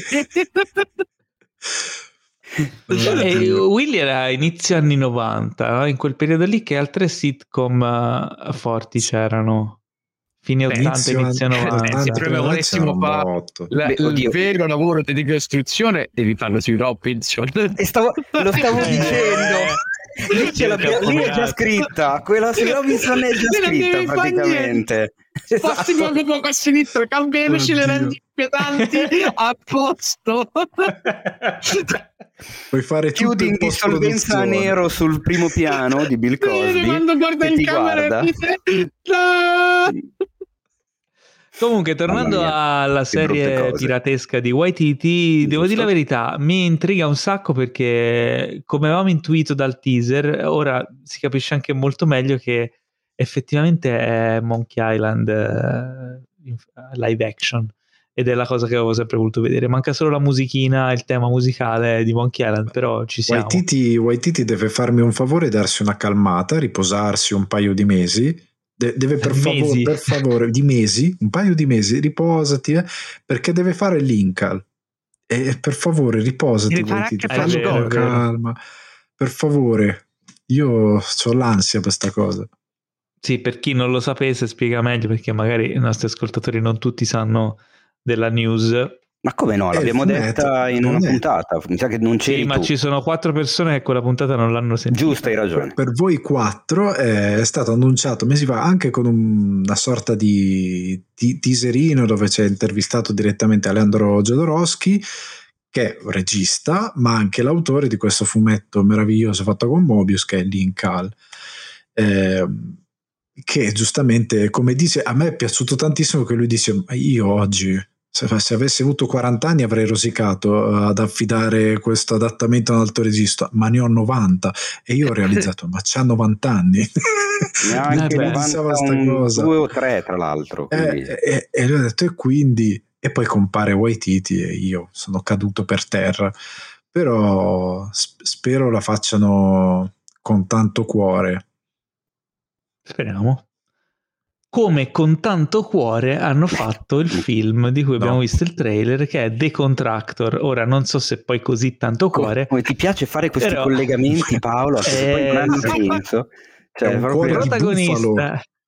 E Willy era inizio anni novanta, no? In quel periodo lì che altre sitcom uh, forti c'erano? Fine ottanta, inizio novanta. Se proprio volessimo fare il vero lavoro di ricostruzione, devi farlo sui Robinson. E stavo, lo stavo dicendo. Lì, ce lì è già scritta, quella su Robinson è già scritta praticamente. Fossi proprio poco a sinistra, cambiamoci le rendi pedanti a posto. Puoi fare chiudi in dissolvenza nero sul primo piano di Bill Cosby quando guarda in camera dice, comunque tornando mia, alla serie piratesca di Waititi, Giusto. Devo dire la verità, mi intriga un sacco perché come avevamo intuito dal teaser ora si capisce anche molto meglio che effettivamente è Monkey Island uh, live action. Ed è la cosa che avevo sempre voluto vedere. Manca solo la musichina, il tema musicale di Monkey Island, però ci siamo. Waititi, Waititi deve farmi un favore e darsi una calmata, riposarsi un paio di mesi. De- deve per favore, per favore, di mesi, un paio di mesi, riposati, eh, perché deve fare l'Incal. E per favore, riposati, Waititi, fallo con calma. Per favore, io ho l'ansia per questa cosa. Sì, per chi non lo sapesse, spiega meglio, perché magari i nostri ascoltatori non tutti sanno della news. Ma come no? L'abbiamo detta in una puntata. Mi sa che non c'eri sì, ma tu. Ci sono quattro persone che quella puntata non l'hanno sentita. Giusto, hai ragione. Per, per voi quattro è stato annunciato mesi fa anche con un, una sorta di, di teaserino dove c'è intervistato direttamente Alejandro Jodorowsky, che è regista, ma anche l'autore di questo fumetto meraviglioso fatto con Mobius, che è l'Incal. Eh, che giustamente, come dice, a me è piaciuto tantissimo che lui dice: ma io oggi se, se avessi avuto quaranta anni avrei rosicato ad affidare questo adattamento a un altro regista, ma ne ho novanta e io ho realizzato ma c'ha novanta anni. Neanche pensavo sta cosa, due o tre tra l'altro, e, e, e lui ha detto e quindi, e poi compare Waititi e io sono caduto per terra. Però sp- spero la facciano con tanto cuore. Speriamo. Come con tanto cuore hanno fatto il film di cui abbiamo no. visto il trailer, che è The Contractor. Ora non so se poi così tanto cuore. Come ti piace fare questi però... collegamenti, Paolo? Eh, poi non hanno senso. Cioè, proprio protagonista,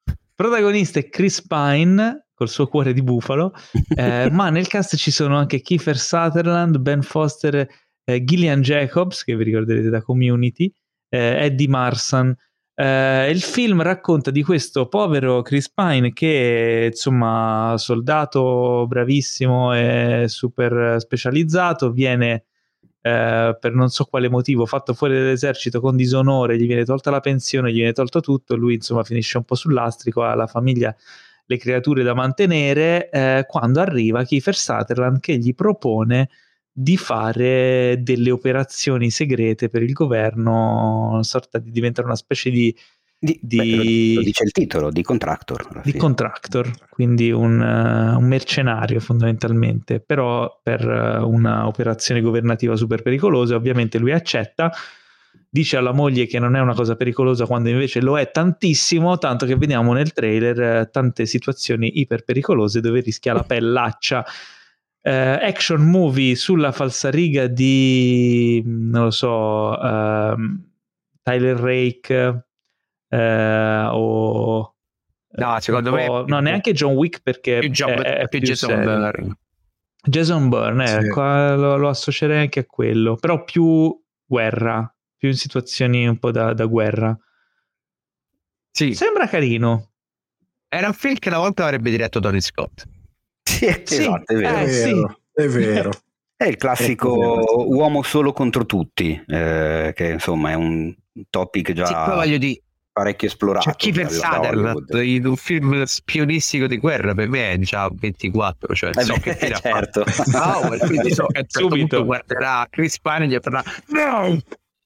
protagonista è Chris Pine col suo cuore di bufalo, eh, ma nel cast ci sono anche Kiefer Sutherland, Ben Foster, eh, Gillian Jacobs, che vi ricorderete da Community, eh, Eddie Marsan. Eh, il film racconta di questo povero Chris Pine che, insomma, soldato bravissimo e super specializzato, viene eh, per non so quale motivo fatto fuori dall'esercito con disonore, gli viene tolta la pensione, gli viene tolto tutto, lui insomma finisce un po' sul lastrico, ha la famiglia, le creature da mantenere, eh, quando arriva Kiefer Sutherland che gli propone di fare delle operazioni segrete per il governo, una sorta di diventare una specie di, di, di beh, lo dice il titolo, di contractor, di contractor, quindi un, uh, un mercenario fondamentalmente, però per uh, una operazione governativa super pericolosa. Ovviamente lui accetta, dice alla moglie che non è una cosa pericolosa quando invece lo è tantissimo, tanto che vediamo nel trailer uh, tante situazioni iper pericolose dove rischia la pellaccia. Uh, action movie sulla falsariga di, non lo so, uh, Tyler Rake uh, o no, secondo me no, neanche John Wick, perché più John, è, è più più Jason Bourne. Jason Bourne, sì. ecco, lo, lo associerei anche a quello, però più guerra, più in situazioni un po' da, da guerra. Sì. Sembra carino. Era un film che una volta avrebbe diretto Tony Scott. Sì, esatto, è vero. È Eh, sì. vero, è vero. È il classico uomo solo contro tutti, eh, che insomma è un topic già Sì, poi voglio dire, parecchio esplorato. c'è Kiefer Sutherland in un film spionistico di guerra, per me è già ventiquattro, cioè eh so beh, che tira certo. Power, quindi so che a un certo Subito punto guarderà Chris Pine e gli farà no!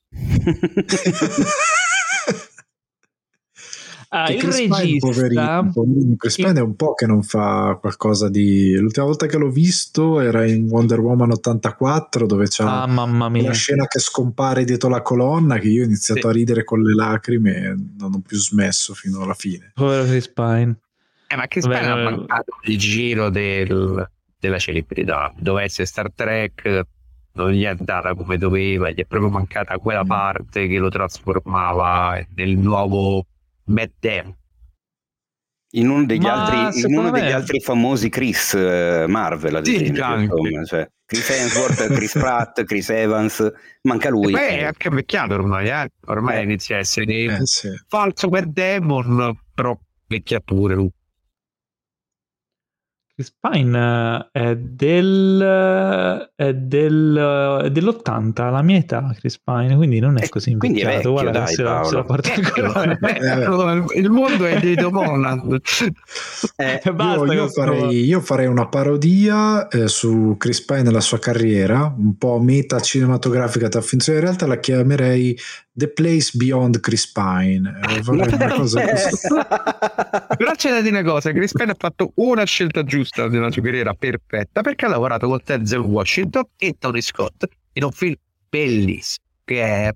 Ah, il Chris Pine, regista poverino, poverino. Chris Pine è un po' che non fa qualcosa di... L'ultima volta che l'ho visto era in Wonder Woman ottantaquattro, dove c'ha ah, mamma mia. la scena che scompare dietro la colonna, che io ho iniziato Sì. a ridere con le lacrime e non ho più smesso fino alla fine. Povero Chris Pine. Eh, ma Chris Vabbè, Pine ha no, mancato il giro del, della celebrità. Doveva essere Star Trek, non gli è andata come doveva, gli è proprio mancata quella parte che lo trasformava nel nuovo Matt Damon. In uno degli, Ma altri, in uno secondo degli me- altro famosi Chris eh, Marvel, ad Sì, esempio, anche. insomma, cioè, Chris Hemsworth, Chris Pratt, Chris Evans, manca E lui. poi è eh. anche vecchiato ormai, eh? ormai Eh. inizia a essere Eh, sì. falso per Damon, però vecchiature lui. Chris Pine è del è del è dell'ottanta, la mia età, Chris Pine, quindi non è Eh, così quindi è invecchiato. vecchio, Guarda, dai, se, la, se la Paolo. porta ancora. Il mondo è di Tom Holland. Eh, Basta Io, io, con sto- farei, io farei una parodia eh, su Chris Pine e la sua carriera, un po' meta cinematografica da finzione. In realtà la chiamerei The Place Beyond Chris Pine. Eh, vorrei una cosa così. Però c'è da dire una cosa, Chris Pine ha fatto una scelta giusta nella sua carriera perfetta, perché ha lavorato con Denzel Washington e Tony Scott in un film bellissimo che è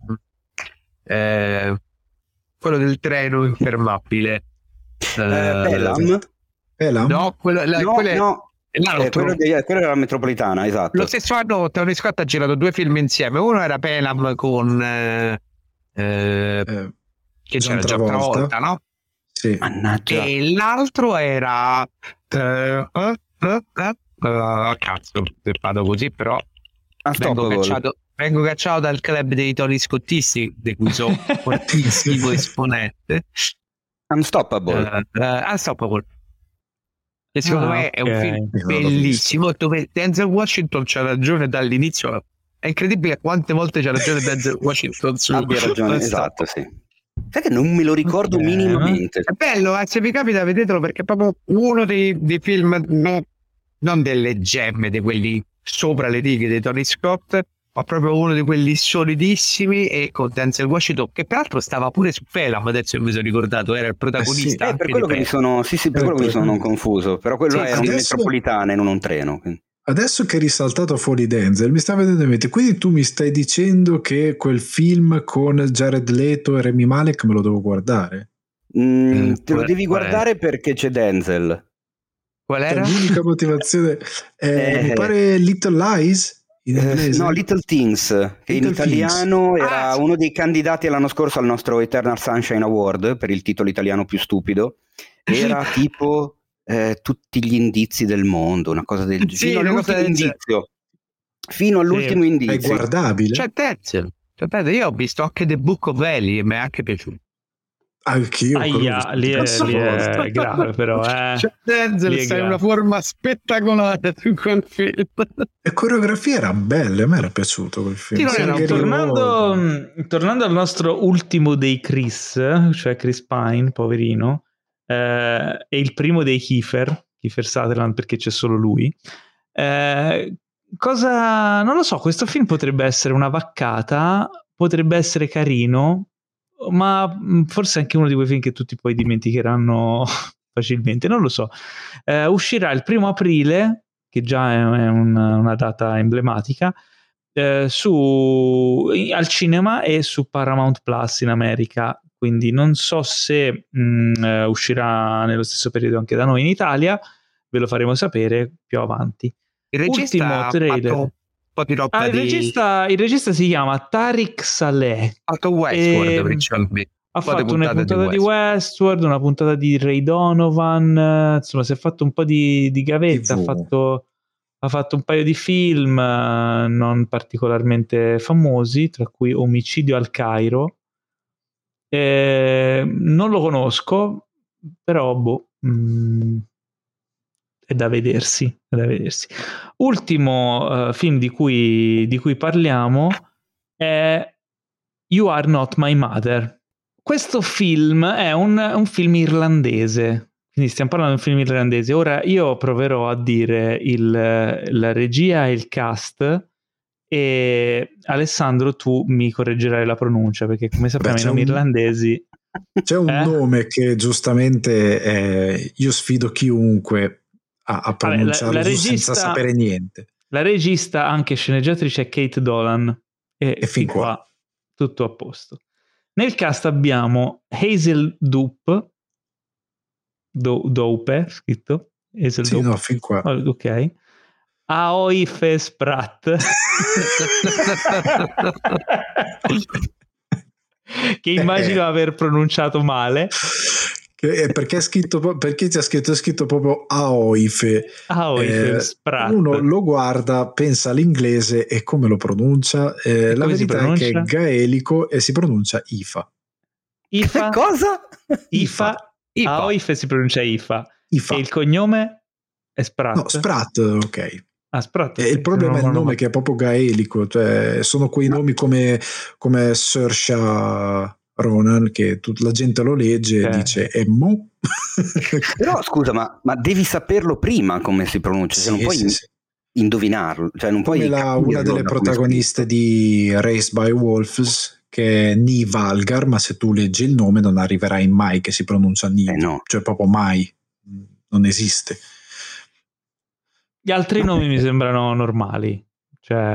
eh, quello del treno infermabile. Eh, Eh, Pelham? Pelham? no, quello, la, No, quello è- no, è l'altro. eh, quello, di- quello era la metropolitana, esatto. Lo stesso anno Tony Scott ha girato due film insieme, uno era Pelham con eh, eh, Eh, che John c'era già Travolta. Travolta, no? sì. Mannaggia. E l'altro era eh, eh, eh, eh, eh, cazzo, vado così, però vengo Unstoppable. cacciato, vengo cacciato dal club dei Tony Scottisti, di cui sono fortissimo esponente. Unstoppable. Uh, uh, Unstoppable, che secondo Ah, me è un ok. film Io non l'ho bellissimo, dove Denzel Washington c'ha ragione dall'inizio. È incredibile quante volte c'ha ragione Denzel Washington su Abbia ragione, Unstoppable. esatto, sì. Sai che non me lo ricordo Ok. minimamente. È bello, eh, se vi capita vedetelo, perché è proprio uno dei, dei film, no, non delle gemme, di quelli sopra le righe di Tony Scott, ma proprio uno di quelli solidissimi, e con Denzel Washington, che peraltro stava pure su Pelham, adesso mi sono ricordato, era il protagonista Eh, anche per di quello che mi Pelham. sono, sì, sì, per Eh, quello che mi per- sono confuso. Però quello Sì, era un adesso- metropolitana e non un treno. quindi- Adesso che è risaltato fuori Denzel, mi sta venendo in mente, quindi tu mi stai dicendo che quel film con Jared Leto e Rami Malek me lo devo guardare? Mm, Mm, te lo qual- devi qual è? guardare perché c'è Denzel. Qual Cioè, era? l'unica motivazione eh, Eh. mi pare Little Lies in Eh, inglese. no, Little Things, che in Little italiano era Ah, sì. uno dei candidati l'anno scorso al nostro Eternal Sunshine Award per il titolo italiano più stupido. era tipo eh, tutti gli indizi del mondo, una cosa del Sì, fino una all'ultimo cosa del indizio. Fino all'ultimo È indizio. guardabile. Cioè, terzo. Cioè, io ho visto anche The Book of Eli e mi è anche piaciuto. Anch'io Aia, lì è, lì è grave però, eh. Cioè, Denzel sta in una forma spettacolare in quel film. Le coreografie erano belle, a me era piaciuto quel film. Sì, Sì, tornando, tornando al nostro ultimo dei Chris, cioè Chris Pine, poverino, eh, è il primo dei Kiefer, Kiefer Sutherland, perché c'è solo lui. Eh, cosa, non lo so, questo film potrebbe essere una vaccata, potrebbe essere carino, ma forse anche uno di quei film che tutti poi dimenticheranno facilmente, non lo so. Eh, uscirà il primo aprile, che già è, è un, una data emblematica, eh, su, al cinema e su Paramount Plus in America, quindi non so se mh, eh, uscirà nello stesso periodo anche da noi in Italia, ve lo faremo sapere più avanti. Il regista Ultimo trailer. un po' di roba ah, il, di... regista, il regista si chiama Tariq Saleh. Ha fatto Westworld, e... principalmente. Ha fatto una puntata di Westworld. di Westworld, una puntata di Ray Donovan, insomma si è fatto un po' di, di gavetta, ha fatto, ha fatto un paio di film eh, non particolarmente famosi, tra cui Omicidio al Cairo. Eh, non lo conosco, però boh, mh, è da vedersi, è da vedersi. Ultimo uh, film di cui, di cui parliamo è You Are Not My Mother. Questo film è un, un film irlandese, quindi stiamo parlando di un film irlandese. Ora io proverò a dire il, la regia e il cast e Alessandro tu mi correggerai la pronuncia perché come sappiamo Beh, i nomi un, irlandesi... C'è un eh? nome che giustamente eh, io sfido chiunque a, a pronunciarlo Vabbè, la, la regista, senza sapere niente. La regista, anche sceneggiatrice, è Kate Dolan e, e fin qua. qua tutto a posto. Nel cast abbiamo Hazel Dope, Do, Dope scritto Hazel sì, Dope. no, fin qua. Oh, ok. Aoife Spratt che immagino aver pronunciato male. Perché è scritto, perché c'è scritto, è scritto proprio Aoife. Aoife eh, Spratt. Uno lo guarda, pensa all'inglese e come lo pronuncia. Eh, la verità è che è gaelico e si pronuncia Ifa. Ifa? Cosa? Ifa. Ifa. Aoife si pronuncia Ifa. Ifa. E il cognome è Spratt. No, Spratt, ok. Ah, Spratt, e il problema è il nome che è proprio gaelico, cioè sono quei no. nomi come, come Saoirse Ronan che tut, la gente lo legge eh. e dice e mo? Però scusa, ma, ma devi saperlo prima come si pronuncia, sì, se non puoi sì, in, sì. indovinarlo, cioè non come puoi la, una delle protagoniste di Raised by Wolves che è Ni Valgar, ma se tu leggi il nome non arriverai mai che si pronuncia Ni, eh no. cioè proprio mai, non esiste. Gli altri nomi mi sembrano normali, cioè...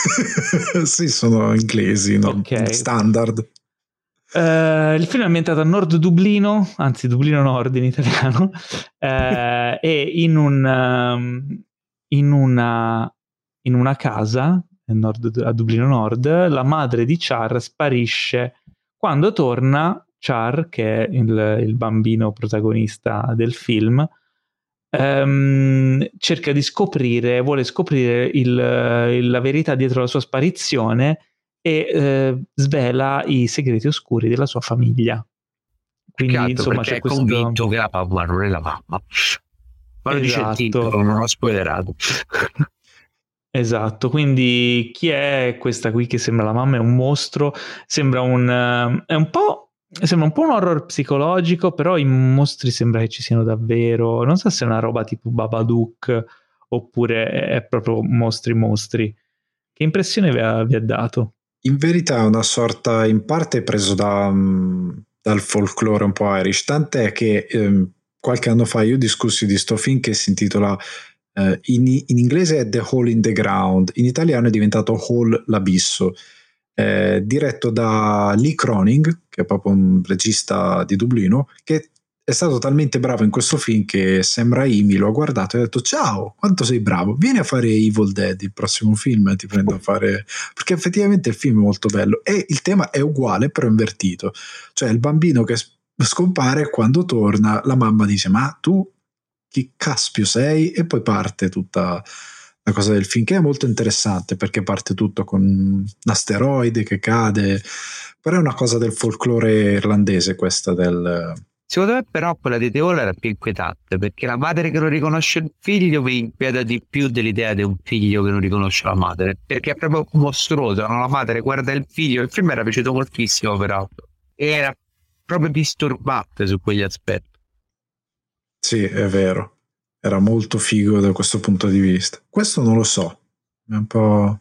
sì, sono inglesi, no? Okay. Standard. Uh, il film è ambientato a Nord Dublino, anzi Dublino Nord in italiano, uh, e in un um, in una in una casa nord, a Dublino Nord la madre di Char sparisce. Quando torna Char, che è il, il bambino protagonista del film, um, cerca di scoprire, vuole scoprire il, il, la verità dietro la sua sparizione e eh, svela i segreti oscuri della sua famiglia. Quindi Peccato, insomma c'è è questo... convinto che la papà non è la mamma, ma lo dice il titolo, non ho spoilerato. Esatto, quindi chi è questa qui che sembra la mamma? È un mostro, sembra un è un po' sembra un po' un horror psicologico, però i mostri sembra che ci siano davvero, non so se è una roba tipo Babadook oppure è proprio mostri mostri. Che impressione vi ha, vi ha dato? In verità è una sorta, in parte preso da, um, dal folklore un po' Irish, tant'è che um, qualche anno fa io discussi di sto film che si intitola uh, in, in inglese è The Hole in the Ground, in italiano è diventato Hole l'abisso, eh, diretto da Lee Cronin, che è proprio un regista di Dublino, che è stato talmente bravo in questo film che Sam Raimi lo ha guardato e ha detto ciao, quanto sei bravo, vieni a fare Evil Dead, il prossimo film ti prendo a fare, perché effettivamente il film è molto bello e il tema è uguale però invertito, cioè il bambino che scompare. Quando torna la mamma dice: ma tu chi caspio sei? E poi parte tutta la cosa del film, che è molto interessante perché parte tutto con un asteroide che cade, però è una cosa del folklore irlandese questa del... Secondo me però quella di The Hall era più inquietante, perché la madre che non riconosce il figlio vi inquieta di più dell'idea di un figlio che non riconosce la madre, perché è proprio mostruoso, no? La madre guarda il figlio, il film era piaciuto moltissimo peraltro, e era proprio disturbante su quegli aspetti. Sì, è vero, era molto figo da questo punto di vista. Questo non lo so, è un po'...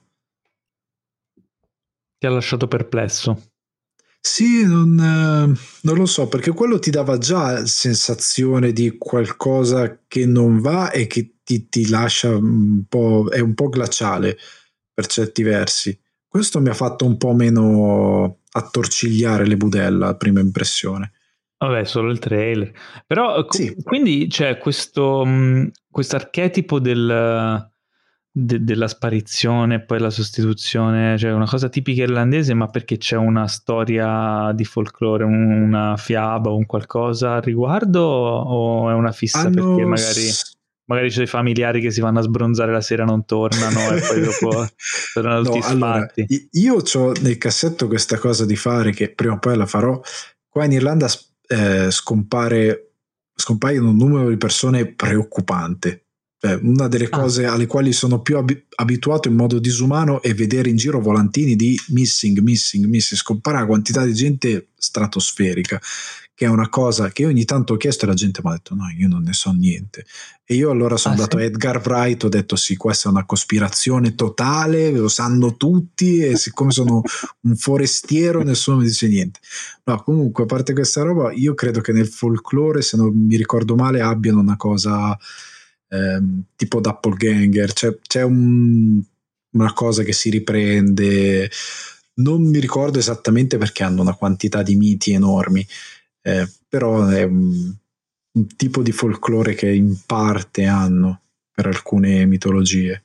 Ti ha lasciato perplesso. Sì, non, eh, non lo so, perché quello ti dava già sensazione di qualcosa che non va e che ti, ti lascia un po', è un po' glaciale per certi versi. Questo mi ha fatto un po' meno attorcigliare le budella a prima impressione. Vabbè, solo il trailer. Però sì. Quindi c'è questo questo archetipo del, de, della sparizione e poi la sostituzione, cioè una cosa tipica irlandese, ma perché c'è una storia di folklore, una fiaba o un qualcosa al riguardo, o è una fissa Hanno... perché magari, magari c'è dei familiari che si vanno a sbronzare la sera, non tornano e poi dopo tornano tutti no, sfatti. Allora, io ho nel cassetto questa cosa di fare, che prima o poi la farò. Qua in Irlanda Eh, scompare scompaiono un numero di persone preoccupante, cioè, una delle cose ah. alle quali sono più ab- abituato in modo disumano è vedere in giro volantini di missing, missing, missing, scompare una quantità di gente stratosferica, che è una cosa che io ogni tanto ho chiesto e la gente mi ha detto no, io non ne so niente, e io allora sono ah, andato sì? a Edgar Wright, ho detto sì, questa è una cospirazione totale, lo sanno tutti e siccome sono un forestiero nessuno mi dice niente. No, comunque a parte questa roba, io credo che nel folklore, se non mi ricordo male, abbiano una cosa ehm, tipo doppelganger, cioè c'è un, una cosa che si riprende, non mi ricordo esattamente perché hanno una quantità di miti enormi. Eh, però è un, un tipo di folklore che in parte hanno per alcune mitologie.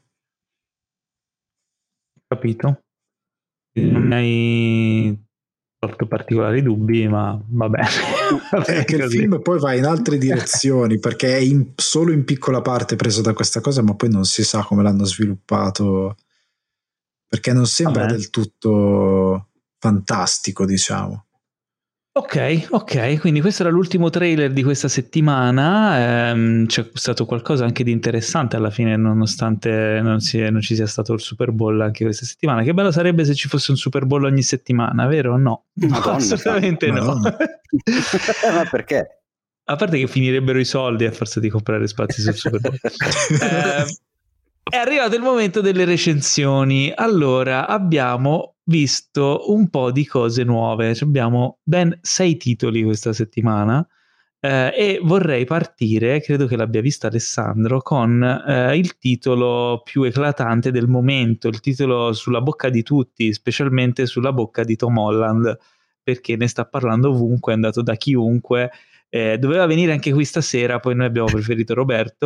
Capito? Non mi hai tolto particolari dubbi, ma va bene. È che il film poi va in altre direzioni perché è in, solo in piccola parte preso da questa cosa, ma poi non si sa come l'hanno sviluppato, perché non sembra Vabbè. del tutto fantastico, diciamo. Ok, ok, quindi questo era l'ultimo trailer di questa settimana, ehm, c'è stato qualcosa anche di interessante alla fine, nonostante non, si, non ci sia stato il Super Bowl anche questa settimana. Che bello sarebbe se ci fosse un Super Bowl ogni settimana, vero o no? Madonna, no assolutamente Madonna. no. Ma perché? A parte che finirebbero i soldi a forza di comprare spazi sul Super Bowl. eh, è arrivato il momento delle recensioni. Allora, abbiamo visto un po' di cose nuove, abbiamo ben sei titoli questa settimana eh, e vorrei partire, credo che l'abbia visto Alessandro, con eh, il titolo più eclatante del momento, il titolo sulla bocca di tutti, specialmente sulla bocca di Tom Holland, perché ne sta parlando ovunque, è andato da chiunque, eh, doveva venire anche qui stasera, poi noi abbiamo preferito Roberto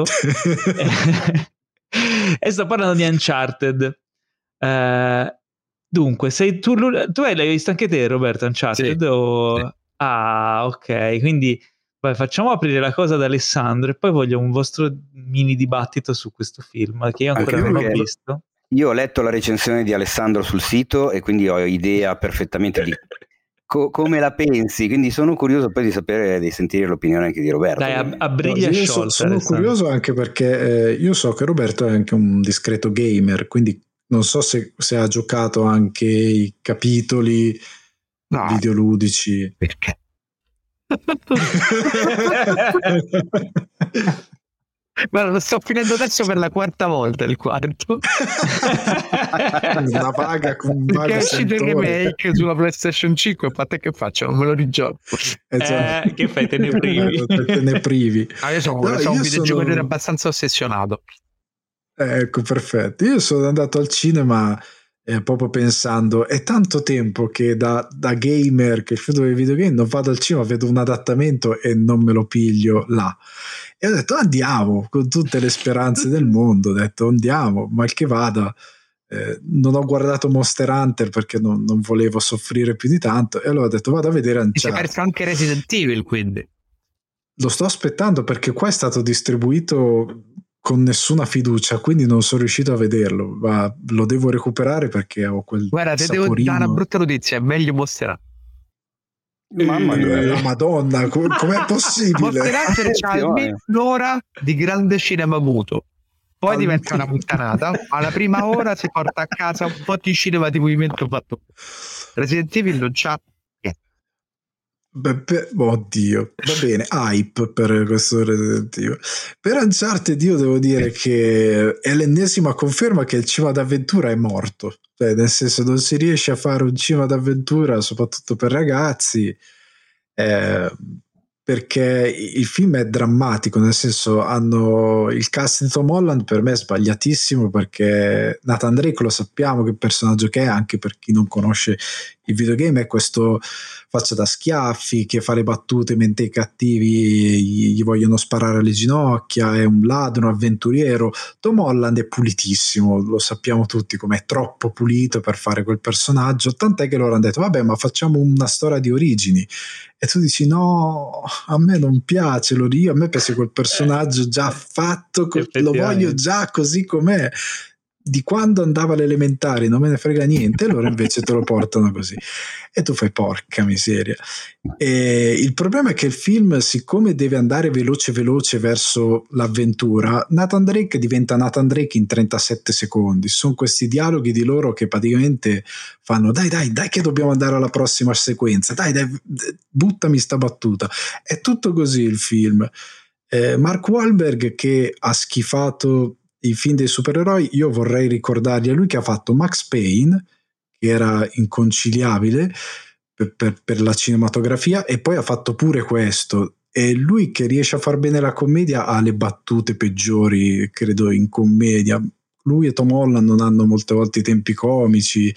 e sto parlando di Uncharted. eh, Dunque, sei tu, tu l'hai visto anche te, Roberto, Uncharted? Sì, o... sì. Ah, ok, quindi vai, facciamo aprire la cosa ad Alessandro e poi voglio un vostro mini dibattito su questo film, che io ancora anche non ho visto. Io ho letto la recensione di Alessandro sul sito e quindi ho idea perfettamente di co- come la pensi, quindi sono curioso poi di sapere, di sentire l'opinione anche di Roberto. Dai, a, a briglia no, sciolta. So, sono Alessandro. Curioso anche perché eh, io so che Roberto è anche un discreto gamer, quindi non so se, se ha giocato anche i capitoli no, videoludici. Perché? Guarda, lo sto finendo adesso per la quarta volta, il quarto. Una vaga con vaga perché è uscito il remake sulla PlayStation cinque, a te che faccio? Non me lo rigioco. Eh, che fai? Te ne privi? Te ne privi. Ah, io sono, no, sono io un videogiocatore sono... abbastanza ossessionato. Ecco, perfetto. Io sono andato al cinema eh, proprio pensando, è tanto tempo che da, da gamer che credo dei videogame non vado al cinema, vedo un adattamento e non me lo piglio là. E ho detto andiamo, con tutte le speranze del mondo, ho detto andiamo, mal che vada. eh, non ho guardato Monster Hunter perché non, non volevo soffrire più di tanto, e allora ho detto vado a vedere Uncharted. Si è perso anche Resident Evil, quindi lo sto aspettando perché qua è stato distribuito con nessuna fiducia, quindi non sono riuscito a vederlo, ma lo devo recuperare perché ho quel guarda, te devo saporino. dare una brutta notizia, è meglio Monster Hunter. Mamma mia, Eh, Madonna, com- com'è possibile? Monster Hunter c'ha almeno un'ora di grande cinema muto, poi Al- diventa una puttanata. Alla prima ora si porta a casa un po' di cinema di movimento fatto. Resident Evil non c'ha. Beh, per- oddio, va bene, hype per questo Resident Evil. Per Uncharted io devo dire che è l'ennesima conferma che il cinema d'avventura è morto, cioè nel senso non si riesce a fare un cinema d'avventura soprattutto per ragazzi, eh, perché il film è drammatico, nel senso hanno il cast di Tom Holland per me è sbagliatissimo, perché Nathan Drake lo sappiamo che personaggio che è, anche per chi non conosce il videogame, è questo faccia da schiaffi che fa le battute mentre i cattivi gli, gli vogliono sparare alle ginocchia, è un ladro, un avventuriero. Tom Holland è pulitissimo, lo sappiamo tutti come è troppo pulito per fare quel personaggio, tant'è che loro hanno detto vabbè ma facciamo una storia di origini, e tu dici no, a me non piace, lo io, a me piace quel personaggio già fatto, lo voglio già così com'è, di quando andava alle elementari non me ne frega niente, loro invece te lo portano così e tu fai porca miseria. E il problema è che il film, siccome deve andare veloce veloce verso l'avventura, Nathan Drake diventa Nathan Drake in trentasette secondi, sono questi dialoghi di loro che praticamente fanno dai dai dai che dobbiamo andare alla prossima sequenza, dai dai buttami sta battuta, è tutto così il film. eh, Mark Wahlberg, che ha schifato i film dei supereroi, io vorrei ricordargli a lui che ha fatto Max Payne, che era inconciliabile per, per, per la cinematografia, e poi ha fatto pure questo, e lui che riesce a far bene la commedia ha le battute peggiori credo in commedia. Lui e Tom Holland non hanno molte volte i tempi comici,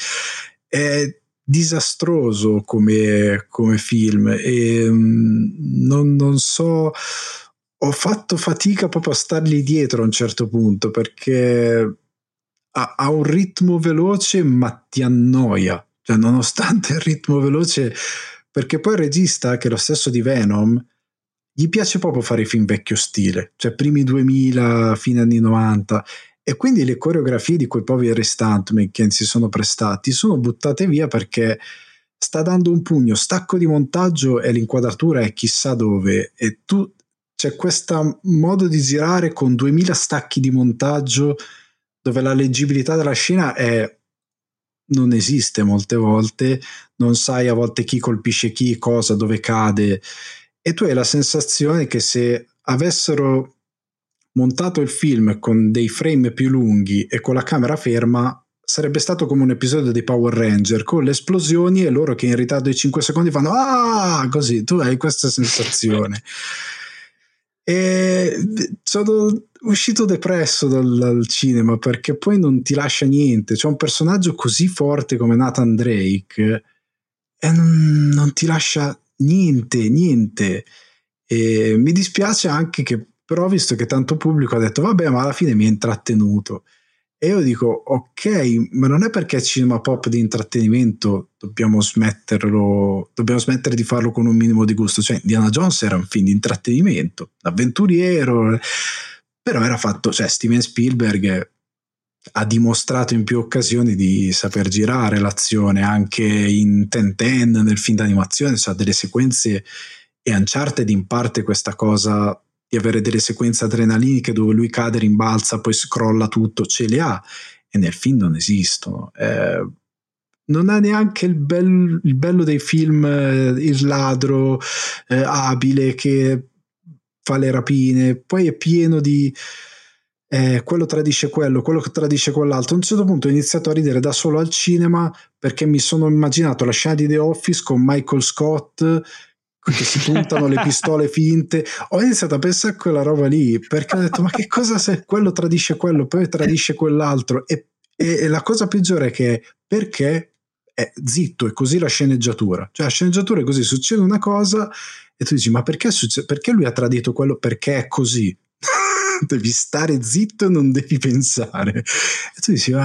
è disastroso come, come film, e um, non, non so, ho fatto fatica proprio a stargli dietro a un certo punto, perché ha, ha un ritmo veloce ma ti annoia, cioè nonostante il ritmo veloce, perché poi il regista, che è lo stesso di Venom, gli piace proprio fare i film vecchio stile, cioè primi duemila, fine anni novanta, e quindi le coreografie di quei poveri stuntman che si sono prestati sono buttate via perché sta dando un pugno, stacco di montaggio e l'inquadratura è chissà dove, e tu c'è questo modo di girare con duemila stacchi di montaggio dove la leggibilità della scena è non esiste molte volte, non sai a volte chi colpisce chi, cosa, dove cade, e tu hai la sensazione che se avessero montato il film con dei frame più lunghi e con la camera ferma sarebbe stato come un episodio dei Power Ranger con le esplosioni e loro che in ritardo di cinque secondi fanno ah così, tu hai questa sensazione. E sono uscito depresso dal, dal cinema perché poi non ti lascia niente, c'è un personaggio così forte come Nathan Drake e non, non ti lascia niente niente e mi dispiace anche che però visto che tanto pubblico ha detto vabbè ma alla fine mi ha intrattenuto, e io dico ok, ma non è perché è cinema pop di intrattenimento dobbiamo smetterlo, dobbiamo smettere di farlo con un minimo di gusto, cioè Indiana Jones era un film di intrattenimento, avventuriero, però era fatto, cioè Steven Spielberg ha dimostrato in più occasioni di saper girare l'azione, anche in Ten Ten nel film d'animazione c'ha delle sequenze, e Uncharted in parte questa cosa di avere delle sequenze adrenaliniche dove lui cade, rimbalza, poi scrolla tutto, ce le ha, e nel film non esistono. Eh, non ha neanche il, bel, il bello dei film, eh, il ladro eh, abile che fa le rapine, poi è pieno di eh, quello tradisce quello, quello che tradisce quell'altro. A un certo punto ho iniziato a ridere da solo al cinema perché mi sono immaginato la scena di The Office con Michael Scott che si puntano le pistole finte. Ho iniziato a pensare a quella roba lì perché ho detto ma che cosa, se quello tradisce quello poi tradisce quell'altro, e, e, e la cosa peggiore è che perché è zitto, è così la sceneggiatura, cioè la sceneggiatura è così, succede una cosa e tu dici ma perché, succe- perché lui ha tradito quello, perché è così devi stare zitto e non devi pensare, e tu dici ma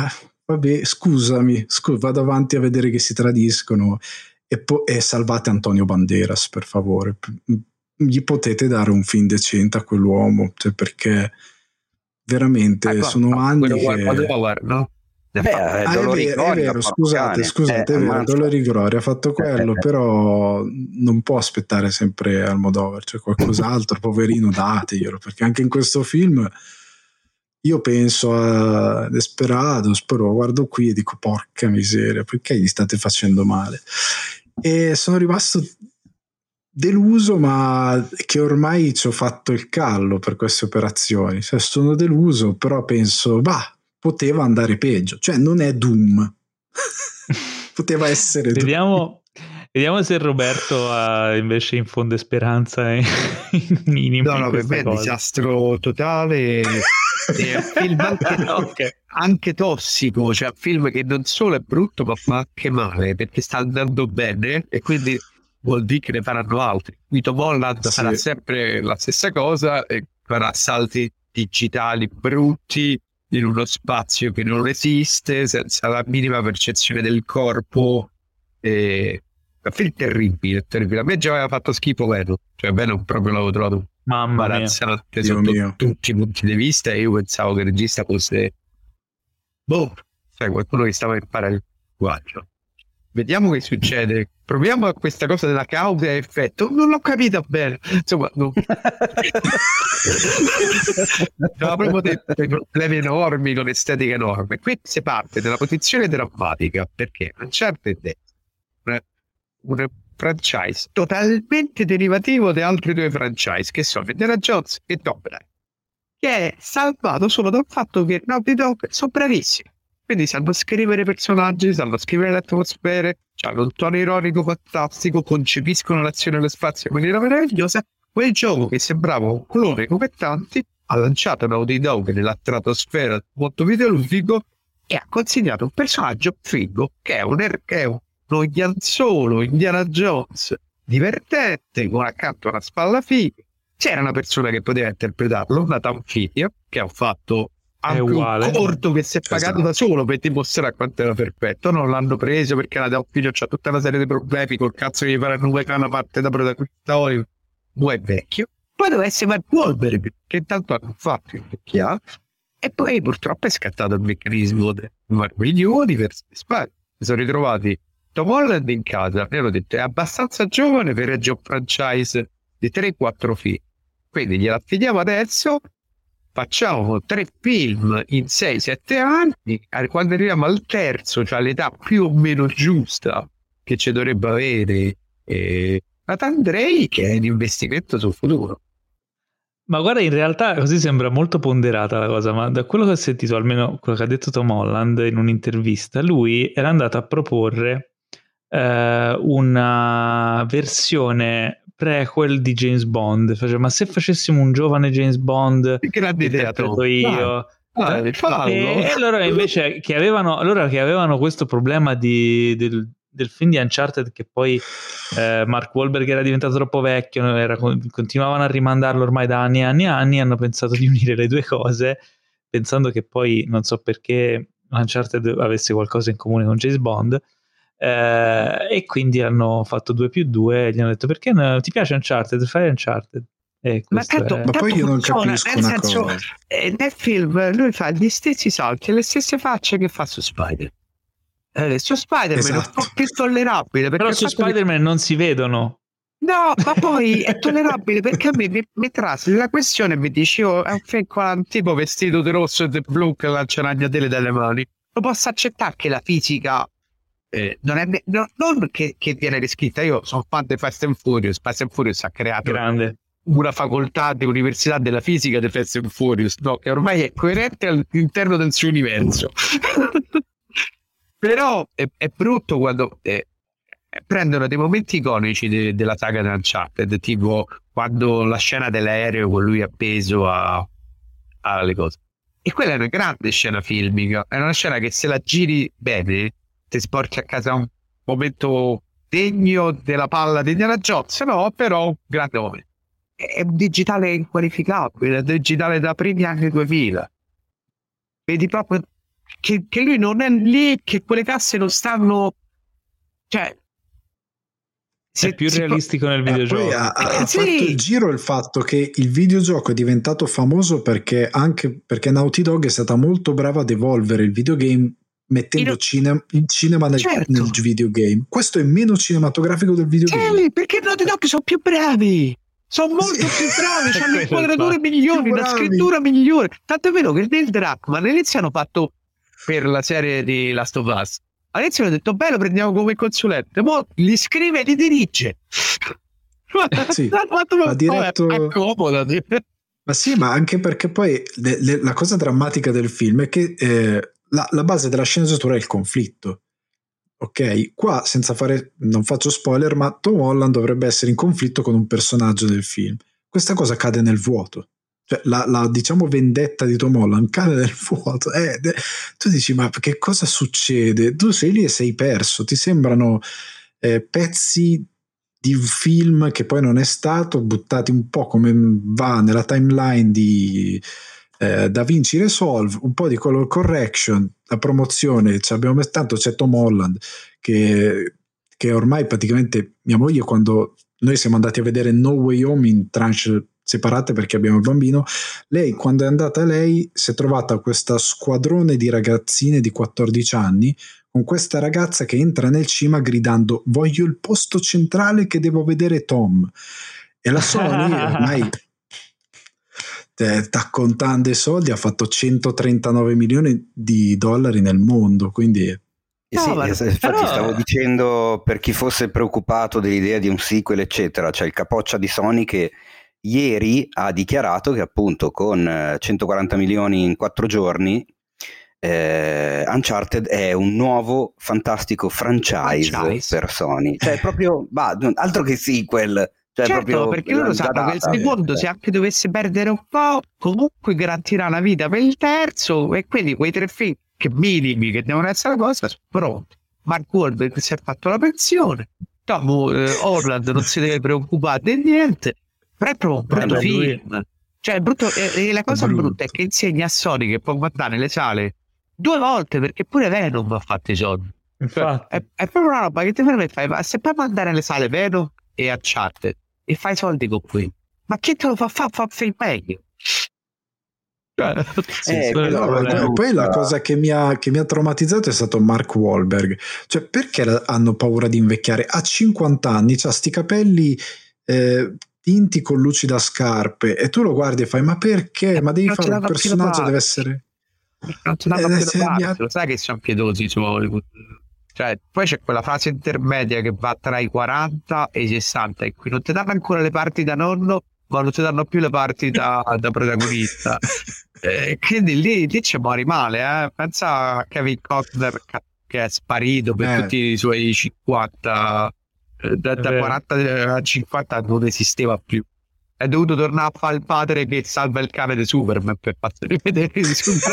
vabbè, scusami, scu- vado avanti a vedere che si tradiscono e, po- e salvate Antonio Banderas, per favore. Gli potete dare un film decente a quell'uomo, cioè, perché veramente ah, sono anni che... Dollar, no? Beh, Ah, è, Dolori vero, è Gloria, vero, scusate, cane. scusate, eh, è vero, ammazza. Dolori Gloria ha fatto quello, Eh, eh. però non può aspettare sempre Almodovar, c'è cioè qualcos'altro, poverino, dateglielo, perché anche in questo film io penso a Desperados, però guardo qui e dico porca miseria, perché gli state facendo male? E sono rimasto deluso, ma che ormai ci ho fatto il callo per queste operazioni, cioè, sono deluso, però penso, bah, poteva andare peggio, cioè non è Doom. Poteva essere Doom. Vediamo, vediamo se Roberto ha invece infonde speranza in, in minimo. No, no, per me è un disastro totale. È un film anche, okay. anche tossico, cioè un film che non solo è brutto ma fa anche male perché sta andando bene e quindi vuol dire che ne faranno altri. Tom Holland sì. farà sempre la stessa cosa e farà salti digitali brutti in uno spazio che non esiste, senza la minima percezione del corpo. E... un film terribile, terribile. A me già aveva fatto schifo Venom, cioè Venom proprio l'avevo trovato imbarazzante sotto tutti i punti di vista e io pensavo che il regista fosse boh, cioè qualcuno che stava a imparare il linguaggio. Vediamo che succede, proviamo a questa cosa della causa e effetto, non l'ho capita bene, insomma non... no, proprio dei, dei problemi enormi con estetica enorme. Qui si parte dalla posizione drammatica perché Uncharted è una, una franchise totalmente derivativo di altri due franchise che sono Indiana Jones e Tomb Raider, che è salvato solo dal fatto che Naughty Dog sono bravissimi, quindi sanno scrivere personaggi, sanno scrivere le atmosfere, hanno un tono ironico fantastico, concepiscono l'azione nello spazio in maniera meravigliosa. Quel gioco che sembrava un clone come tanti ha lanciato Naughty Dog nella stratosfera molto videoludico e ha consegnato un personaggio figo che è un ercheo, uno ianzolo Indiana Jones divertente con accanto una spalla figa. C'era una persona che poteva interpretarlo, Nathan Fillion, che ha fatto anche un corto che si è pagato esatto. da solo per dimostrare quanto era perfetto. Non l'hanno preso perché Nathan Fillion c'ha tutta una serie di problemi col cazzo di fare una parte da protagonista, non è vecchio. Poi doveva essere Mark Wahlberg, che intanto hanno fatto il vecchiato, e poi purtroppo è scattato il meccanismo del Marvel Universe. Mi sono ritrovati Tom Holland in casa, mi hanno detto è abbastanza giovane per reggere un franchise di tre quattro film, quindi gliela affidiamo adesso, facciamo tre film in sei sette anni, quando arriviamo al terzo, cioè l'età più o meno giusta che ci dovrebbe avere eh, Nathan Drake, che è un investimento sul futuro. Ma guarda, in realtà così sembra molto ponderata la cosa, ma da quello che ho sentito, almeno quello che ha detto Tom Holland in un'intervista, lui era andato a proporre eh, una versione prequel di James Bond. Faceva, ma se facessimo un giovane James Bond che interpreto io ah, ah, eh, e, e loro invece che avevano allora che avevano questo problema di, del, del film di Uncharted, che poi eh, Mark Wahlberg era diventato troppo vecchio, era, continuavano a rimandarlo ormai da anni e anni e anni, hanno pensato di unire le due cose pensando che poi non so perché Uncharted avesse qualcosa in comune con James Bond. Eh, e quindi hanno fatto due più due e gli hanno detto perché no, ti piace Uncharted, fai Uncharted. E ma, tanto, è... ma poi io non capisco nel una senso, cosa eh, nel film lui fa gli stessi salti e le stesse facce che fa su Spider eh, su Spider-Man esatto. È un po' più tollerabile però su Spider-Man che... non si vedono. No, ma poi è tollerabile perché a me mi, mi trasli la questione e mi dici oh, è un film con un tipo vestito di rosso e di blu che lancia ragnatele dalle mani. Lo posso accettare che la fisica Eh, non è no, non che, che viene riscritta. Io sono fan di Fast and Furious. Fast and Furious ha creato Grande. una facoltà di università della fisica di Fast and Furious, no? Che ormai è coerente all'interno del suo universo. Però è, è brutto quando eh, prendono dei momenti iconici de, della saga di Uncharted, tipo quando la scena dell'aereo con lui appeso a alle cose, e quella è una grande scena filmica, è una scena che se la giri bene ti sporchi a casa un momento degno della palla di Indiana Jones, no, però un grande momento. È un digitale inqualificabile, è un digitale da primi anni duemila. Vedi proprio che, che lui non è lì, che quelle casse non stanno, cioè è più realistico nel videogioco. Poi ha, ha Eh, sì. fatto il giro il fatto che il videogioco è diventato famoso perché anche perché Naughty Dog è stata molto brava ad evolvere il videogame mettendo Io- cine- il cinema nel, Certo. nel videogame. Questo è meno cinematografico del videogame. Sì, perché Naughty Dog sono più bravi, sono molto Sì. più bravi, hanno Quello inquadrature infatti. migliori, Più una bravi. scrittura migliore. Tanto è vero che nel Drachman all'inizio hanno fatto per la serie di Last of Us. All'inizio hanno detto bello, prendiamo come consulente, poi li scrive e li dirige. Sì, ma ha diretto- accomodati. Ma sì, ma anche perché poi le- le- la cosa drammatica del film è che eh, la, la base della sceneggiatura è il conflitto. Ok, qua senza fare, non faccio spoiler, ma Tom Holland dovrebbe essere in conflitto con un personaggio del film. Questa cosa cade nel vuoto. Cioè, la, la, diciamo vendetta di Tom Holland cade nel vuoto. Eh, de- tu dici, ma che cosa succede? Tu sei lì e sei perso. Ti sembrano eh, pezzi di un film che poi non è stato, buttati un po' come va nella timeline di eh, Da Vinci Resolve, un po' di color correction, la promozione, cioè abbiamo tanto c'è Tom Holland che, che ormai praticamente mia moglie, quando noi siamo andati a vedere No Way Home in tranche separate perché abbiamo il bambino, lei quando è andata lei si è trovata questa squadrone di ragazzine di quattordici anni con questa ragazza che entra nel cinema gridando voglio il posto centrale che devo vedere Tom, e la Sony ormai sta contando i soldi, ha fatto centotrentanove milioni di dollari nel mondo, quindi Eh sì, No, ma- es- infatti però- stavo dicendo, per chi fosse preoccupato dell'idea di un sequel eccetera, c'è il capoccia di Sony che ieri ha dichiarato che appunto con eh, centoquaranta milioni in quattro giorni eh, Uncharted è un nuovo fantastico franchise, Franchise. per Sony, cioè proprio bah, altro che sequel, cioè certo, proprio perché loro già sanno che il data. secondo, se anche dovesse perdere un po', comunque garantirà la vita per il terzo, e quindi quei tre film che minimi che devono essere la cosa sono pronti. Mark Wahlberg si è fatto la pensione, Tom eh, Holland non si deve preoccupare di niente, però è proprio un brutto beh, lui- film. Cioè, è brutto, e, e la cosa brutto. brutta è che insegna a Sony che può guardare le sale due volte, perché pure Venom ha fatto i soldi. Cioè, Infatti. è, è proprio una roba che ti ferma e fai, ma se puoi mandare le sale Venom e Uncharted e fai soldi con qui, ma chi te lo fa fa fa fa il meglio? Cioè, Sì, Eh, sì, quello- No, quello- quello- poi la cosa che mi, ha, che mi ha traumatizzato è stato Mark Wahlberg. Cioè, perché la- hanno paura di invecchiare? Ha cinquanta anni, ha sti capelli eh, tinti con luci da scarpe, e tu lo guardi e fai, ma perché? Ma devi Non ce fare un l'hanno più personaggio, da deve fare. essere... non ce l'hanno Eh, più se da mi fare, ha- lo sai che sono pietosi su Hollywood. Cioè, poi c'è quella fase intermedia che va tra i quaranta e i sessanta, in cui non ti danno ancora le parti da nonno, ma non ti danno più le parti da, da protagonista. Eh, quindi lì, lì ci muori male, eh. Pensa a Kevin Costner che- che è sparito per Eh. tutti i suoi cinquanta, eh, da, È da vero. quaranta a cinquanta non esisteva più. È dovuto tornare a fare il padre che salva il cane di Superman per farsi rivedere su un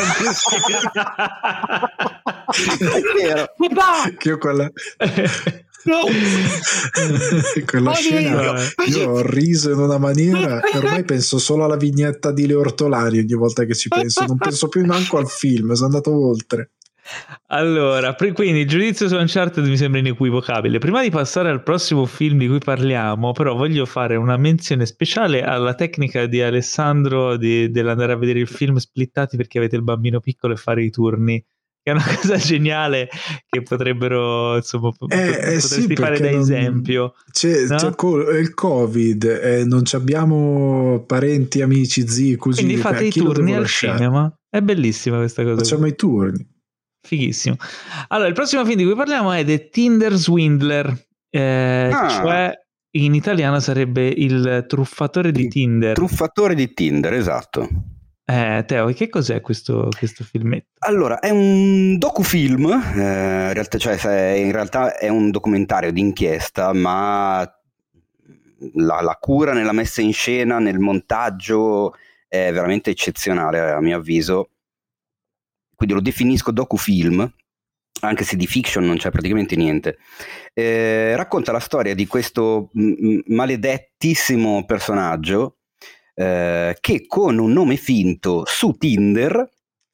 È vero. Papà! Che io quella... No! quella Oh, scena no. io ho riso in una maniera e ormai penso solo alla vignetta di Le Ortolani ogni volta che ci penso, non penso più neanche al film, sono andato oltre. Allora, pre- quindi il giudizio su Uncharted mi sembra inequivocabile. Prima di passare al prossimo film di cui parliamo, però voglio fare una menzione speciale alla tecnica di Alessandro di, dell'andare a vedere il film splittati perché avete il bambino piccolo e fare i turni, che è una cosa geniale che potrebbero, insomma, po- Eh, eh, potresti sì, fare perché da non- esempio. c'è, no? c'è co- il Covid, eh, non ci abbiamo parenti, amici, zii, cugini, Quindi fate a i chi lo turni devo al lasciare? cinema. È bellissima questa cosa. Facciamo i turni. Fighissimo. Allora, il prossimo film di cui parliamo è The Tinder Swindler, eh, Ah. cioè in italiano sarebbe il truffatore di Tinder. Truffatore di Tinder, esatto. Eh, Teo, e che cos'è questo, questo filmetto? Allora, è un docufilm, eh, in, realtà, cioè, se- in realtà è un documentario d'inchiesta, ma la, la cura nella messa in scena, nel montaggio è veramente eccezionale a mio avviso. Quindi lo definisco docufilm, anche se di fiction non c'è praticamente niente. Eh, racconta la storia di questo m- maledettissimo personaggio eh, che con un nome finto su Tinder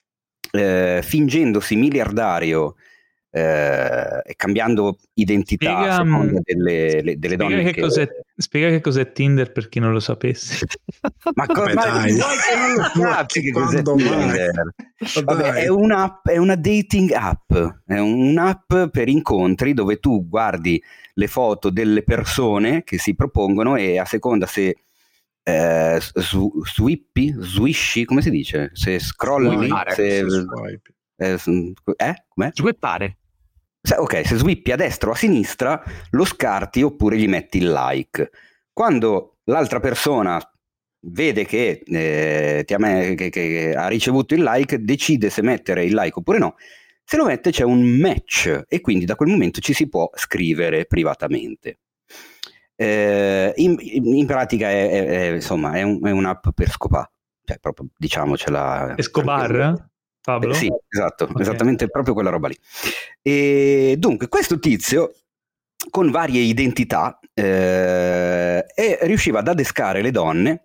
eh, fingendosi miliardario eh, e cambiando identità spiega, a seconda delle, le, delle spiega donne che che... Cos'è, spiega che cos'è Tinder per chi non lo sapesse. Ma, co- Vabbè, ma dai. vuoi che non lo sappi che cos'è Quando mai? Tinder? Vabbè, Dai. è un'app, è una dating app, è un'app per incontri dove tu guardi le foto delle persone che si propongono e a seconda se eh, su, swippi, swisci, come si dice? Se scrolli, Swipe, se, swipe. eh, eh, com'è? Swippare. Se, ok, se swippi a destra o a sinistra lo scarti oppure gli metti il like. Quando l'altra persona vede che, eh, ti ha, me- che, che ha ricevuto il like, decide se mettere il like oppure no. Se lo mette c'è un match e quindi da quel momento ci si può scrivere privatamente. Eh, in, in pratica è, è, è, insomma, è, un, è un'app per scopare, cioè proprio diciamocela. Escobar? Pablo? Eh, sì, esatto, Okay. esattamente proprio quella roba lì. E dunque questo tizio con varie identità eh, e riusciva ad adescare le donne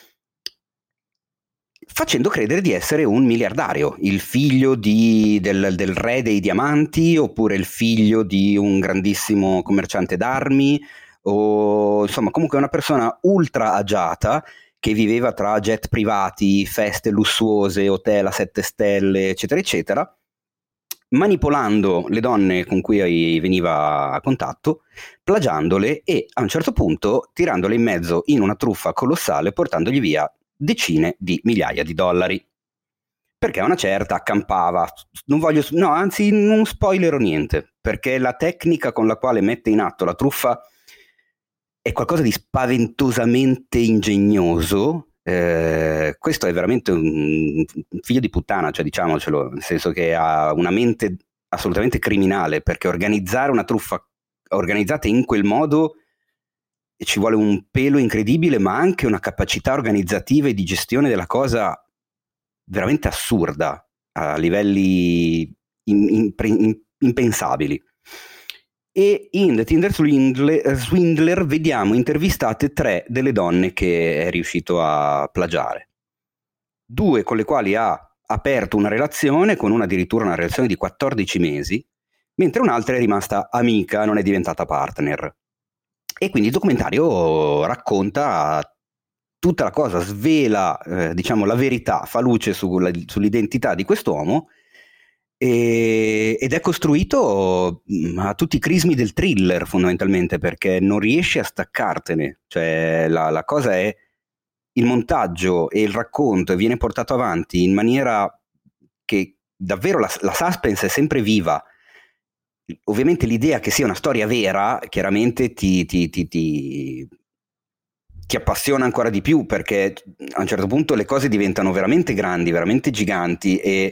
facendo credere di essere un miliardario, il figlio di, del, del re dei diamanti oppure il figlio di un grandissimo commerciante d'armi o insomma comunque una persona ultra agiata che viveva tra jet privati, feste lussuose, hotel a sette stelle, eccetera, eccetera, manipolando le donne con cui veniva a contatto, plagiandole e a un certo punto tirandole in mezzo in una truffa colossale, portandogli via decine di migliaia di dollari. Perché a una certa accampava, non voglio, no, anzi non spoilerò niente, perché la tecnica con la quale mette in atto la truffa è qualcosa di spaventosamente ingegnoso. Eh, questo è veramente un figlio di puttana, cioè diciamocelo, nel senso che ha una mente assolutamente criminale, perché organizzare una truffa organizzata in quel modo ci vuole un pelo incredibile, ma anche una capacità organizzativa e di gestione della cosa veramente assurda a livelli in, in, in, impensabili. E in The Tinder Swindler, Swindler vediamo intervistate tre delle donne che è riuscito a plagiare, due con le quali ha aperto una relazione, con una addirittura una relazione di quattordici mesi, mentre un'altra è rimasta amica, non è diventata partner. E quindi il documentario racconta tutta la cosa, svela eh, diciamo la verità, fa luce sulla, sull'identità di quest'uomo e, ed è costruito mh, a tutti i crismi del thriller fondamentalmente, perché non riesci a staccartene, cioè la, la cosa è il montaggio e il racconto viene portato avanti in maniera che davvero la, la suspense è sempre viva. Ovviamente l'idea che sia una storia vera chiaramente ti, ti, ti, ti, ti appassiona ancora di più, perché a un certo punto le cose diventano veramente grandi, veramente giganti e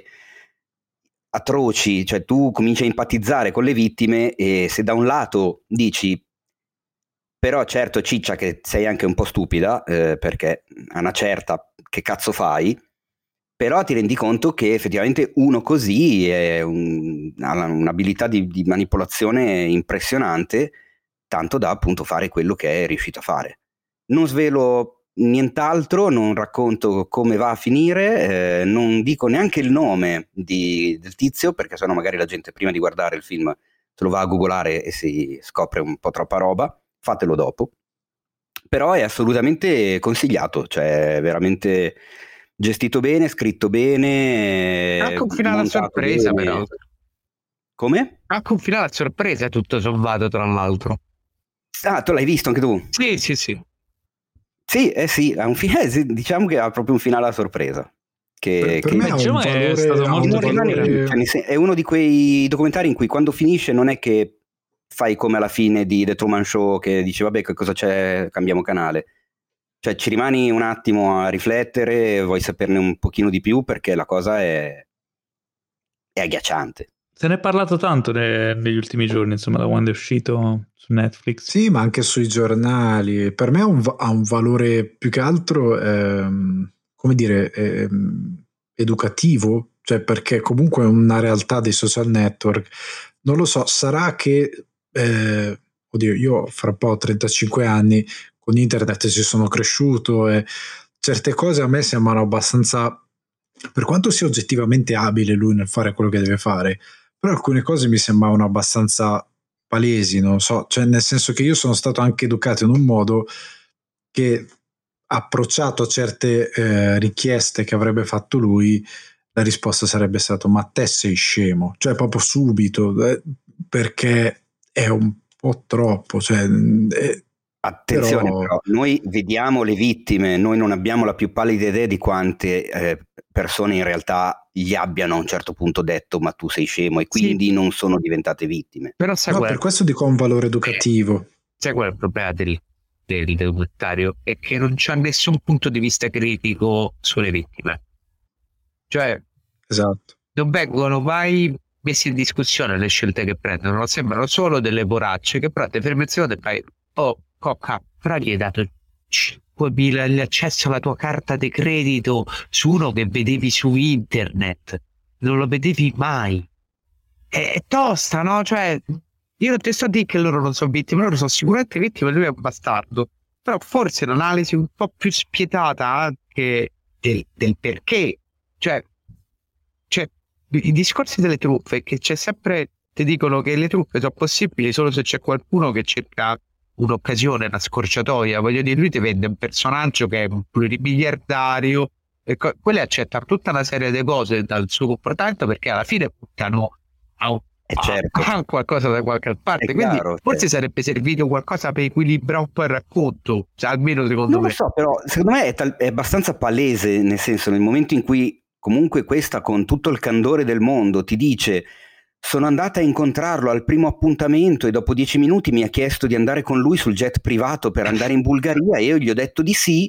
atroci, cioè tu cominci a empatizzare con le vittime e se da un lato dici però certo ciccia che sei anche un po' stupida eh, perché a una certa che cazzo fai, però ti rendi conto che effettivamente uno così è un, ha un'abilità di, di manipolazione impressionante, tanto da appunto fare quello che è riuscito a fare. Non svelo nient'altro, non racconto come va a finire, eh, non dico neanche il nome di, del tizio, perché sennò magari la gente prima di guardare il film se lo va a googolare e si scopre un po' troppa roba. Fatelo dopo. Però è assolutamente consigliato, cioè veramente gestito bene, scritto bene, anche un finale a sorpresa bene. Però come? Anche un finale a sorpresa tutto sommato, tra l'altro. Ah, tu l'hai visto anche tu? Sì, sì, sì. Sì, eh sì, ha un finale, diciamo che ha proprio un finale a sorpresa. Che, per, per che me diciamo un valore, è stato molto valore... cioè, è uno di quei documentari in cui quando finisce non è che fai come alla fine di The Truman Show che dici vabbè che cosa c'è, cambiamo canale, cioè ci rimani un attimo a riflettere, vuoi saperne un pochino di più perché la cosa è, è agghiacciante. Se ne è parlato tanto ne, negli ultimi giorni, insomma, da quando è uscito su Netflix. Sì, ma anche sui giornali. Per me ha un, ha un valore più che altro, ehm, come dire, ehm, educativo, cioè perché comunque è una realtà dei social network. Non lo so, sarà che, eh, oddio, io fra un po' ho trentacinque anni, con internet ci sono cresciuto e certe cose a me sembrano abbastanza per quanto sia oggettivamente abile lui nel fare quello che deve fare, però alcune cose mi sembravano abbastanza palesi, non so, cioè nel senso che io sono stato anche educato in un modo che, approcciato a certe eh, richieste che avrebbe fatto lui, la risposta sarebbe stata: ma te sei scemo, cioè proprio subito, eh, perché è un po' troppo, cioè, eh, attenzione però... però, noi vediamo le vittime, noi non abbiamo la più pallida idea di quante eh, persone in realtà gli abbiano a un certo punto detto ma tu sei scemo, e quindi sì, non sono diventate vittime. Però sai no, qual... per questo dico un valore educativo. Sai qual è il problema del, del documentario? È che non c'è nessun punto di vista critico sulle vittime. Cioè, esatto, non vengono mai messe in discussione le scelte che prendono, sembrano solo delle poracce che però te fermi e fai: oh cocca, però gli hai dato cinquemila l'accesso alla tua carta di credito su uno che vedevi su internet, non lo vedevi mai. È, è tosta, no? Cioè, io non ti sto a dire che loro non sono vittime, loro sono sicuramente vittime, lui è un bastardo, però forse un'analisi un po' più spietata anche del, del perché. Cioè, cioè, i discorsi delle truffe, che c'è sempre, ti dicono che le truffe sono possibili solo se c'è qualcuno che cerca un'occasione, una scorciatoia. Voglio dire, lui ti vende un personaggio che è un plurimiliardario e co- quelli accettano tutta una serie di cose dal suo comportamento perché alla fine puntano a, un, eh certo. a, a qualcosa da qualche parte. È quindi chiaro, forse certo, sarebbe servito qualcosa per equilibrare un po' il racconto, cioè, almeno secondo non me. Non lo so, però secondo me è, tal- è abbastanza palese, nel senso, nel momento in cui comunque questa, con tutto il candore del mondo, ti dice: sono andata a incontrarlo al primo appuntamento e dopo dieci minuti mi ha chiesto di andare con lui sul jet privato per andare in Bulgaria e io gli ho detto di sì.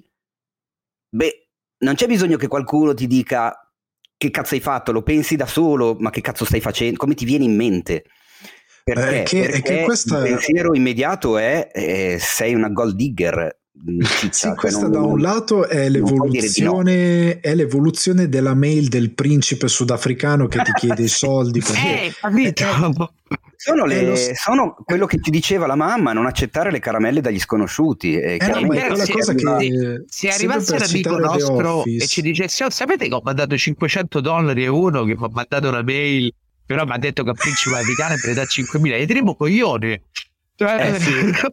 Beh, non c'è bisogno che qualcuno ti dica che cazzo hai fatto, lo pensi da solo, ma che cazzo stai facendo, come ti viene in mente? Perché, è che, Perché è che questa... il pensiero immediato è eh, sei una gold digger. Ciccia, sì, cioè questa non, da un non, lato è l'evoluzione, no. È l'evoluzione della mail del principe sudafricano che ti chiede i soldi. Eh, capito? Sono, le, lo... sono quello che ti diceva la mamma: non accettare le caramelle dagli sconosciuti. E eh no, ma è quella cosa arriva... che se arrivasse l'amico nostro e ci dicesse: oh, sapete che ho mandato cinquecento dollari e uno che mi ha mandato una mail, però mi ha detto che il principe africano me ne dà cinquemila, e diremo coglione. Cioè, eh, sì.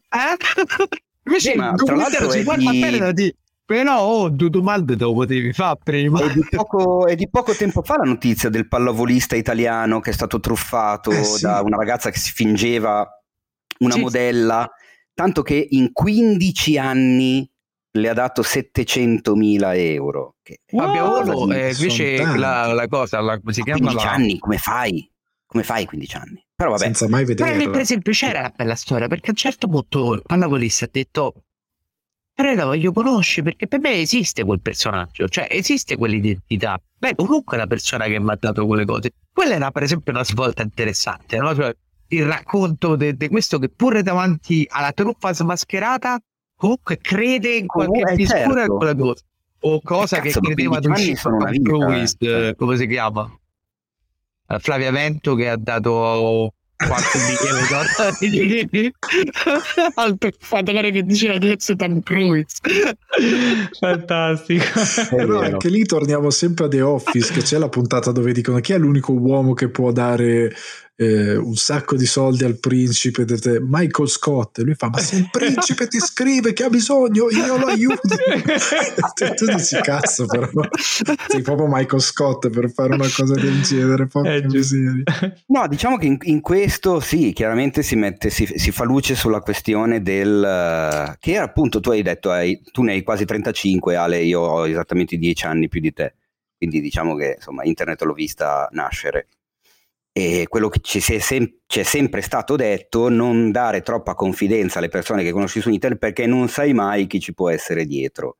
eh? Invece sì, ma tra l'altro si guarda di... bene da dire: però oh, due domande te lo potevi fare prima. È di, poco, è di poco tempo fa la notizia del pallavolista italiano che è stato truffato eh, sì. da una ragazza che si fingeva una sì. modella, tanto che in quindici anni le ha dato settecentomila euro. Che wow, eh, invece la, la cosa, la, come si chiama? quindici la... anni, come fai? Come fai quindici anni? Però vabbè. Senza mai vederla. Però per esempio c'era una bella storia, perché a un certo punto il pallavolista ha detto: però la voglio conoscere, perché per me esiste quel personaggio, cioè esiste quell'identità. Beh, comunque la persona che mi ha dato quelle cose. Quella era per esempio una svolta interessante, no? Cioè, il racconto di questo che pure davanti alla truffa smascherata comunque crede in qualche oh, misura certo. quella cosa. O cosa che, che credeva ad uscire con Cruise, eh. come si chiama? Flavia Vento, che ha dato quattro bicchieri al fatore che diceva che è Tom Cruise. Fantastico. Però anche lì torniamo sempre a The Office, che c'è la puntata dove dicono: chi è l'unico uomo che può dare eh, un sacco di soldi al principe? Michael Scott. E lui fa: ma se il principe ti scrive che ha bisogno, io lo aiuto. Tu dici: cazzo, però sei proprio Michael Scott per fare una cosa del genere. No, diciamo che in, in questo sì, chiaramente si mette, si, si fa luce sulla questione del che appunto tu hai detto, hai, tu ne hai quasi trentacinque, Ale, io ho esattamente dieci anni più di te, quindi diciamo che insomma internet l'ho vista nascere, e quello che ci si è, sem- ci è sempre stato detto: non dare troppa confidenza alle persone che conosci su internet, perché non sai mai chi ci può essere dietro.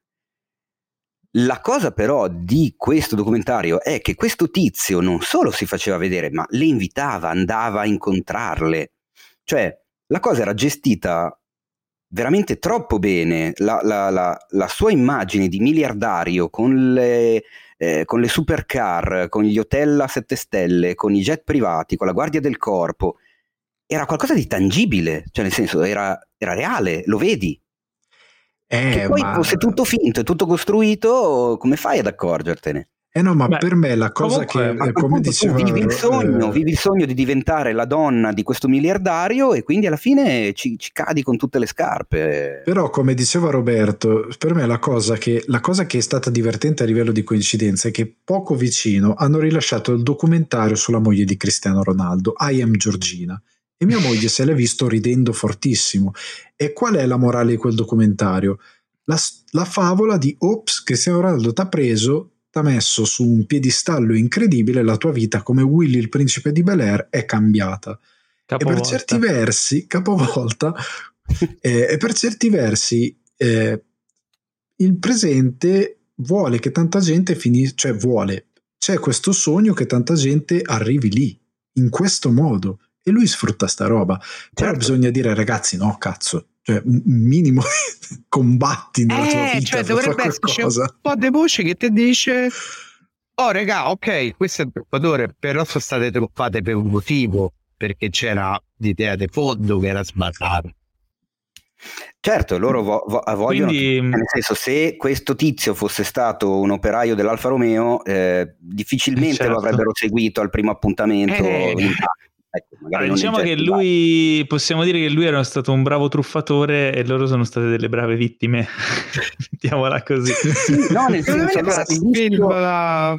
La cosa però di questo documentario è che questo tizio non solo si faceva vedere, ma le invitava, andava a incontrarle. Cioè, la cosa era gestita veramente troppo bene. La, la, la, la sua immagine di miliardario con le, eh, con le supercar, con gli hotel a sette stelle, con i jet privati, con la guardia del corpo, era qualcosa di tangibile. Cioè, nel senso, era, era reale, lo vedi. Eh, che poi ma... fosse tutto finto e tutto costruito, come fai ad accorgertene? Eh no, ma Beh, per me la cosa comunque, che, eh, come diceva, vivi il sogno, eh, vivi il sogno di diventare la donna di questo miliardario e quindi alla fine ci, ci cadi con tutte le scarpe. però come diceva Roberto, per me la cosa, che, la cosa che è stata divertente a livello di coincidenza è che poco vicino hanno rilasciato il documentario sulla moglie di Cristiano Ronaldo, I Am Georgina, e mia moglie se l'è visto ridendo fortissimo. E qual è la morale di quel documentario? La, la favola di ops, Cristiano Ronaldo t'ha preso, t'ha messo su un piedistallo incredibile, la tua vita come Willy il principe di Bel-Air è cambiata. Capovolta. E per certi versi, capovolta, eh, e per certi versi eh, il presente vuole che tanta gente finisca, cioè vuole, c'è questo sogno che tanta gente arrivi lì, in questo modo, e lui sfrutta sta roba. Però Certo. bisogna dire, ragazzi, no, cazzo, cioè un minimo combatti nella eh, tua vita, cioè per dovrebbe fare esserci qualcosa. un po' di voce che ti dice: oh regà, ok, questo è il truffatore, però sono state truffate per un motivo, perché c'era l'idea di fondo che era sbagliata. Certo, loro vo- vo- vogliono, Quindi- che- nel senso, se questo tizio fosse stato un operaio dell'Alfa Romeo, eh, difficilmente Certo. lo avrebbero seguito al primo appuntamento. Eh. in- ecco, magari Allora, non diciamo nel che jet lui, possiamo dire che lui era stato un bravo truffatore e loro sono state delle brave vittime, mettiamola così. privato. No, nel Secondo senso, me allora, questo il film rischio- la-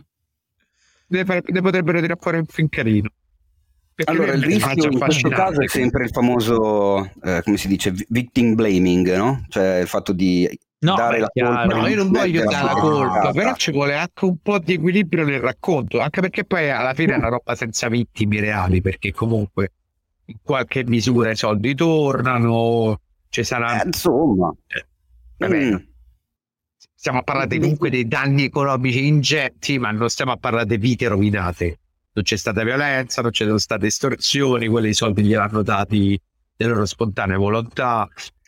ne, fare- ne potrebbero tirare fuori un film carino. Perché Allora, il lui è un rischio in personaggio questo caso è affascinante. sempre il famoso, eh, come si dice, vi- victim blaming, no? Cioè il fatto di No, dare beh, la chiaro. colpa. No, io non voglio della dare la colpa. colpa, però ci vuole anche un po' di equilibrio nel racconto, anche perché poi alla fine è una roba senza vittime reali, perché comunque in qualche misura i soldi tornano, ci saranno... Eh, insomma. Eh, vabbè, Mm. stiamo a parlare comunque dei danni economici ingenti, ma non stiamo a parlare di vite rovinate. Non c'è stata violenza, non ci sono state estorsioni, quelli soldi gliel'hanno dati di loro spontanea volontà.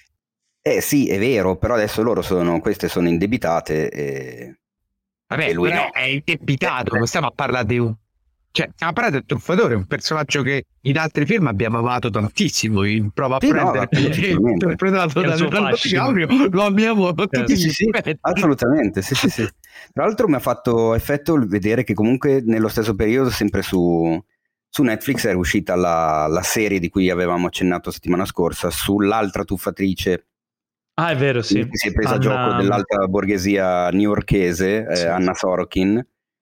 Eh sì, è vero, però adesso loro sono, queste sono indebitate e, Vabbè, e lui però no. è indebitato, Eh, non stiamo a parlare di un... Cioè, stiamo a parlare del truffatore, un personaggio che in altri film abbiamo amato tantissimo, in Prova a Sì, no, prendere, assolutamente. interpretato È il da suo Leonardo fascino. DiCaprio, lo amiamo con tutti Sì, gli sì, sì, aspetti. assolutamente, sì, sì, sì. Tra l'altro mi ha fatto effetto il vedere che comunque nello stesso periodo, sempre su, su Netflix, è uscita la, la serie di cui avevamo accennato settimana scorsa, sull'altra tuffatrice Ah, è vero, sì. che si è presa a Anna- gioco dell'alta borghesia newyorkese, eh, Sì. Anna Sorokin.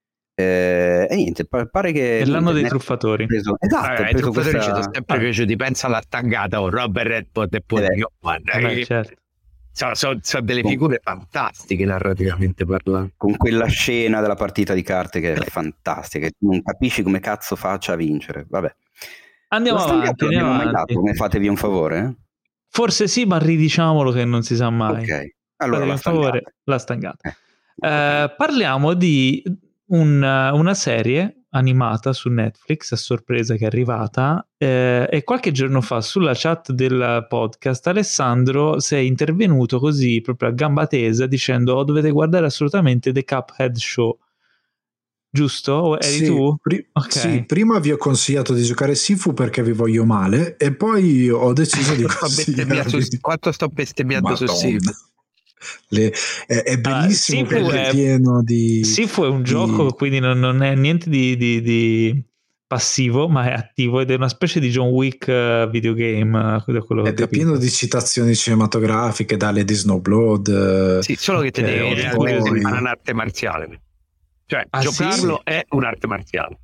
Eh, e niente, pa- pare che... È l'anno niente, dei Netflix truffatori. ha preso- esatto, Vabbè, ha i preso truffatori questa... ci sono sempre piaciuti, pensa alla tangata o Robert Redford e poi Eh beh. Dio, guarda, Vabbè, che- certo. sono, sono- sono delle Con- figure fantastiche narrativamente parlando. con quella scena della partita di carte che è fantastica, che non capisci come cazzo faccia a vincere. Vabbè. Andiamo La stangata avanti, andiamo l'abbiamo mai avanti. dato, come fatevi un favore? eh? Forse sì, ma ridiciamolo che non si sa mai. Ok, allora Fatevi la un stangata. favore, la stangata. Eh, Eh, parliamo di un- una serie animata su Netflix, a sorpresa che è arrivata, eh, e qualche giorno fa sulla chat del podcast Alessandro si è intervenuto così proprio a gamba tesa dicendo: oh, dovete guardare assolutamente The Cuphead Show. Giusto? O eri Sì, tu? pri- Ok. sì, prima vi ho consigliato di giocare Sifu perché vi voglio male e poi ho deciso di Sto bestemmiando su- consigliarvi. quanto sto bestemmiando su Madonna. Sifu? Le- è, è bellissimo Sifu perché è è- pieno di... Sifu è un di- gioco, quindi non, non è niente di, di- di passivo, ma è attivo ed è una specie di John Wick uh, videogame, uh, da quello che ho Ed è capito. pieno di citazioni cinematografiche dalle di Snowblood. eh, Sì, solo che te Ok, devi ok. realmente Poi- fare un'arte marziale. Cioè, Ah, giocarlo sì? è un'arte marziale.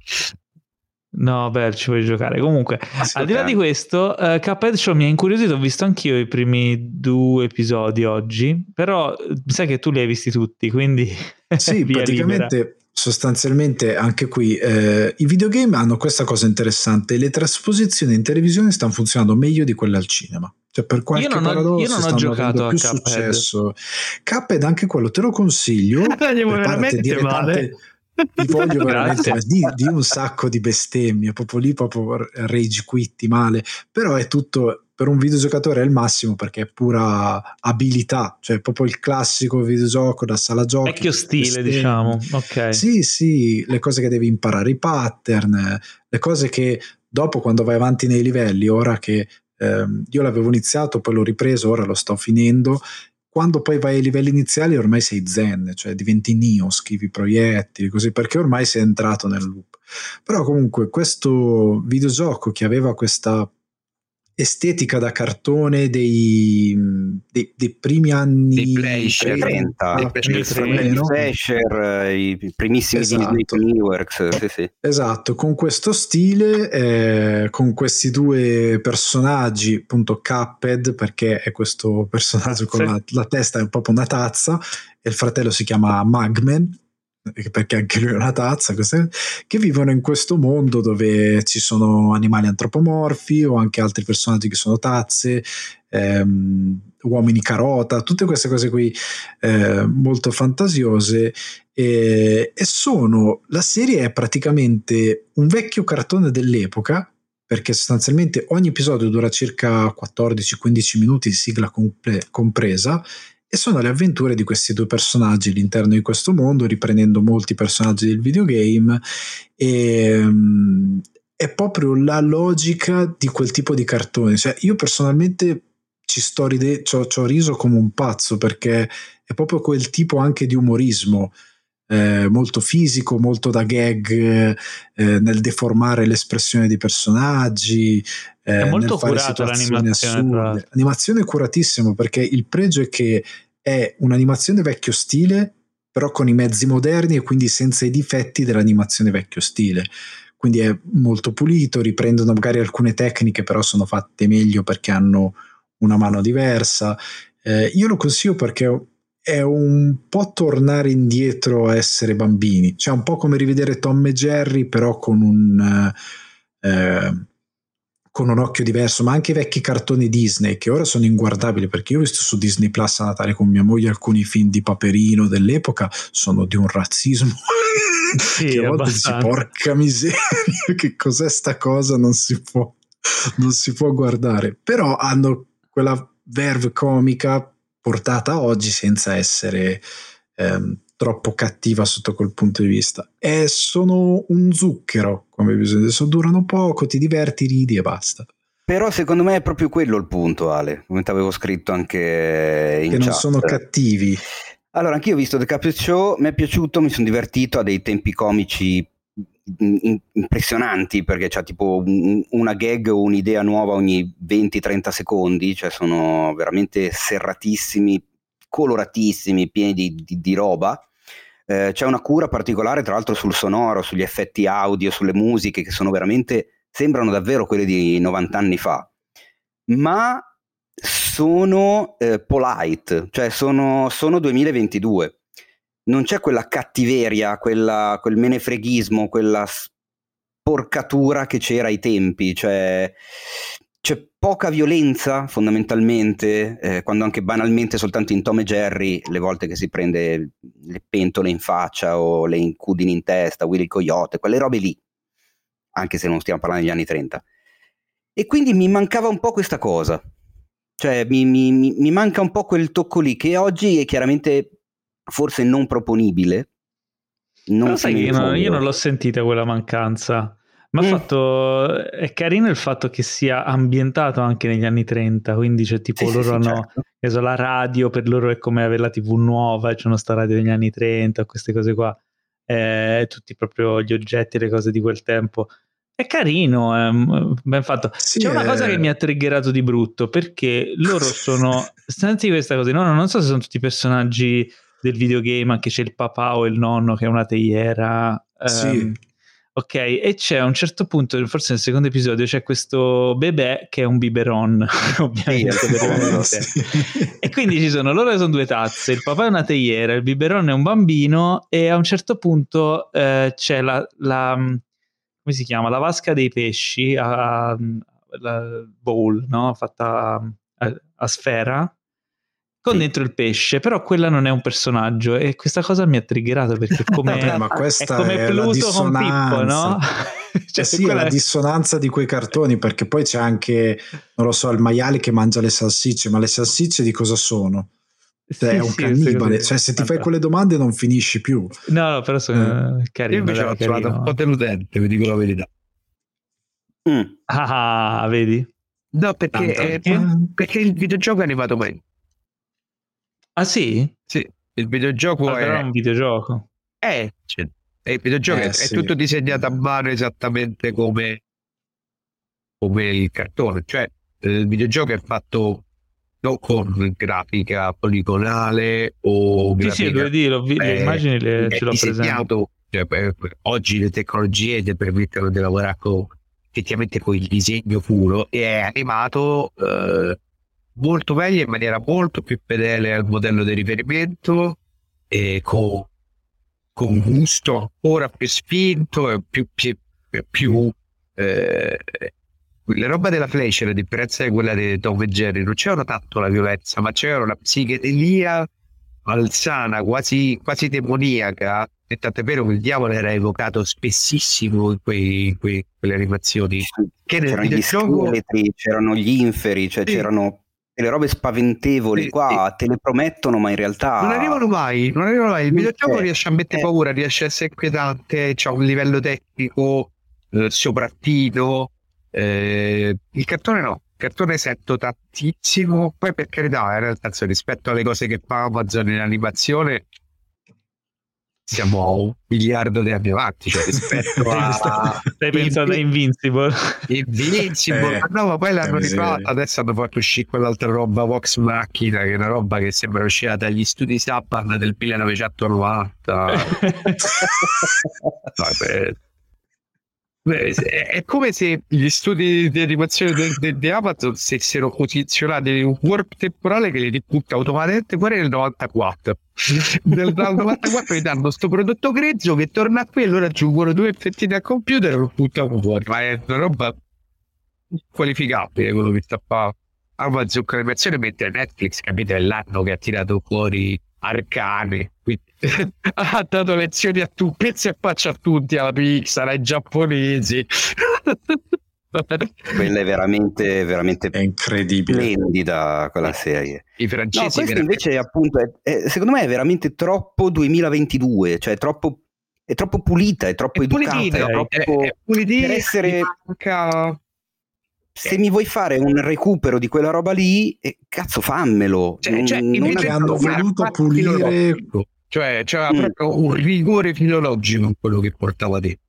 No, beh, ci vuoi giocare. Comunque, sì, al di là ok. di questo, uh, Cuphead Show mi ha incuriosito, ho visto anch'io i primi due episodi oggi, però eh, mi sa che tu li hai visti tutti, quindi Sì, via praticamente, libera. sostanzialmente anche qui eh, i videogame hanno questa cosa interessante: le trasposizioni in televisione stanno funzionando meglio di quelle al cinema. Cioè, per qualche Io non ho- paradosso io non ho stanno giocato avendo a più Cuphead. successo. Cuphead, anche quello te lo consiglio. Andiamo Preparati a veramente dire male. tante. Ti voglio veramente, Grazie. ma di, di un sacco di bestemmie, proprio lì, proprio rage quitti male. Però è tutto, per un videogiocatore è il massimo perché è pura abilità, cioè proprio il classico videogioco da sala giochi. Vecchio stile, bestemmie. diciamo. Ok. Sì, sì, le cose che devi imparare, i pattern, le cose che dopo, quando vai avanti nei livelli, ora che ehm, io l'avevo iniziato, poi l'ho ripreso, ora lo sto finendo, quando poi vai ai livelli iniziali ormai sei zen, cioè diventi Neo, schivi proiettili, così, perché ormai sei entrato nel loop. Però comunque questo videogioco che aveva questa estetica da cartone dei, dei, dei primi anni trenta, i Flasher, i primissimi esatto. Disney Dreamworks, sì, sì. Esatto, con questo stile, eh, con questi due personaggi, appunto Cuphead, perché è questo personaggio con la, la testa è proprio una tazza, e il fratello si chiama Mugman, perché anche lui è una tazza, che vivono in questo mondo dove ci sono animali antropomorfi o anche altri personaggi che sono tazze, ehm, uomini carota, tutte queste cose qui eh, molto fantasiose, e, e sono, la serie è praticamente un vecchio cartone dell'epoca, perché sostanzialmente ogni episodio dura circa quattordici quindici minuti, sigla comple- compresa, e sono le avventure di questi due personaggi all'interno di questo mondo, riprendendo molti personaggi del videogame, e um, è proprio la logica di quel tipo di cartone. Cioè, io personalmente ci sto ride- ci ho, ci ho riso come un pazzo, perché è proprio quel tipo anche di umorismo, eh, molto fisico, molto da gag, eh, nel deformare l'espressione dei personaggi, eh, è molto nel fare curata situazioni l'animazione, assurde. L'animazione è curatissima, perché il pregio è che è un'animazione vecchio stile, però con i mezzi moderni e quindi senza i difetti dell'animazione vecchio stile. Quindi è molto pulito, riprendono magari alcune tecniche, però sono fatte meglio perché hanno una mano diversa. Eh, io lo consiglio perché è un po' tornare indietro a essere bambini, cioè un po' come rivedere Tom e Jerry, però con un eh, con un occhio diverso, ma anche i vecchi cartoni Disney che ora sono inguardabili, perché io ho visto su Disney Plus a Natale con mia moglie alcuni film di Paperino dell'epoca, sono di un razzismo sì, che a volte dici porca miseria, che cos'è sta cosa, non si può non si può guardare, però hanno quella verve comica portata oggi senza essere ehm, troppo cattiva sotto quel punto di vista, e sono un zucchero come bisogna, adesso durano poco, ti diverti, ridi e basta. Però secondo me è proprio quello il punto, Ale, come ti avevo scritto anche in che chat. Non sono cattivi. Allora, anch'io ho visto The Cuphead Show, mi è piaciuto, mi sono divertito, ha dei tempi comici impressionanti, perché c'ha tipo un, una gag o un'idea nuova ogni venti trenta secondi, cioè sono veramente serratissimi, coloratissimi, pieni di, di, di roba. Eh, c'è una cura particolare tra l'altro sul sonoro, sugli effetti audio, sulle musiche, che sono veramente, sembrano davvero quelle di novanta anni fa, ma sono eh, polite, cioè sono, sono duemilaventidue. Non c'è quella cattiveria, quella, quel menefreghismo, quella sporcatura che c'era ai tempi, cioè c'è poca violenza fondamentalmente, eh, quando anche banalmente soltanto in Tom e Jerry, le volte che si prende le pentole in faccia o le incudini in testa, Willy il Coyote, quelle robe lì, anche se non stiamo parlando degli anni trenta. E quindi mi mancava un po' questa cosa, cioè mi, mi, mi manca un po' quel tocco lì, che oggi è chiaramente forse non proponibile. Non sai che io, non, io non l'ho sentita quella mancanza, ma mm. fatto, è carino il fatto che sia ambientato anche negli anni trenta, quindi c'è tipo sì, loro sì, hanno certo. Eso, la radio per loro è come avere la tivù nuova, c'è una sta radio degli anni trenta, queste cose qua, eh, tutti proprio gli oggetti e le cose di quel tempo. È carino, è ben fatto. Sì, c'è una cosa che mi ha triggerato di brutto, perché loro sono, senti questa cosa, no, non so se sono tutti personaggi del videogame, anche c'è il papà o il nonno che è una teiera, sì. um, ok, e c'è a un certo punto, forse nel secondo episodio, c'è questo bebè che è un biberon, ovviamente, sì, per sì. E quindi ci sono loro che sono due tazze, il papà è una teiera, il biberon è un bambino, e a un certo punto eh, c'è la, la come si chiama, la vasca dei pesci, a, a la bowl, no? Fatta a, a sfera, con sì. dentro il pesce, però quella non è un personaggio, e questa cosa mi ha triggerato, perché è come, Vabbè, ma questa è come è Pluto con Pippo, no? Cioè, eh sì, è la è... dissonanza di quei cartoni, perché poi c'è anche, non lo so, il maiale che mangia le salsicce, ma le salsicce di cosa sono? Cioè, sì, è un sì, cannibale, cioè se ti fai quelle domande non finisci più. No, no, però sono eh. carino. Io invece l'ho trovato un po' deludente, vi dico la verità. Mm. Ah, vedi? No, perché, eh, perché il videogioco è animato meglio. Ah sì? Sì, il videogioco allora è un videogioco. È, cioè, è, il videogioco Eh, è, sì. è tutto disegnato a mano esattamente come, come il cartone. Cioè, eh, il videogioco è fatto non con grafica poligonale o Sì, sì, grafica. due D, l'ho vi- le è, immagini le, è ce l'ho presente. disegnato. Cioè, eh, oggi le tecnologie ti permettono di lavorare con, effettivamente con il disegno puro e è animato eh, molto meglio, in maniera molto più fedele al modello di riferimento e con, con gusto ancora più spinto e più, più, più eh, la roba della Fleischer, a differenza di quella di Tom e Jerry, non c'era tanto la violenza, ma c'era una psichedelia malsana, quasi, quasi demoniaca. E tant'è vero che il diavolo era evocato spessissimo in, quei, in quei, quelle animazioni. Che nel C'erano gli videogioco scheletri, c'erano gli inferi, cioè sì, c'erano delle robe spaventevoli. sì, Qua te le promettono, ma in realtà non arrivano mai, non arrivano mai. Il non videogioco c'è. riesce a mettere Eh. paura, riesce a essere inquietante, c'ha un livello tecnico eh, soprattutto. Eh, il cartone no, il cartone sento tantissimo. Poi per carità, eh, nel senso, rispetto alle cose che fa Amazon in animazione siamo a un miliardo di anni avanti, cioè rispetto a Stai pensando a Invincible? Invincible, Eh, no, ma poi l'hanno che miseria. rifatta, adesso hanno fatto uscire quell'altra roba Vox Machina, che è una roba che sembra uscita dagli studi Sappan del millenovecentonovanta. No, beh, beh, è come se gli studi di animazione di Amazon stessero posizionati in un warp temporale che li ributta automaticamente fuori nel novantaquattro. Nel novantaquattro gli danno sto prodotto grezzo che torna qui e loro aggiungono due effettini al computer e lo buttano fuori. Ma è una roba qualificabile quello che sta a fare Amazon con l'animazione, mentre Netflix, capite, è l'anno che ha tirato fuori Arcane, quindi ha dato lezioni a tutti, pezzi e faccia a tutti, alla Pixar, ai giapponesi. Quella è veramente, veramente È incredibile. splendida quella serie. I francesi No, questo veramente... invece appunto è, è, secondo me è veramente troppo duemilaventidue, cioè è troppo, è troppo pulita, è troppo è educata, pulitino, è troppo, è, è pulitino, per essere... manca... Se mi vuoi fare un recupero di quella roba lì, eh, cazzo fammelo. Cioè, cioè, non invece hanno voluto pulire, cioè c'era Mm. proprio un rigore filologico in quello che portava te.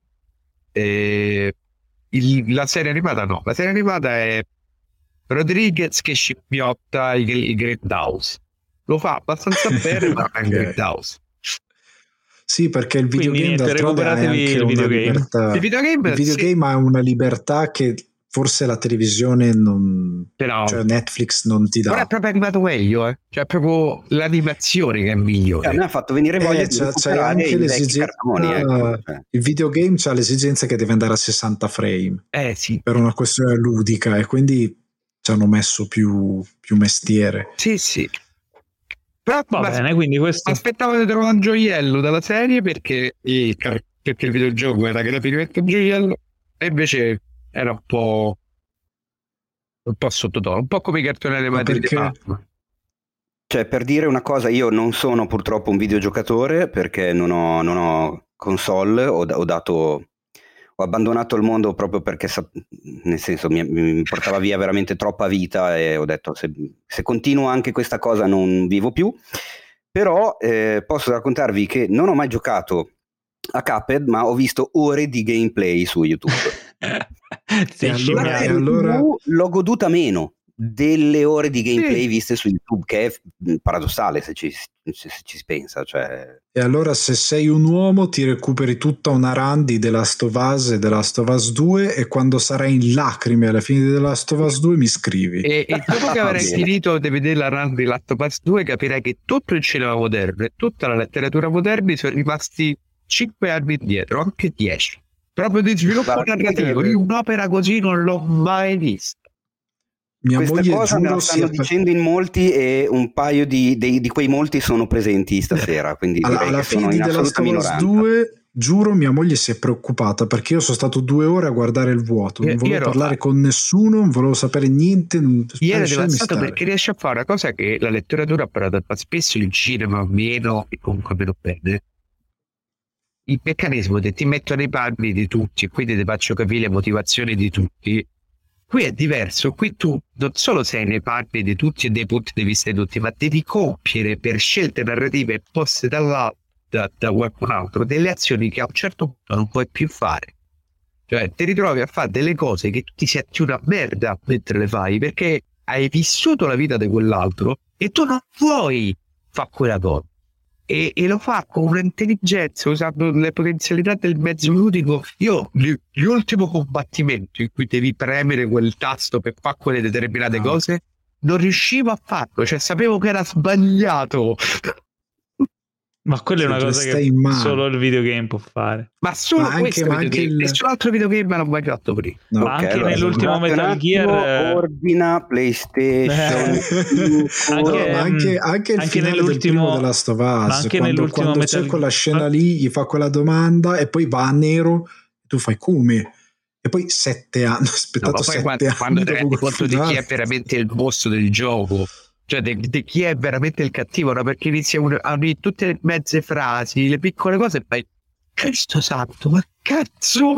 E il- la serie animata no, la serie animata è Rodriguez che scimmiotta i, i Grindhouse. Lo fa abbastanza bene, ma è un Ok. Grindhouse. sì, perché il Quindi videogame niente, d'altronde ha recuperatevi anche il una videogame. libertà. Il videogame, Il videogame ha una libertà che forse la televisione non, Però, cioè Netflix non ti ora è dà. proprio arrivato meglio, eh. Cioè è proprio l'animazione che è migliore. A me ha fatto venire voglia Eh, di c'è, c'è recuperare anche i vecchi l'esigenza, cartoni. Ecco. Cioè. il videogame c'ha l'esigenza che deve andare a sessanta frame Eh sì, per una questione ludica e quindi ci hanno messo più, più mestiere. sì, sì. Però Va ma- bene, quindi questo... aspettavo di trovare un gioiello dalla serie perché il, perché il videogioco era graficamente un gioiello e invece era un po' un po' sottotono, un po' come i cartoni animati di perché- Batman. Cioè, per dire una cosa, io non sono purtroppo un videogiocatore perché non ho, non ho console, ho, ho dato... ho abbandonato il mondo proprio perché, nel senso, mi, mi portava via veramente troppa vita e ho detto se, se continuo anche questa cosa non vivo più. Però eh, posso raccontarvi che non ho mai giocato a Cuphead, ma ho visto ore di gameplay su YouTube. Sei E allora- scimmiato. e serie allora- T V l'ho goduta meno delle ore di gameplay Sì. viste su YouTube, che è paradossale se ci, se, se ci si pensa. Cioè... E allora se sei un uomo ti recuperi tutta una run di The Last of Us e The Last of Us due e quando sarai in lacrime alla fine di The Last of Us due mi scrivi. E, e dopo che avrai Bene. finito di vedere la run di Last of Us due capirai che tutto il cinema moderno e tutta la letteratura moderna sono rimasti cinque anni indietro, anche dieci. Proprio di sviluppo Guarda, narrativo. Io un'opera così non l'ho mai vista. Mia Questa moglie cosa me giuro la stanno sia dicendo in molti e un paio di, dei, di quei molti sono presenti stasera, quindi alla, direi alla che sono fine in di The Last assoluta of Us minoranza. due giuro mia moglie si è preoccupata perché io sono stato due ore a guardare il vuoto, non Io- volevo io ero- parlare con nessuno, non volevo sapere niente, non- Ieri è lasciatemi devastato stare. perché riesce a fare una cosa che la letteratura ha imparato a fare spesso, il cinema meno e comunque meno bene. Il meccanismo che ti metto nei panni di tutti e quindi ti faccio capire le motivazioni di tutti Qui è diverso, qui tu non solo sei nei panni di tutti e dei punti di vista di tutti, ma devi compiere per scelte narrative poste dalla, da, da qualcun altro delle azioni che a un certo punto non puoi più fare. Cioè ti ritrovi a fare delle cose che tu ti senti una merda mentre le fai, perché hai vissuto la vita di quell'altro e tu non vuoi fare quella cosa. E, e lo fa con un'intelligenza, usando le potenzialità del mezzo ludico. Io l'ultimo combattimento in cui devi premere quel tasto per fare quelle determinate no. cose, non riuscivo a farlo, cioè sapevo che era sbagliato. Ma quella è una cosa che solo il videogame può fare. Ma solo ma questo anche, videogame, il... nessun altro videogame l'ho mai fatto prima. No, ma okay, anche allora, nell'ultimo Metal Gear ordina PlayStation anche, anche, anche il anche finale nell'ultimo della Last of Us, anche quando, nell'ultimo quando Metal c'è quella scena lì, gli fa quella domanda e poi va a nero, tu fai come? E poi sette anni, ho aspettato no, sette quando, anni quando ti rendi conto di chi è veramente il boss del gioco, cioè di chi è veramente il cattivo, no? Perché inizia a unire tutte le mezze frasi, le piccole cose e poi Cristo santo, ma cazzo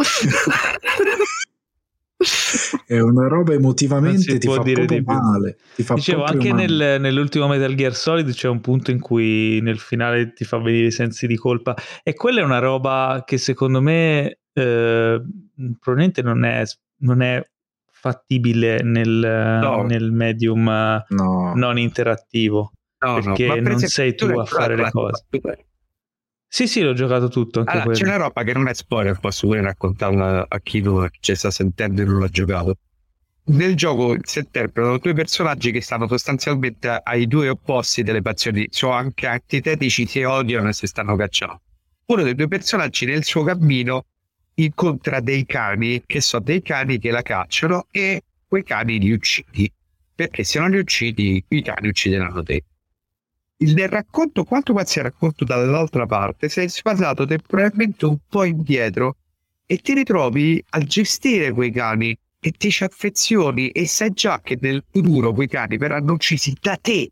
è una roba emotivamente ti fa proprio male, ti fa dicevo anche nel, nell'ultimo Metal Gear Solid c'è un punto in cui nel finale ti fa venire i sensi di colpa, e quella è una roba che secondo me eh, probabilmente non è, non è fattibile nel, no. nel medium no. non interattivo, no, perché no. non sei tu a fare le cose. Sì, sì, l'ho giocato tutto. Anche allora, c'è una roba che non è spoiler, posso pure raccontarla a chi non ci sta sentendo e non l'ha giocato. Nel gioco si interpretano due personaggi che stanno sostanzialmente ai due opposti delle passioni, sono anche antitetici, si odiano e si stanno cacciando. Uno dei due personaggi nel suo cammino incontra dei cani che sono dei cani che la cacciano e quei cani li uccidi, perché se non li uccidi i cani uccideranno te. Il nel racconto, quanto quasi il racconto dall'altra parte, sei spasato temporalmente un po' indietro e ti ritrovi a gestire quei cani e ti ci affezioni e sai già che nel futuro quei cani verranno uccisi da te,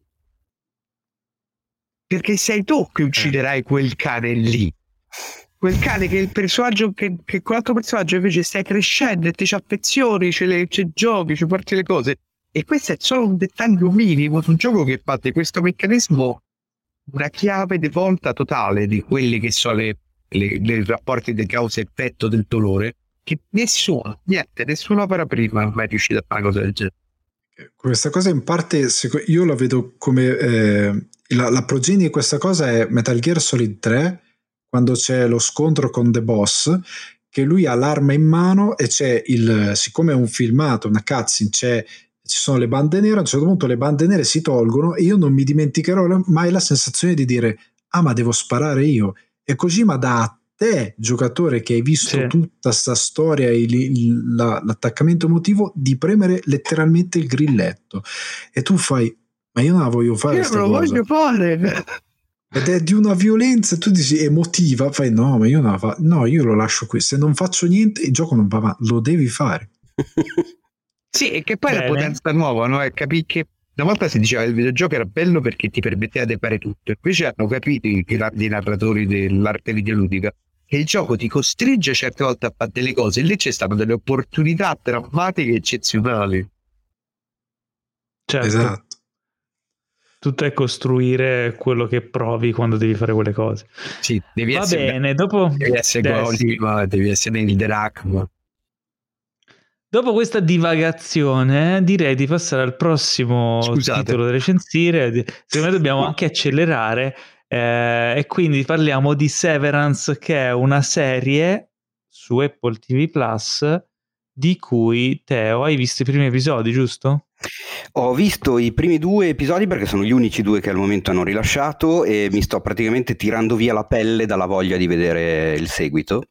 perché sei tu che ucciderai quel cane lì. Quel cane che il personaggio che, che quell'altro personaggio invece stai crescendo e ti ci affezioni, ce le ce giochi, ci porti le cose. E questo è solo un dettaglio minimo su un gioco che fa di questo meccanismo una chiave di volta totale di quelli che sono le, le, le rapporti di causa-effetto del dolore, che nessuno, niente, nessuna opera prima è mai riuscita a fare una cosa del genere. Questa cosa in parte io la vedo come eh, la, la progenie di questa cosa è Metal Gear Solid tre, quando c'è lo scontro con The Boss, che lui ha l'arma in mano e c'è il, siccome è un filmato, una cutscene, c'è, ci sono le bande nere, a un certo punto le bande nere si tolgono e io non mi dimenticherò mai la sensazione di dire ah ma devo sparare io, e Kojima dà a te giocatore che hai visto sì. tutta sta storia, il, il, la, l'attaccamento emotivo, di premere letteralmente il grilletto e tu fai ma io non la voglio fare io sta non cosa voglio fare ed è di una violenza, tu dici emotiva, fai no ma io non la fa- no io lo lascio qui, se non faccio niente il gioco non va avanti, lo devi fare. Sì, e che poi Bene. La potenza nuova, no? È capire che una volta si diceva che il videogioco era bello perché ti permetteva di fare tutto, invece hanno capito i grandi narratori dell'arte videoludica che il gioco ti costringe certe volte a fare delle cose e lì c'è state delle opportunità drammatiche eccezionali. Certo. Esatto. Tutto è costruire quello che provi quando devi fare quelle cose. Sì, devi Va essere bene, dopo devi essere Kojima, devi essere il Dracma. Dopo questa divagazione direi di passare al prossimo Scusate. titolo da recensire. Secondo me dobbiamo anche accelerare eh, e quindi parliamo di Severance, che è una serie su Apple T V Plus di cui, Teo, hai visto i primi episodi, giusto? Ho visto i primi due episodi perché sono gli unici due che al momento hanno rilasciato e mi sto praticamente tirando via la pelle dalla voglia di vedere il seguito.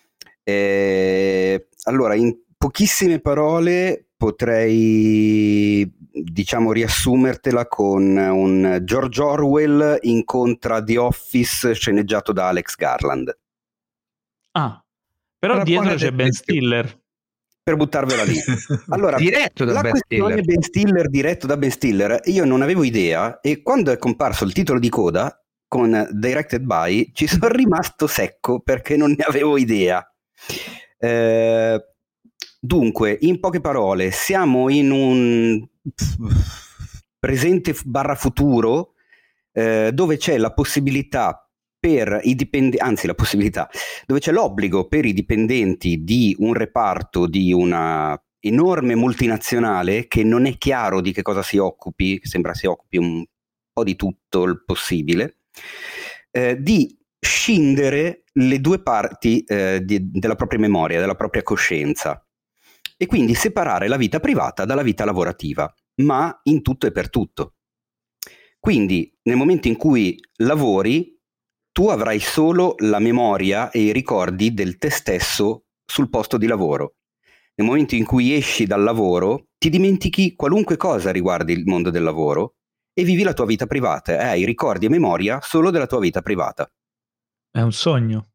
E allora, in pochissime parole potrei, diciamo, riassumertela con un George Orwell incontra The Office sceneggiato da Alex Garland. Ah, però Però dietro c'è Ben Stiller. Per buttarvela lì. Allora, diretto da la Ben questione Stiller. Ben Stiller diretto da Ben Stiller, io non avevo idea e quando è comparso il titolo di coda con Directed by ci sono rimasto secco perché non ne avevo idea. Eh, Dunque, in poche parole, siamo in un presente barra futuro eh, dove c'è la possibilità per i dipendenti, anzi la possibilità, dove c'è l'obbligo per i dipendenti di un reparto di una enorme multinazionale che non è chiaro di che cosa si occupi, sembra si occupi un po' di tutto il possibile, eh, di scindere le due parti eh, di, della propria memoria, della propria coscienza, e quindi separare la vita privata dalla vita lavorativa, ma in tutto e per tutto. Quindi nel momento in cui lavori, tu avrai solo la memoria e i ricordi del te stesso sul posto di lavoro. Nel momento in cui esci dal lavoro, ti dimentichi qualunque cosa riguardi il mondo del lavoro e vivi la tua vita privata e hai ricordi e memoria solo della tua vita privata. È un sogno.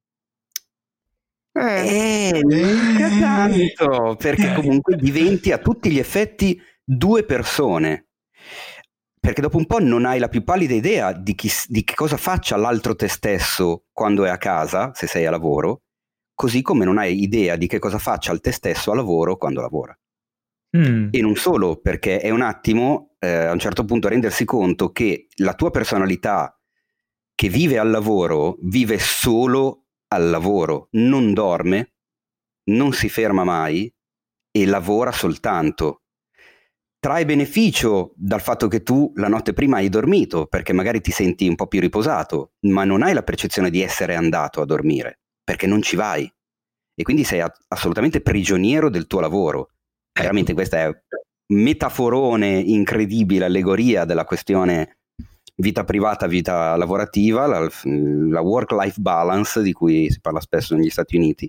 Eh, eh mica tanto, perché comunque diventi a tutti gli effetti due persone. Perché dopo un po' non hai la più pallida idea di, chi, di che cosa faccia l'altro te stesso quando è a casa, se sei a lavoro, così come non hai idea di che cosa faccia il te stesso a lavoro quando lavora. Mm. E non solo, perché è un attimo, eh, a un certo punto, rendersi conto che la tua personalità che vive al lavoro, vive solo al lavoro, non dorme, non si ferma mai e lavora soltanto. Trae beneficio dal fatto che tu la notte prima hai dormito, perché magari ti senti un po' più riposato, ma non hai la percezione di essere andato a dormire, perché non ci vai. E quindi sei a- assolutamente prigioniero del tuo lavoro. Veramente questa è un metaforone incredibile, allegoria della questione vita privata, vita lavorativa, la, la work-life balance di cui si parla spesso negli Stati Uniti.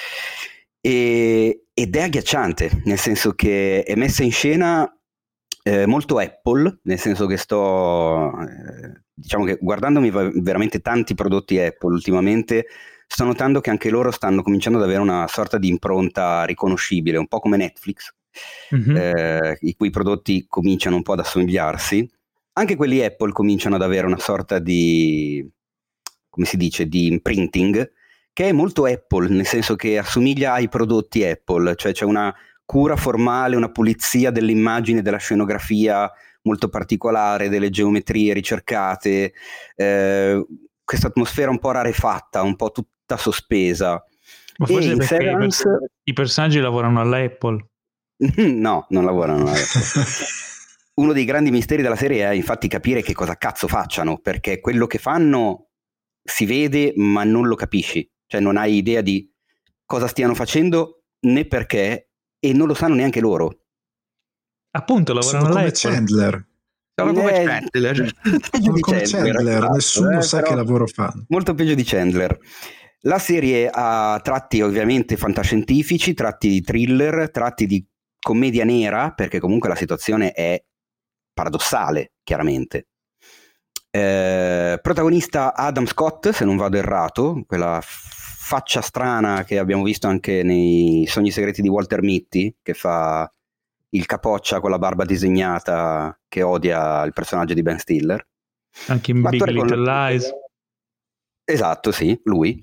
E, ed è agghiacciante, nel senso che è messa in scena Eh, molto Apple, nel senso che sto, eh, diciamo che guardandomi veramente tanti prodotti Apple ultimamente, sto notando che anche loro stanno cominciando ad avere una sorta di impronta riconoscibile, un po' come Netflix, mm-hmm. eh, i cui prodotti cominciano un po' ad assomigliarsi. Anche quelli Apple cominciano ad avere una sorta di, come si dice, di imprinting, che è molto Apple, nel senso che assomiglia ai prodotti Apple, cioè c'è una cura formale, una pulizia dell'immagine, della scenografia molto particolare, delle geometrie ricercate, eh, questa atmosfera un po' rarefatta, un po' tutta sospesa. Ma forse perché Severance... i, pers- i personaggi lavorano all'Apple? No, non lavorano all'Apple. Uno dei grandi misteri della serie è infatti capire che cosa cazzo facciano, perché quello che fanno si vede ma non lo capisci, cioè non hai idea di cosa stiano facendo né perché, e non lo sanno neanche loro. Appunto, lavorano come Chandler. Sono come eh, Chandler. Sono come Chandler, Chandler. Nessuno eh, sa che lavoro fanno. Molto peggio di Chandler. La serie ha tratti ovviamente fantascientifici, tratti di thriller, tratti di commedia nera, perché comunque la situazione è paradossale, chiaramente. Eh, protagonista Adam Scott, se non vado errato, quella faccia strana che abbiamo visto anche nei Sogni segreti di Walter Mitty, che fa il capoccia con la barba disegnata che odia il personaggio di Ben Stiller. Anche in Big Little con... Lies. Esatto, sì, lui.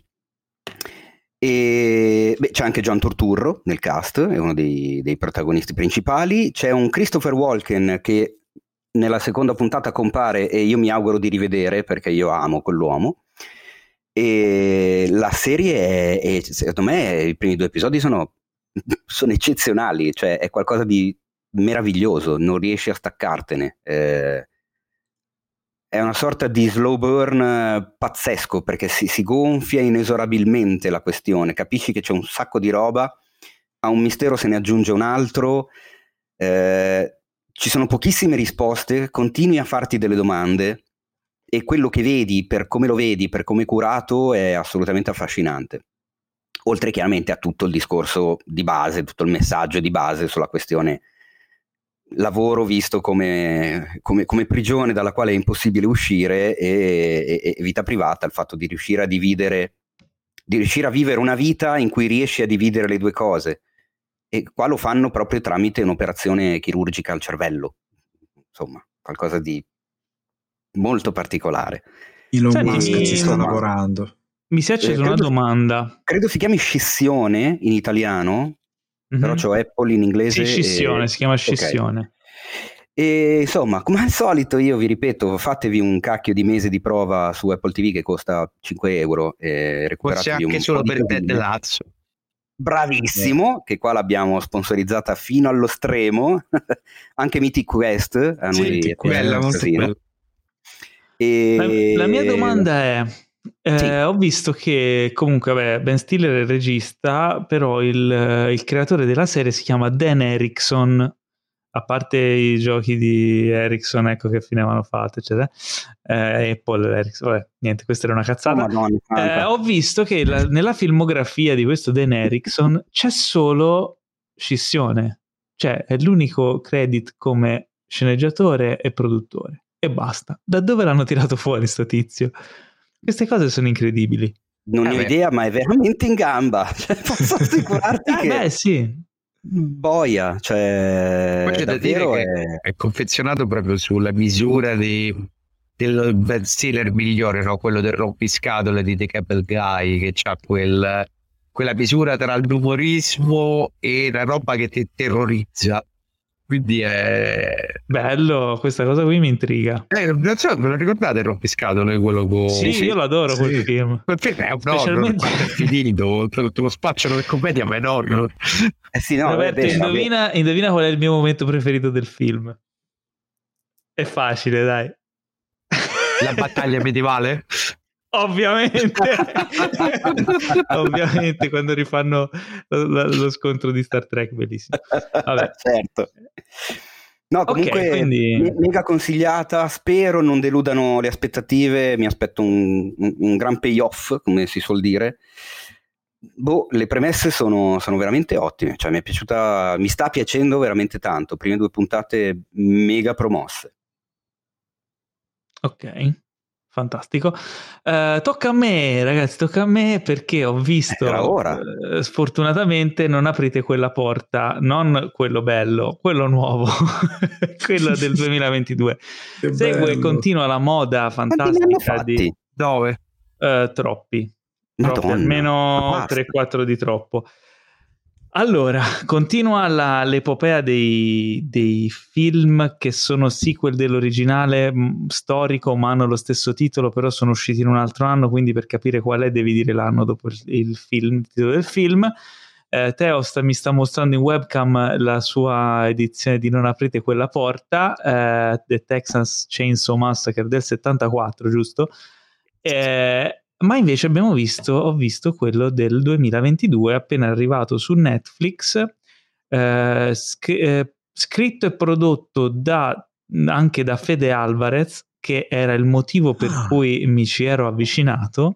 E beh, c'è anche John Turturro nel cast, è uno dei, dei protagonisti principali. C'è un Christopher Walken che nella seconda puntata compare e io mi auguro di rivedere perché io amo quell'uomo. E la serie è, è, secondo me i primi due episodi sono, sono eccezionali, cioè è qualcosa di meraviglioso, non riesci a staccartene, eh, è una sorta di slow burn pazzesco perché si, si gonfia inesorabilmente la questione, capisci che c'è un sacco di roba, a un mistero se ne aggiunge un altro, eh, ci sono pochissime risposte, continui a farti delle domande e quello che vedi, per come lo vedi, per come è curato, è assolutamente affascinante. Oltre chiaramente a tutto il discorso di base, tutto il messaggio di base sulla questione lavoro visto come, come, come prigione dalla quale è impossibile uscire e, e, e vita privata, il fatto di riuscire a dividere, di riuscire a vivere una vita in cui riesci a dividere le due cose. E qua lo fanno proprio tramite un'operazione chirurgica al cervello, insomma, qualcosa di molto particolare. Elon Musk ci sta lavorando. Mi si accende eh, una credo, domanda. Credo si chiami scissione in italiano, mm-hmm. però c'ho Apple in inglese. Sì, Scissione, e... si chiama Scissione. Okay. E insomma, come al solito, io vi ripeto, fatevi un cacchio di mese di prova su Apple T V che costa cinque euro e recuperatevi forse anche un solo po' per di Ted casine. Lasso. Bravissimo, eh. che qua l'abbiamo sponsorizzata fino allo stremo. Anche Mythic Quest a sì, noi quella, un casino. E... La, la mia domanda è eh, sì. ho visto che comunque vabbè, Ben Stiller è il regista, però il, il creatore della serie si chiama Dan Erickson, a parte i giochi di Ericsson, ecco, che fine avevano fatto, eccetera. Eh, Apple, Ericsson, vabbè, niente, questa era una cazzata. Oh, Madonna, eh, ho visto che la, nella filmografia di questo Dan Erickson c'è solo Scissione, cioè è l'unico credit come sceneggiatore e produttore, e basta. Da dove l'hanno tirato fuori sto tizio? Queste cose sono incredibili. Non eh ne ho beh. idea, ma è veramente in gamba. Cioè, posso assicurarti eh, che... Beh, sì. Boia, cioè Poi c'è da dire davvero che è... è confezionato proprio sulla misura di, del Ben Stiller migliore, no? Quello del rompiscatole di The Cable Guy, che c'ha quel, quella misura tra l'umorismo e la roba che ti terrorizza. Quindi è bello, questa cosa qui mi intriga. Eh, non so, ve lo ricordate il rompiscatole, quello con... Sì, sì, io l'adoro sì. quel film. Quel film è un Specialmente... horror, è finito, te lo spacciano per commedia, ma è horror. Eh sì, no, Roberto, beh, indovina, indovina qual è il mio momento preferito del film? È facile, dai. La battaglia medievale? Ovviamente. Ovviamente, quando rifanno lo, lo scontro di Star Trek, bellissimo. Vabbè. Certo. No, comunque okay, quindi... mega consigliata, spero non deludano le aspettative, mi aspetto un, un, un gran payoff, come si suol dire. Boh, le premesse sono, sono veramente ottime, cioè mi è piaciuta, mi sta piacendo veramente tanto, prime due puntate mega promosse. Ok, fantastico. Uh, tocca a me, ragazzi, tocca a me perché ho visto, Era ora. Uh, sfortunatamente non aprite quella porta, non quello bello, quello nuovo, quello del duemilaventidue. Segue e continua la moda fantastica di... Dove? Uh, troppi. Troppi, almeno tre quattro di troppo. Allora, continua la, l'epopea dei, dei film che sono sequel dell'originale mh, storico, ma hanno lo stesso titolo, però sono usciti in un altro anno, quindi per capire qual è devi dire l'anno dopo il, il film, il titolo del film. Eh, Teo sta, mi sta mostrando in webcam la sua edizione di Non aprite quella porta, eh, The Texas Chainsaw Massacre del settantaquattro, giusto? Eh, ma invece abbiamo visto, ho visto quello del duemilaventidue, appena arrivato su Netflix, eh, sc- eh, scritto e prodotto da, anche da Fede Alvarez, che era il motivo per ah. cui mi ci ero avvicinato.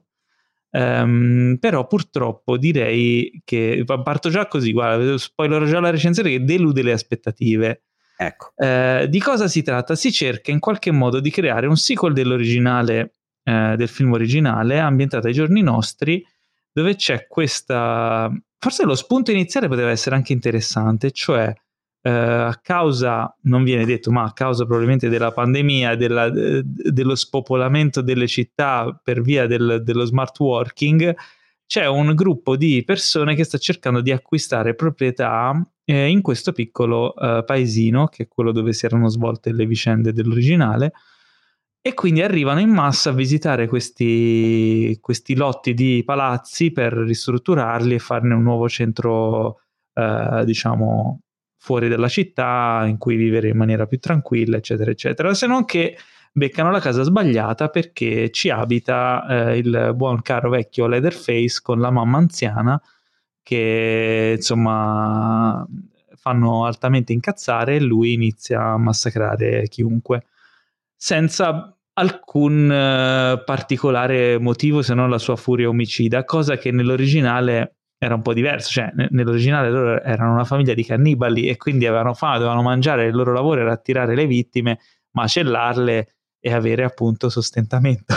Um, però purtroppo direi che parto già così, guarda, spoilerò già la recensione che delude le aspettative. Ecco. Uh, di cosa si tratta? Si cerca in qualche modo di creare un sequel dell'originale, uh, del film originale, ambientato ai giorni nostri, dove c'è questa... Forse lo spunto iniziale poteva essere anche interessante, cioè Uh, a causa, non viene detto, ma a causa probabilmente della pandemia, della, de, dello spopolamento delle città per via del, dello smart working, c'è un gruppo di persone che sta cercando di acquistare proprietà eh, in questo piccolo uh, paesino, che è quello dove si erano svolte le vicende dell'originale, e quindi arrivano in massa a visitare questi, questi lotti di palazzi per ristrutturarli e farne un nuovo centro, uh, diciamo, fuori dalla città, in cui vivere in maniera più tranquilla, eccetera, eccetera. Se non che beccano la casa sbagliata, perché ci abita eh, il buon caro vecchio Leatherface con la mamma anziana, che insomma fanno altamente incazzare, e lui inizia a massacrare chiunque, senza alcun eh, particolare motivo se non la sua furia omicida, cosa che nell'originale era un po' diverso, cioè nell'originale loro erano una famiglia di cannibali e quindi avevano fame, dovevano mangiare, il loro lavoro era attirare le vittime, macellarle e avere appunto sostentamento.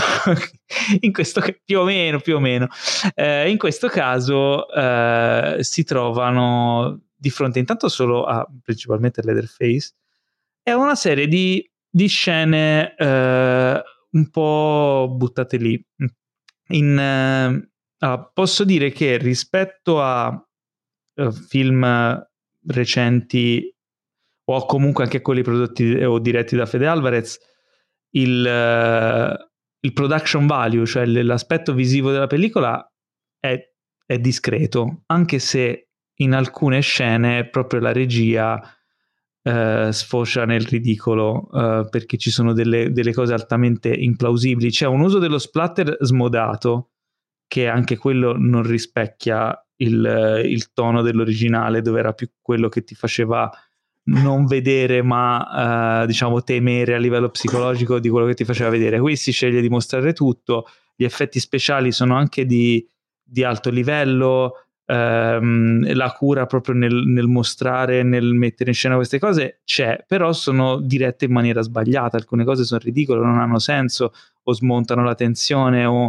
In questo più o meno, più o meno. Eh, in questo caso eh, si trovano di fronte intanto solo a principalmente Leatherface e a una serie di, di scene eh, un po' buttate lì. In eh, Ah, posso dire che rispetto a uh, film recenti, o comunque anche quelli prodotti o diretti da Fede Alvarez, il, uh, il production value, cioè l'aspetto visivo della pellicola è, è discreto, anche se in alcune scene proprio la regia uh, sfocia nel ridicolo, uh, perché ci sono delle, delle cose altamente implausibili. C'è un uso dello splatter smodato che anche quello non rispecchia il, il tono dell'originale, dove era più quello che ti faceva non vedere ma uh, diciamo temere a livello psicologico di quello che ti faceva vedere. Qui si sceglie di mostrare tutto, gli effetti speciali sono anche di, di alto livello, um, la cura proprio nel, nel mostrare, nel mettere in scena queste cose c'è, però sono dirette in maniera sbagliata, alcune cose sono ridicole, non hanno senso, o smontano la tensione, o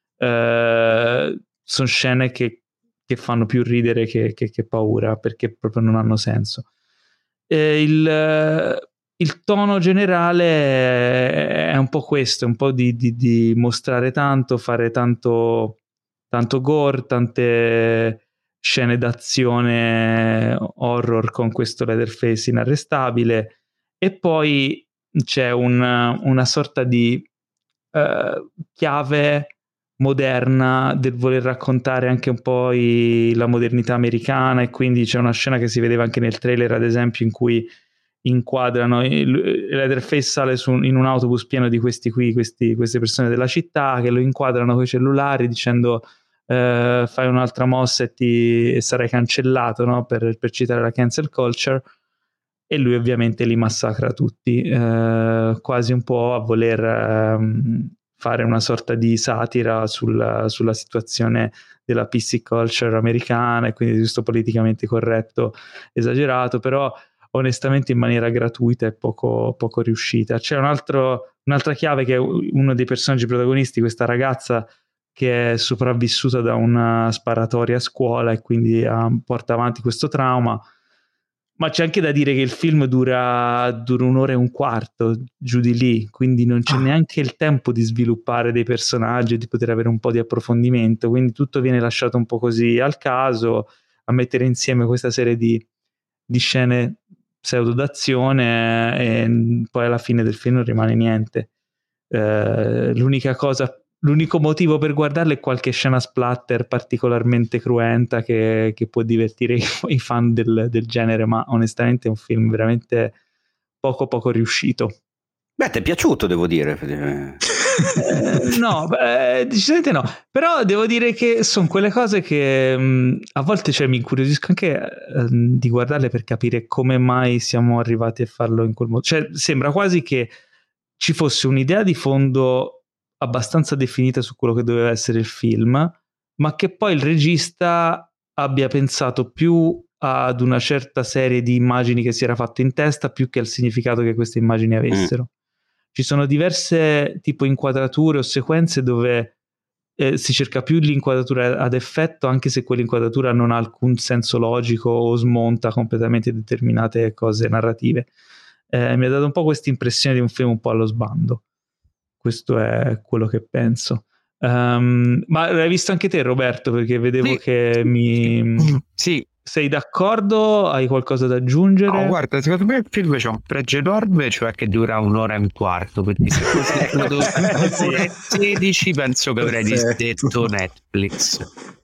uh, sono scene che, che fanno più ridere che, che, che paura, perché proprio non hanno senso. Eh, il, il tono generale è un po' questo, un po' di, di, di mostrare tanto, fare tanto, tanto gore, tante scene d'azione horror con questo Leatherface inarrestabile, e poi c'è un, una sorta di uh, chiave moderna del voler raccontare anche un po' i, la modernità americana, e quindi c'è una scena che si vedeva anche nel trailer, ad esempio, in cui inquadrano il Leatherface sale su, in un autobus pieno di questi qui, questi, queste persone della città, che lo inquadrano con i cellulari dicendo eh, fai un'altra mossa e, ti, e sarai cancellato, no? per, per citare la cancel culture, e lui ovviamente li massacra tutti, eh, quasi un po' a voler eh, fare una sorta di satira sulla, sulla situazione della P C culture americana, e quindi di questo politicamente corretto esagerato, però onestamente in maniera gratuita e poco, poco riuscita. C'è un altro, un'altra chiave, che è uno dei personaggi protagonisti, questa ragazza che è sopravvissuta da una sparatoria a scuola e quindi ha, porta avanti questo trauma. Ma c'è anche da dire che il film dura, dura un'ora e un quarto, giù di lì, quindi non c'è ah. neanche il tempo di sviluppare dei personaggi, di poter avere un po' di approfondimento, quindi tutto viene lasciato un po' così al caso, a mettere insieme questa serie di, di scene pseudo d'azione, e poi alla fine del film non rimane niente. Eh, l'unica cosa, l'unico motivo per guardarlo è qualche scena splatter particolarmente cruenta che, che può divertire i, i fan del, del genere, ma onestamente è un film veramente poco poco riuscito. Beh, ti è piaciuto, devo dire. eh, no, beh, decisamente no, però devo dire che sono quelle cose che mh, a volte cioè, mi incuriosisco anche eh, di guardarle per capire come mai siamo arrivati a farlo in quel modo. Cioè sembra quasi che ci fosse un'idea di fondo abbastanza definita su quello che doveva essere il film, ma che poi il regista abbia pensato più ad una certa serie di immagini che si era fatto in testa più che al significato che queste immagini avessero. Mm. Ci sono diverse tipo inquadrature o sequenze dove eh, si cerca più l'inquadratura ad effetto, anche se quell'inquadratura non ha alcun senso logico o smonta completamente determinate cose narrative. Eh, mi ha dato un po' questa impressione di un film un po' allo sbando. Questo è quello che penso. Um, ma l'hai visto anche te, Roberto? Perché vedevo sì. che mi... Sì. Sei d'accordo? Hai qualcosa da aggiungere? No, guarda, secondo me il film c'è un pregio enorme, cioè che dura un'ora e un quarto, quindi se fosse sì. sedici penso che avrei detto Netflix.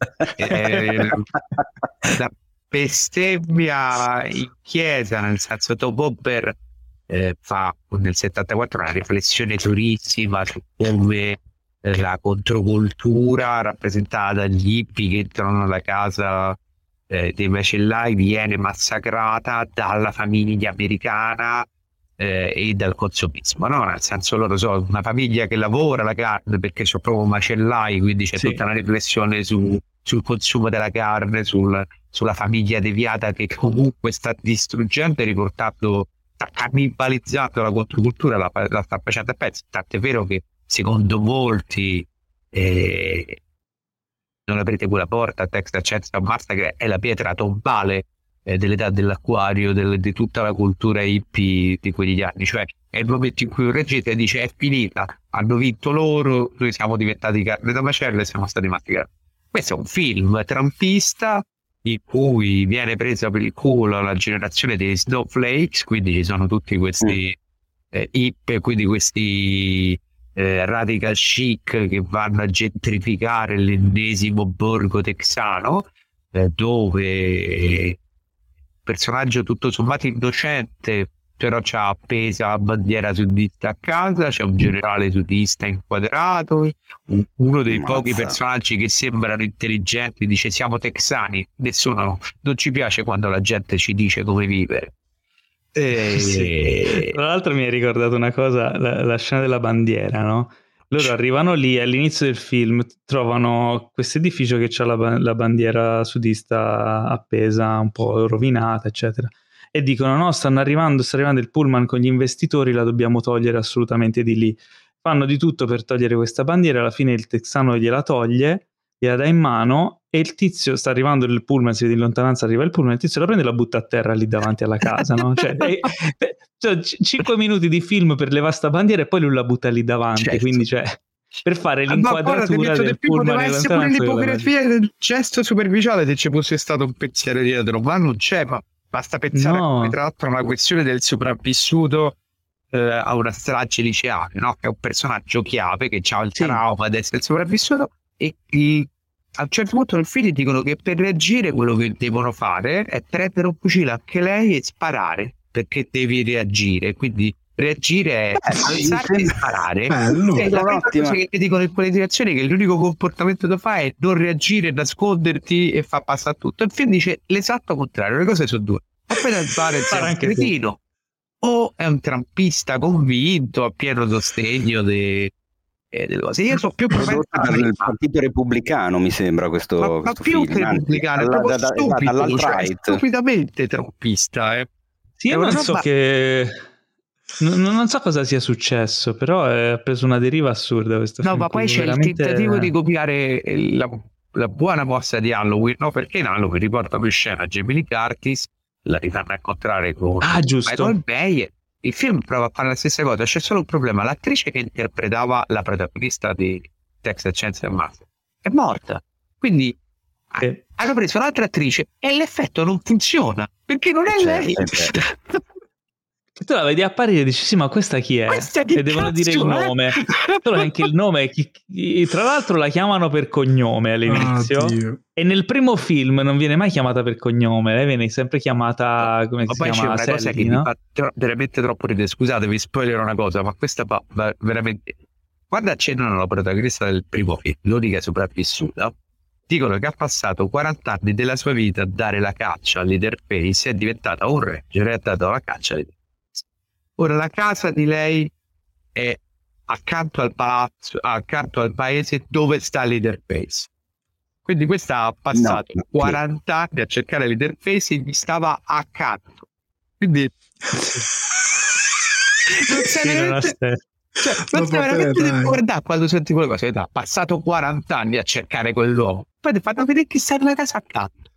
eh, la bestemmia in chiesa, nel senso Tom Hopper eh, fa nel settantaquattro una riflessione durissima su come eh, la controcultura rappresentata dagli hippie che entrano nella casa Eh, dei macellai viene massacrata dalla famiglia americana eh, e dal consumismo, no? Nel senso, loro sono una famiglia che lavora la carne perché sono proprio macellai, quindi c'è sì. tutta una riflessione su, sul consumo della carne, sul, sulla famiglia deviata che comunque sta distruggendo e riportando, sta cannibalizzando la controcultura, la, la sta facendo a pezzi, tant'è vero che secondo molti eh, Non aprite quella porta, Texas Chainsaw Massacre è la pietra tombale eh, dell'età dell'acquario, del, di tutta la cultura hippie di quegli anni, cioè è il momento in cui un regista dice è finita, hanno vinto loro, noi siamo diventati carne da macello e siamo stati masticati. Questo è un film trumpista in cui viene presa per il culo la generazione dei snowflakes, quindi ci sono tutti questi mm. eh, hip, quindi questi eh, radical chic che vanno a gentrificare l'ennesimo borgo texano, eh, dove personaggio tutto sommato innocente, però c'ha appesa la bandiera sudista a casa, c'è un generale sudista inquadrato, un, uno dei Mazza. pochi personaggi che sembrano intelligenti dice siamo texani, nessuno, non ci piace quando la gente ci dice come vivere. E... Sì. Tra l'altro mi hai ricordato una cosa, la, la scena della bandiera, no? Loro arrivano lì all'inizio del film, trovano questo edificio che ha la, la bandiera sudista appesa, un po' rovinata, eccetera, e dicono no, stanno arrivando, sta arrivando il pullman con gli investitori, la dobbiamo togliere assolutamente di lì. Fanno di tutto per togliere questa bandiera, alla fine il texano gliela toglie, gliela dà in mano e il tizio, sta arrivando il pullman, si vede in lontananza, arriva il pullman, il tizio la prende e la butta a terra lì davanti alla casa, no? Cioè, e, e, cioè cinque minuti di film per levare sta bandiera e poi lui la butta lì davanti, certo. Quindi cioè per fare l'inquadratura del, del pullman in lontananza. Pure l'ipocrazia del gesto superficiale, se ci fosse stato un pensiero dietro, ma non c'è, ma basta pensare no. a tra l'altro una questione del sopravvissuto eh, a una strage liceale, no? Che è un personaggio chiave che ha il sì. trauma di essere sopravvissuto e i, a un certo punto nel film dicono che per reagire quello che devono fare è prendere un fucile anche lei e sparare, perché devi reagire, quindi reagire è alzarti e sparare. Bello, e la prima cosa che ti dicono in quelle direzioni è che l'unico comportamento da fare è non reagire, nasconderti e fa passare tutto. Il film dice l'esatto contrario, le cose sono due: appena sbare è un cretino o è un trampista convinto a pieno sostegno de, eh, delle cose. Io sono più prodotta dal Partito Repubblicano, mi sembra questo, ma, questo ma più film, che repubblicano, è proprio da, stupido, da, cioè, stupidamente trampista. Eh. Sì, io non so roba... che non, non so cosa sia successo, però ha preso una deriva assurda questo no, film. Ma poi c'è veramente... il tentativo di copiare la, la buona mossa di Halloween, no? Perché in Halloween riporta per scena Jamie Lee Curtis, la rifanno a incontrare con ah, Michael Bay. Il film prova a fare la stessa cosa, c'è solo un problema: l'attrice che interpretava la protagonista di Texas Chainsaw Massacre è morta, quindi eh. hanno preso un'altra attrice e l'effetto non funziona perché non è lei. Che tu la vedi apparire e dici sì, ma questa chi è? Questa chi e devono dire il nome. Solo anche il nome chi, chi, tra l'altro la chiamano per cognome all'inizio oh, e nel primo film non viene mai chiamata per cognome, lei viene sempre chiamata come ma si poi chiama, c'è una Sally, cosa che no? mi fa tro- veramente troppo ridere. Scusate, vi spoilerò una cosa, ma questa va, va veramente, quando accennano la protagonista del primo film, l'unica sopravvissuta, dicono che ha passato quaranta anni della sua vita a dare la caccia al Leatherface, è diventata un ranger e ha dato la caccia al Leatherface. Ora la casa di lei è accanto al palazzo, accanto al paese dove sta Leatherface. Quindi questa ha passato no, quaranta anni a cercare Leatherface e gli stava accanto. Quindi non sei sì, veramente, cioè, non sei veramente di guardare quando senti quelle cose. Ha passato quaranta anni a cercare quell'uomo, poi ti fanno vedere che sta nella casa accanto.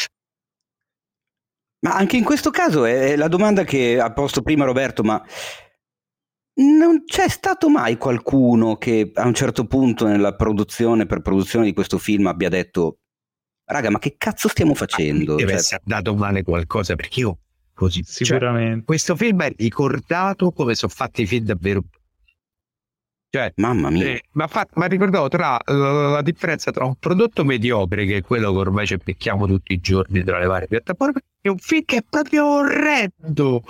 Ma anche in questo caso è la domanda che ha posto prima Roberto, ma non c'è stato mai qualcuno che a un certo punto nella produzione, per produzione di questo film, abbia detto raga, ma che cazzo stiamo facendo? Deve cioè... essere andato male qualcosa, perché io così sicuramente cioè, questo film è ricordato come sono fatti i film davvero. Cioè, mamma mia, eh, ma, fa, ma ricordavo tra la, la differenza tra un prodotto mediocre, che è quello che ormai ci becchiamo tutti i giorni tra le varie piattaforme, e un film che è proprio orrendo.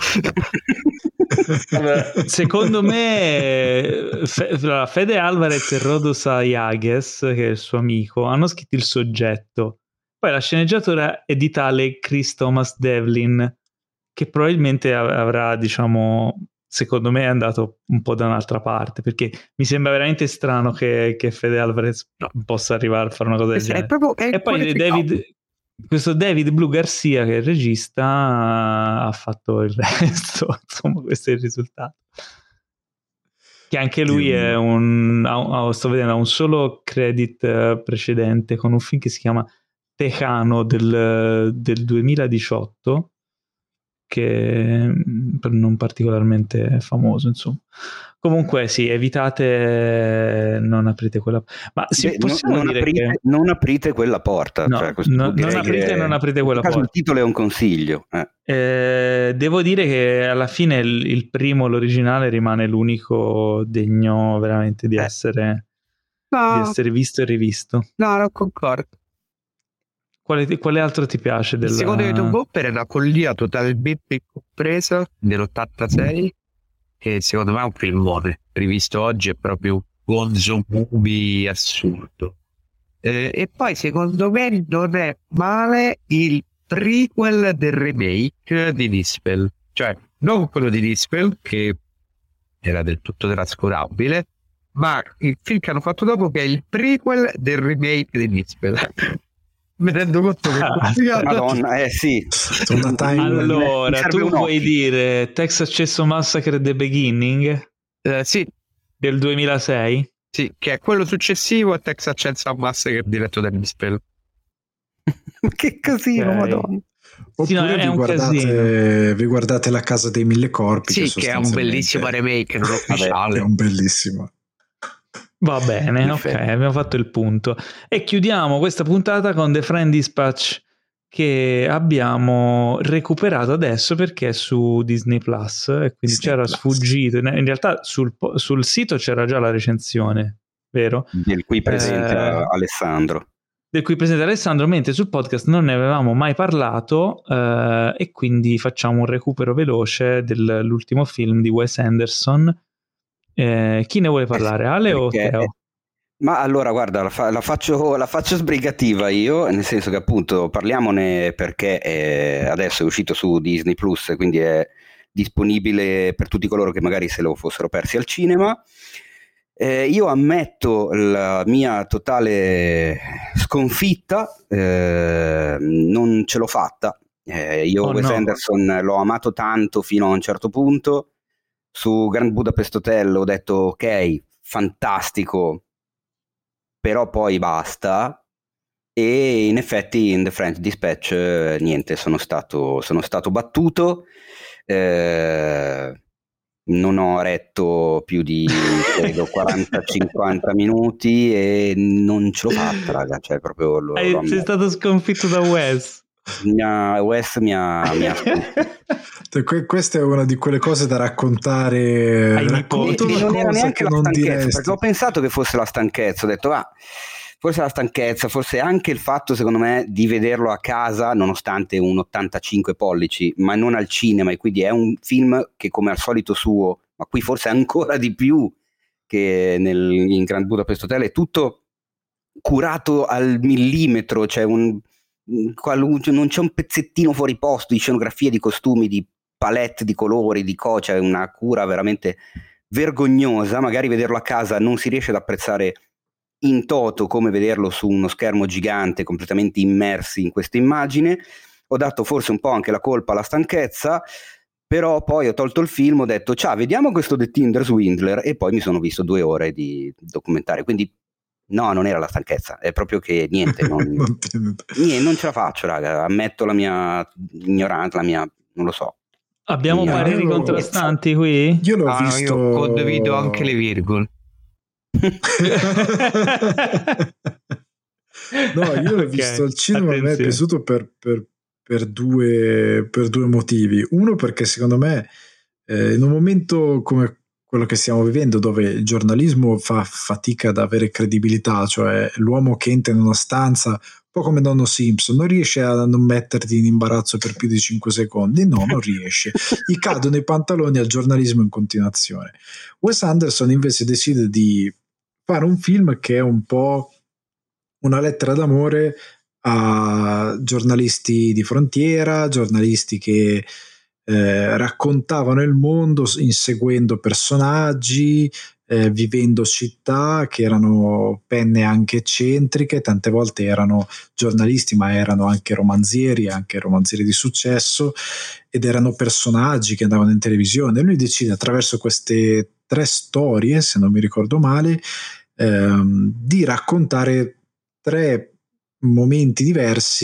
Secondo me Fe- Fede Alvarez e Rodos Ayagues, che è il suo amico, hanno scritto il soggetto, poi la sceneggiatura è di tale Chris Thomas Devlin, che probabilmente avrà, diciamo, secondo me è andato un po' da un'altra parte, perché mi sembra veramente strano che, che Fede Alvarez no. possa arrivare a fare una cosa del genere. Proprio, e poi David, questo David Blue Garcia, che è il regista, ha fatto il resto. Insomma, questo è il risultato. Che anche lui Dio è un ha, sto vedendo ha un solo credit precedente con un film che si chiama Tejano del, del duemiladiciotto, che non particolarmente famoso, insomma. Comunque sì, evitate, non aprite quella, ma sì, Beh, possiamo non, dire aprite, che non aprite quella porta, no, cioè, questo no, direi non aprite che non aprite quella in caso porta. il titolo è un consiglio. Eh. Eh, devo dire che alla fine il, il primo, l'originale, rimane l'unico degno veramente di Eh. essere No, di essere visto e rivisto. no, non concordo. Quale, quale altro ti piace? Della... Il secondo di Tom Hopper è una follia totalmente compresa dell'ottantasei, che secondo me è un filmone. Rivisto oggi è proprio un gonzo movie assurdo. Eh, e poi secondo me non è male il prequel del remake di Dispel, cioè non quello di Dispel che era del tutto trascurabile, ma il film che hanno fatto dopo, che è il prequel del remake di Dispel. Mi rendo conto che ah, Madonna, eh sì. Allora, tu vuoi dire Texas Chainsaw Massacre The Beginning? Eh, sì. Del duemilasei? Sì, che è quello successivo a Texas Chainsaw Massacre diretto da Dispel. Che casino, okay. Madonna. Oppure sì, no, vi, guardate, vi guardate La Casa dei Mille Corpi, sì, che, che è un bellissimo remake non ufficiale. È un bellissimo. Va bene, ok, abbiamo fatto il punto. E chiudiamo questa puntata con The Friend Dispatch, che abbiamo recuperato adesso perché è su Disney Plus, e quindi Disney c'era Plus. Sfuggito. In realtà sul, sul sito c'era già la recensione, vero? Del cui presente eh, Alessandro. Del cui presente Alessandro, mentre sul podcast non ne avevamo mai parlato, eh, e quindi facciamo un recupero veloce dell'ultimo film di Wes Anderson. Eh, chi ne vuole parlare, Ale perché, o Teo? Ma allora guarda, la, fa, la, faccio, la faccio sbrigativa io, nel senso che appunto parliamone perché è, adesso è uscito su Disney Plus, quindi è disponibile per tutti coloro che magari se lo fossero persi al cinema. Eh, io ammetto la mia totale sconfitta, eh, non ce l'ho fatta. Eh, io oh, Wes no. Anderson l'ho amato tanto fino a un certo punto. Su Grand Budapest Hotel ho detto ok, fantastico, però poi basta, e in effetti in The French Dispatch eh, niente, sono stato, sono stato battuto, eh, non ho retto più di credo quaranta cinquanta minuti e non ce l'ho fatta, raga, cioè proprio lo, Hai, lo sei stato sconfitto da Wes. Mi ha, Wes mi ha, mi ha questa è una di quelle cose da raccontare ai nipoti. E non era neanche la stanchezza, perché ho pensato che fosse la stanchezza, ho detto ah, forse la stanchezza, forse anche il fatto secondo me di vederlo a casa nonostante un ottantacinque pollici, ma non al cinema, e quindi è un film che come al solito suo, ma qui forse ancora di più che nel, in Grand Budapest Hotel, è tutto curato al millimetro, c'è un non c'è un pezzettino fuori posto di scenografie, di costumi, di palette di colori, di cose, c'è una cura veramente vergognosa. Magari vederlo a casa non si riesce ad apprezzare in toto come vederlo su uno schermo gigante, completamente immersi in questa immagine. Ho dato forse un po' anche la colpa alla stanchezza, però poi ho tolto il film, ho detto ciao, vediamo questo The Tinder Swindler, e poi mi sono visto due ore di documentario, quindi no, non era la stanchezza, è proprio che niente, non, non, niente, non ce la faccio, raga, ammetto la mia ignoranza, la mia, non lo so. Abbiamo pareri contrastanti qui? Io l'ho ah, visto... No, io condivido anche le virgole. No, io l'ho okay. visto al cinema, mi è piaciuto per, per, per, due, per due motivi. Uno, perché secondo me eh, in un momento come quello che stiamo vivendo, dove il giornalismo fa fatica ad avere credibilità, cioè l'uomo che entra in una stanza, un po' come Nonno Simpson, non riesce a non metterti in imbarazzo per più di cinque secondi, no, non riesce, gli cadono i pantaloni al giornalismo in continuazione. Wes Anderson invece decide di fare un film che è un po' una lettera d'amore a giornalisti di frontiera, giornalisti che Eh, raccontavano il mondo inseguendo personaggi, eh, vivendo città che erano penne anche eccentriche, tante volte erano giornalisti ma erano anche romanzieri, anche romanzieri di successo, ed erano personaggi che andavano in televisione. E lui decide attraverso queste tre storie, se non mi ricordo male, ehm, di raccontare tre momenti diversi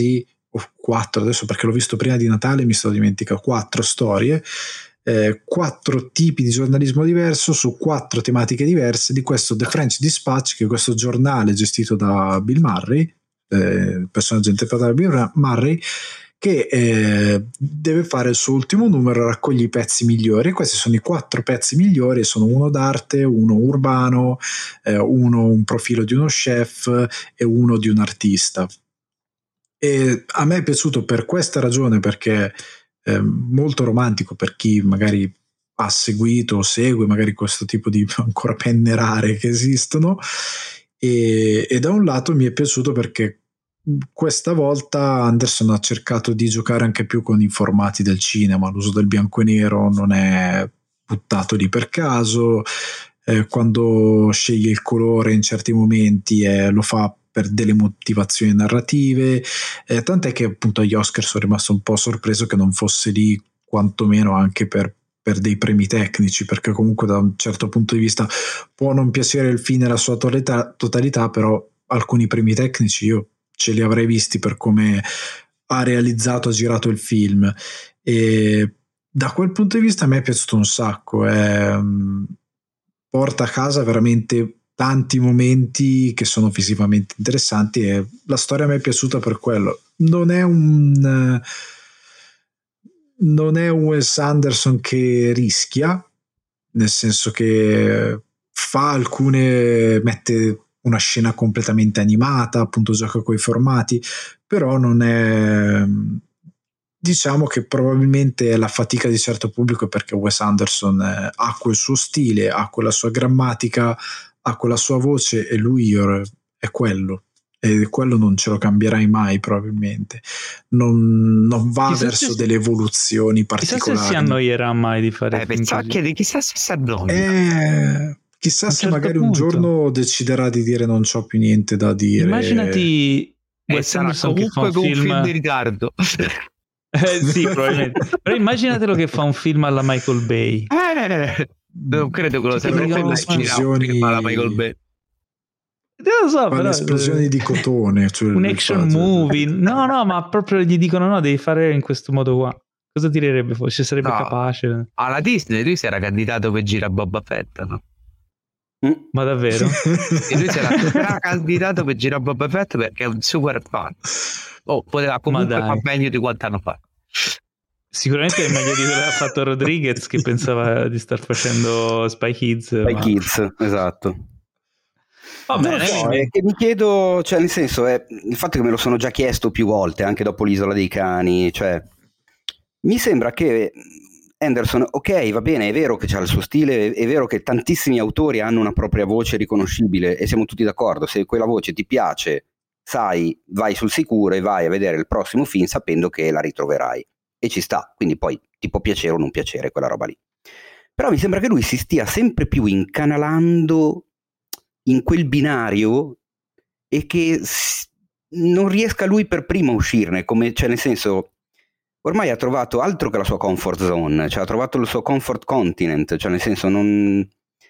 o quattro adesso perché l'ho visto prima di Natale, mi sto dimenticando, quattro storie, eh, quattro tipi di giornalismo diverso su quattro tematiche diverse di questo The French Dispatch, che è questo giornale gestito da Bill Murray, eh, personaggio interpretato da Bill Murray, che eh, deve fare il suo ultimo numero, raccoglie i pezzi migliori. Questi sono i quattro pezzi migliori, sono uno d'arte, uno urbano, eh, uno un profilo di uno chef e uno di un artista. E a me è piaciuto per questa ragione, perché è molto romantico per chi magari ha seguito o segue magari questo tipo di ancora penne rare che esistono, e, e da un lato mi è piaciuto perché questa volta Anderson ha cercato di giocare anche più con i formati del cinema, l'uso del bianco e nero non è buttato lì per caso, eh, quando sceglie il colore in certi momenti eh, lo fa per delle motivazioni narrative, eh, tant'è che appunto agli Oscar sono rimasto un po' sorpreso che non fosse lì quantomeno anche per, per dei premi tecnici, perché comunque da un certo punto di vista può non piacere il film nella sua totalità, totalità però alcuni premi tecnici io ce li avrei visti per come ha realizzato, ha girato il film, e da quel punto di vista a me è piaciuto un sacco, è, porta a casa veramente tanti momenti che sono visivamente interessanti e la storia mi è piaciuta per quello. Non è un non è un Wes Anderson che rischia, nel senso che fa alcune mette una scena completamente animata, appunto gioca coi formati, però non è, diciamo che probabilmente è la fatica di certo pubblico, perché Wes Anderson è, ha quel suo stile, ha quella sua grammatica, ha quella sua voce e lui è quello, e quello non ce lo cambierai mai probabilmente, non, non va chissà verso se, delle evoluzioni particolari. Chissà se si annoierà mai di fare eh, pensavo che chissà se si annoia. Eh, Chissà se certo magari punto. un giorno deciderà di dire non c'ho più niente da dire. Immaginati e sarà comunque con un film... film di ritardo. eh, sì, probabilmente. Però immaginatelo che fa un film alla Michael Bay. Eh, non credo che lo sempre quello esplosioni alla Michael Bay. Non lo so, però esplosioni di cotone, cioè un action faccio. movie. No, no, ma proprio gli dicono no, devi fare in questo modo qua. Cosa tirerebbe fuori? Ci sarebbe no, capace. Alla Disney lui si era candidato per girare Boba Fett, no? Mm. Ma davvero? E lui si era, era candidato per girare Boba Fett perché è un super fan. Oh, poteva comunque far meglio di quanto hanno fatto. Sicuramente è meglio di quello che ha fatto Rodriguez, che pensava di star facendo Spy Kids. Spy ma... Kids, esatto. Va bene, so, è che mi chiedo, cioè nel senso è il fatto che me lo sono già chiesto più volte, anche dopo l'Isola dei Cani, cioè mi sembra che Anderson, ok, va bene, è vero che c'ha il suo stile, è vero che tantissimi autori hanno una propria voce riconoscibile e siamo tutti d'accordo, se quella voce ti piace, sai, vai sul sicuro e vai a vedere il prossimo film sapendo che la ritroverai e ci sta, quindi poi ti può piacere o non piacere quella roba lì. Però mi sembra che lui si stia sempre più incanalando in quel binario e che non riesca lui per primo a uscirne, come, cioè nel senso ormai ha trovato altro che la sua comfort zone, cioè ha trovato il suo comfort continent, cioè nel senso non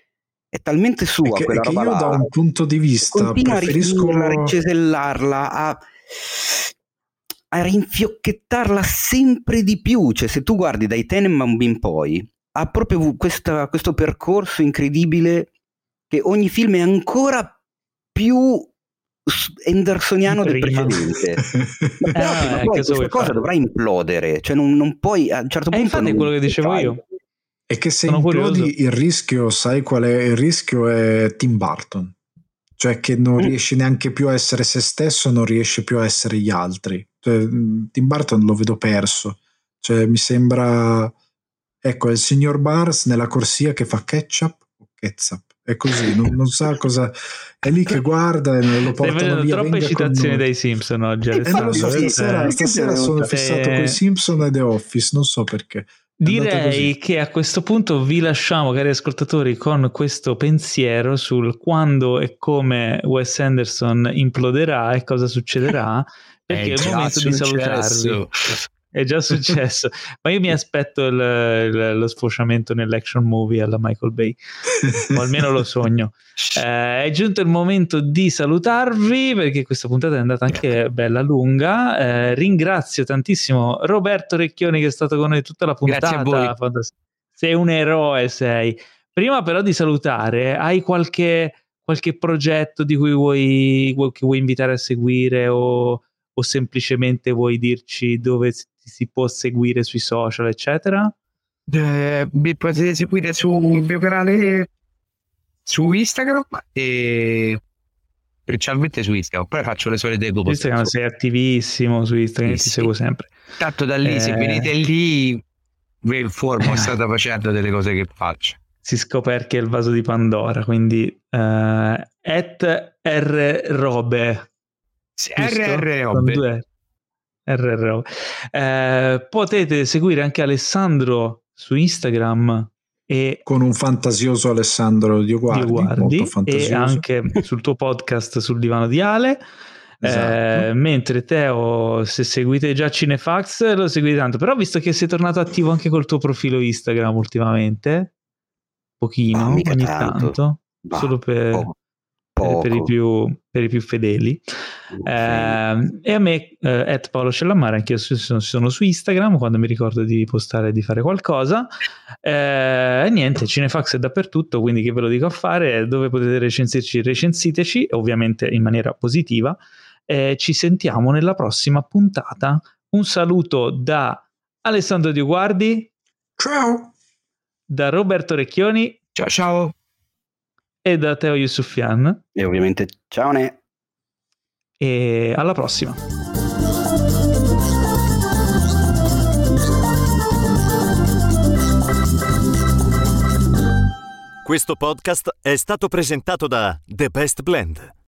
è talmente sua che, quella che roba io là, da un punto di vista continua preferisco a ricesellarla, a, a rinfiocchettarla sempre di più, cioè se tu guardi dai Tenenbaum in poi ha proprio questa, questo percorso incredibile che ogni film è ancora più andersoniano del precedente. Ma però, eh, ma poi questa cosa fare? dovrà implodere, cioè non, non puoi a un certo eh, punto infatti è quello che dicevo fai. io è che se Sono implodi curioso. il rischio, sai qual è il rischio? È Tim Burton, cioè che non mm. riesce neanche più a essere se stesso, non riesce più a essere gli altri, cioè, Tim Burton lo vedo perso, cioè mi sembra, ecco, è il signor Barnes nella corsia che fa ketchup o ketchup, è così, non, non sa cosa, è lì che guarda e lo portano via. Troppe citazioni dai Simpson oggi, eh, non lo so, stasera, eh, stasera sono fissato eh... con i Simpson e The Office, non so perché. Direi che a questo punto vi lasciamo, cari ascoltatori, con questo pensiero sul quando e come Wes Anderson imploderà e cosa succederà, perché è, è il momento di salutarvi. È già successo, ma io mi aspetto il, il, lo sfociamento nell'action movie alla Michael Bay, o almeno lo sogno. Eh, è giunto il momento di salutarvi, perché questa puntata è andata anche bella lunga. Eh, ringrazio tantissimo Roberto Recchioni, che è stato con noi tutta la puntata. Grazie a voi. Sei un eroe, sei. Prima però di salutare, hai qualche, qualche progetto di cui vuoi, che vuoi invitare a seguire, o, o semplicemente vuoi dirci dove si può seguire sui social, eccetera? Eh, mi potete seguire sul mio canale su Instagram, e specialmente su Instagram, poi faccio le solite cose. Instagram sei attivissimo su Instagram, sì, ti sì. seguo sempre. Tanto da lì, eh... se venite lì, vi informo, state facendo delle cose che faccio. Si scopre che è il vaso di Pandora, quindi uh, at R Robe. Sì, R R Robe. R R Robe. Eh, potete seguire anche Alessandro su Instagram, e con un fantasioso Alessandro Dioguardi, Dioguardi, molto fantasioso, e anche sul tuo podcast sul divano di Ale. Esatto. Eh, mentre Teo, se seguite già Cinefax, lo seguite tanto, però visto che sei tornato attivo anche col tuo profilo Instagram ultimamente, pochino, ogni tanto, tanto bah, solo per, oh. Per, per, i più, per i più fedeli. Eh, e a me, eh, at Paolo Cellammare, anche io sono, sono su Instagram quando mi ricordo di postare, di fare qualcosa. E eh, niente, Cinefax è dappertutto, quindi che ve lo dico a fare, dove potete recensirci, recensiteci, ovviamente in maniera positiva. Eh, ci sentiamo nella prossima puntata. Un saluto da Alessandro Dioguardi. Ciao. Da Roberto Recchioni. Ciao ciao. E da Teo Yusufian. E ovviamente ciao ne. E alla prossima. Questo podcast è stato presentato da The Best Blend,